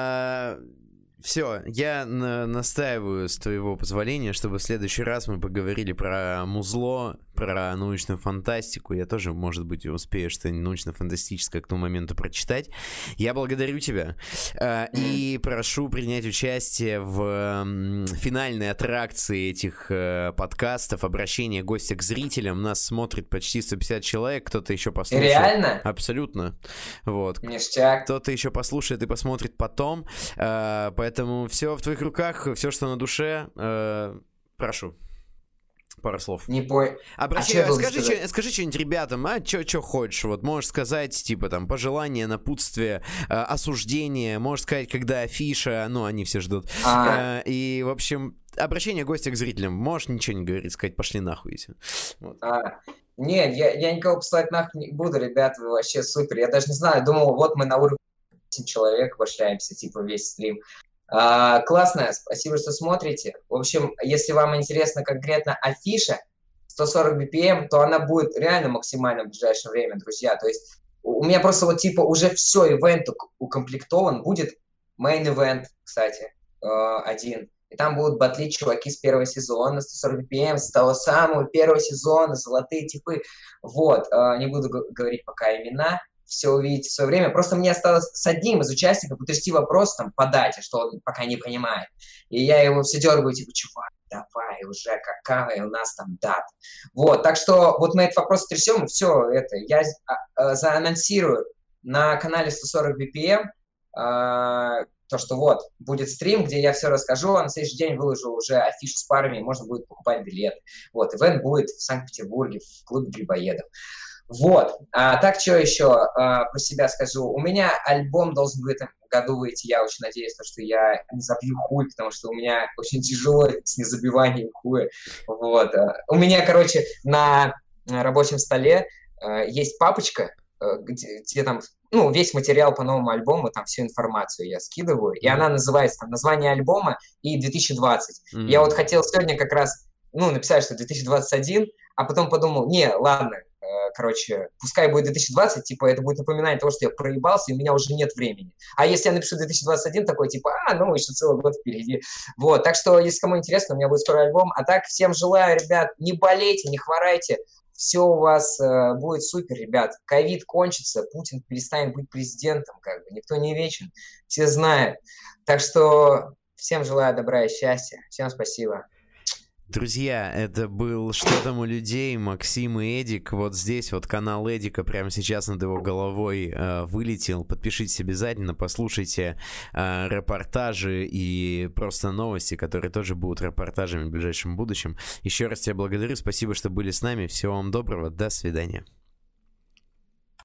Speaker 2: все, я настаиваю, с твоего позволения, чтобы в следующий раз мы поговорили про музло, про научную фантастику. Я тоже, может быть, успею что-нибудь научно-фантастическое к тому моменту прочитать. Я благодарю тебя и прошу принять участие в финальной аттракции этих подкастов, обращение гостя к зрителям. Нас смотрит почти 150 человек, кто-то еще послушает.
Speaker 1: Реально?
Speaker 2: Абсолютно. Вот.
Speaker 1: Ништяк.
Speaker 2: Кто-то еще послушает и посмотрит потом. Поэтому все в твоих руках, все, что на душе. Прошу. Пару слов.
Speaker 1: Не понял.
Speaker 2: Скажи что-нибудь ребятам, что хочешь. Вот можешь сказать, типа там, пожелание, напутствие, осуждение. Можешь сказать, когда афиша, они все ждут. И, в общем, обращение гостя к зрителям. Можешь ничего не говорить, сказать, пошли нахуй. Вот.
Speaker 1: Нет, я никого посылать нахуй не буду, ребята, вы вообще супер. Я даже не знаю, думал, вот мы на уровне 8 человек вошляемся, типа, весь стрим. Классно, спасибо, что смотрите. В общем, если вам интересна конкретно афиша 140 BPM, то она будет реально максимально в ближайшее время, друзья. То есть у меня просто вот типа уже все, ивент укомплектован. Будет main-event, кстати, один. И там будут батлить чуваки с первого сезона, 140 BPM, с того самого первого сезона, золотые типы. Вот, не буду говорить пока имена. Все увидите в свое время. Просто мне осталось с одним из участников утрясти вопрос там по дате, что он пока не понимает. И я его все дергаю, типа, чувак, давай уже, какая у нас там дата. Вот, так что вот мы этот вопрос трясем, и все это. Я заанонсирую на канале 140 BPM то, что вот, будет стрим, где я все расскажу, а на следующий день выложу уже афишу с парами, и можно будет покупать билет. Вот, ивент будет в Санкт-Петербурге, в клубе Грибоедов. Вот. Так, что еще про себя скажу. У меня альбом должен в этом году выйти. Я очень надеюсь, что я не забью хуй, потому что у меня очень тяжело с незабиванием хуя. Вот. У меня, короче, на рабочем столе есть папочка, где там, весь материал по новому альбому, там всю информацию я скидываю, и она называется, там, название альбома и 2020. Я вот хотел сегодня как раз, написать, что 2021, а потом подумал, не, ладно, короче, пускай будет 2020, типа, это будет напоминание того, что я проебался, и у меня уже нет времени. А если я напишу 2021, такой, типа, ну, еще целый год впереди. Вот, так что, если кому интересно, у меня будет скоро альбом. А так, всем желаю, ребят, не болейте, не хворайте, все у вас будет супер, ребят. Ковид кончится, Путин перестанет быть президентом, как бы, никто не вечен, все знают. Так что всем желаю добра и счастья, всем спасибо.
Speaker 2: Друзья, это был «Что там у людей», Максим и Эдик. Вот здесь вот канал Эдика прямо сейчас над его головой вылетел. Подпишитесь обязательно, послушайте репортажи и просто новости, которые тоже будут репортажами в ближайшем будущем. Еще раз тебя благодарю, спасибо, что были с нами. Всего вам доброго, до свидания.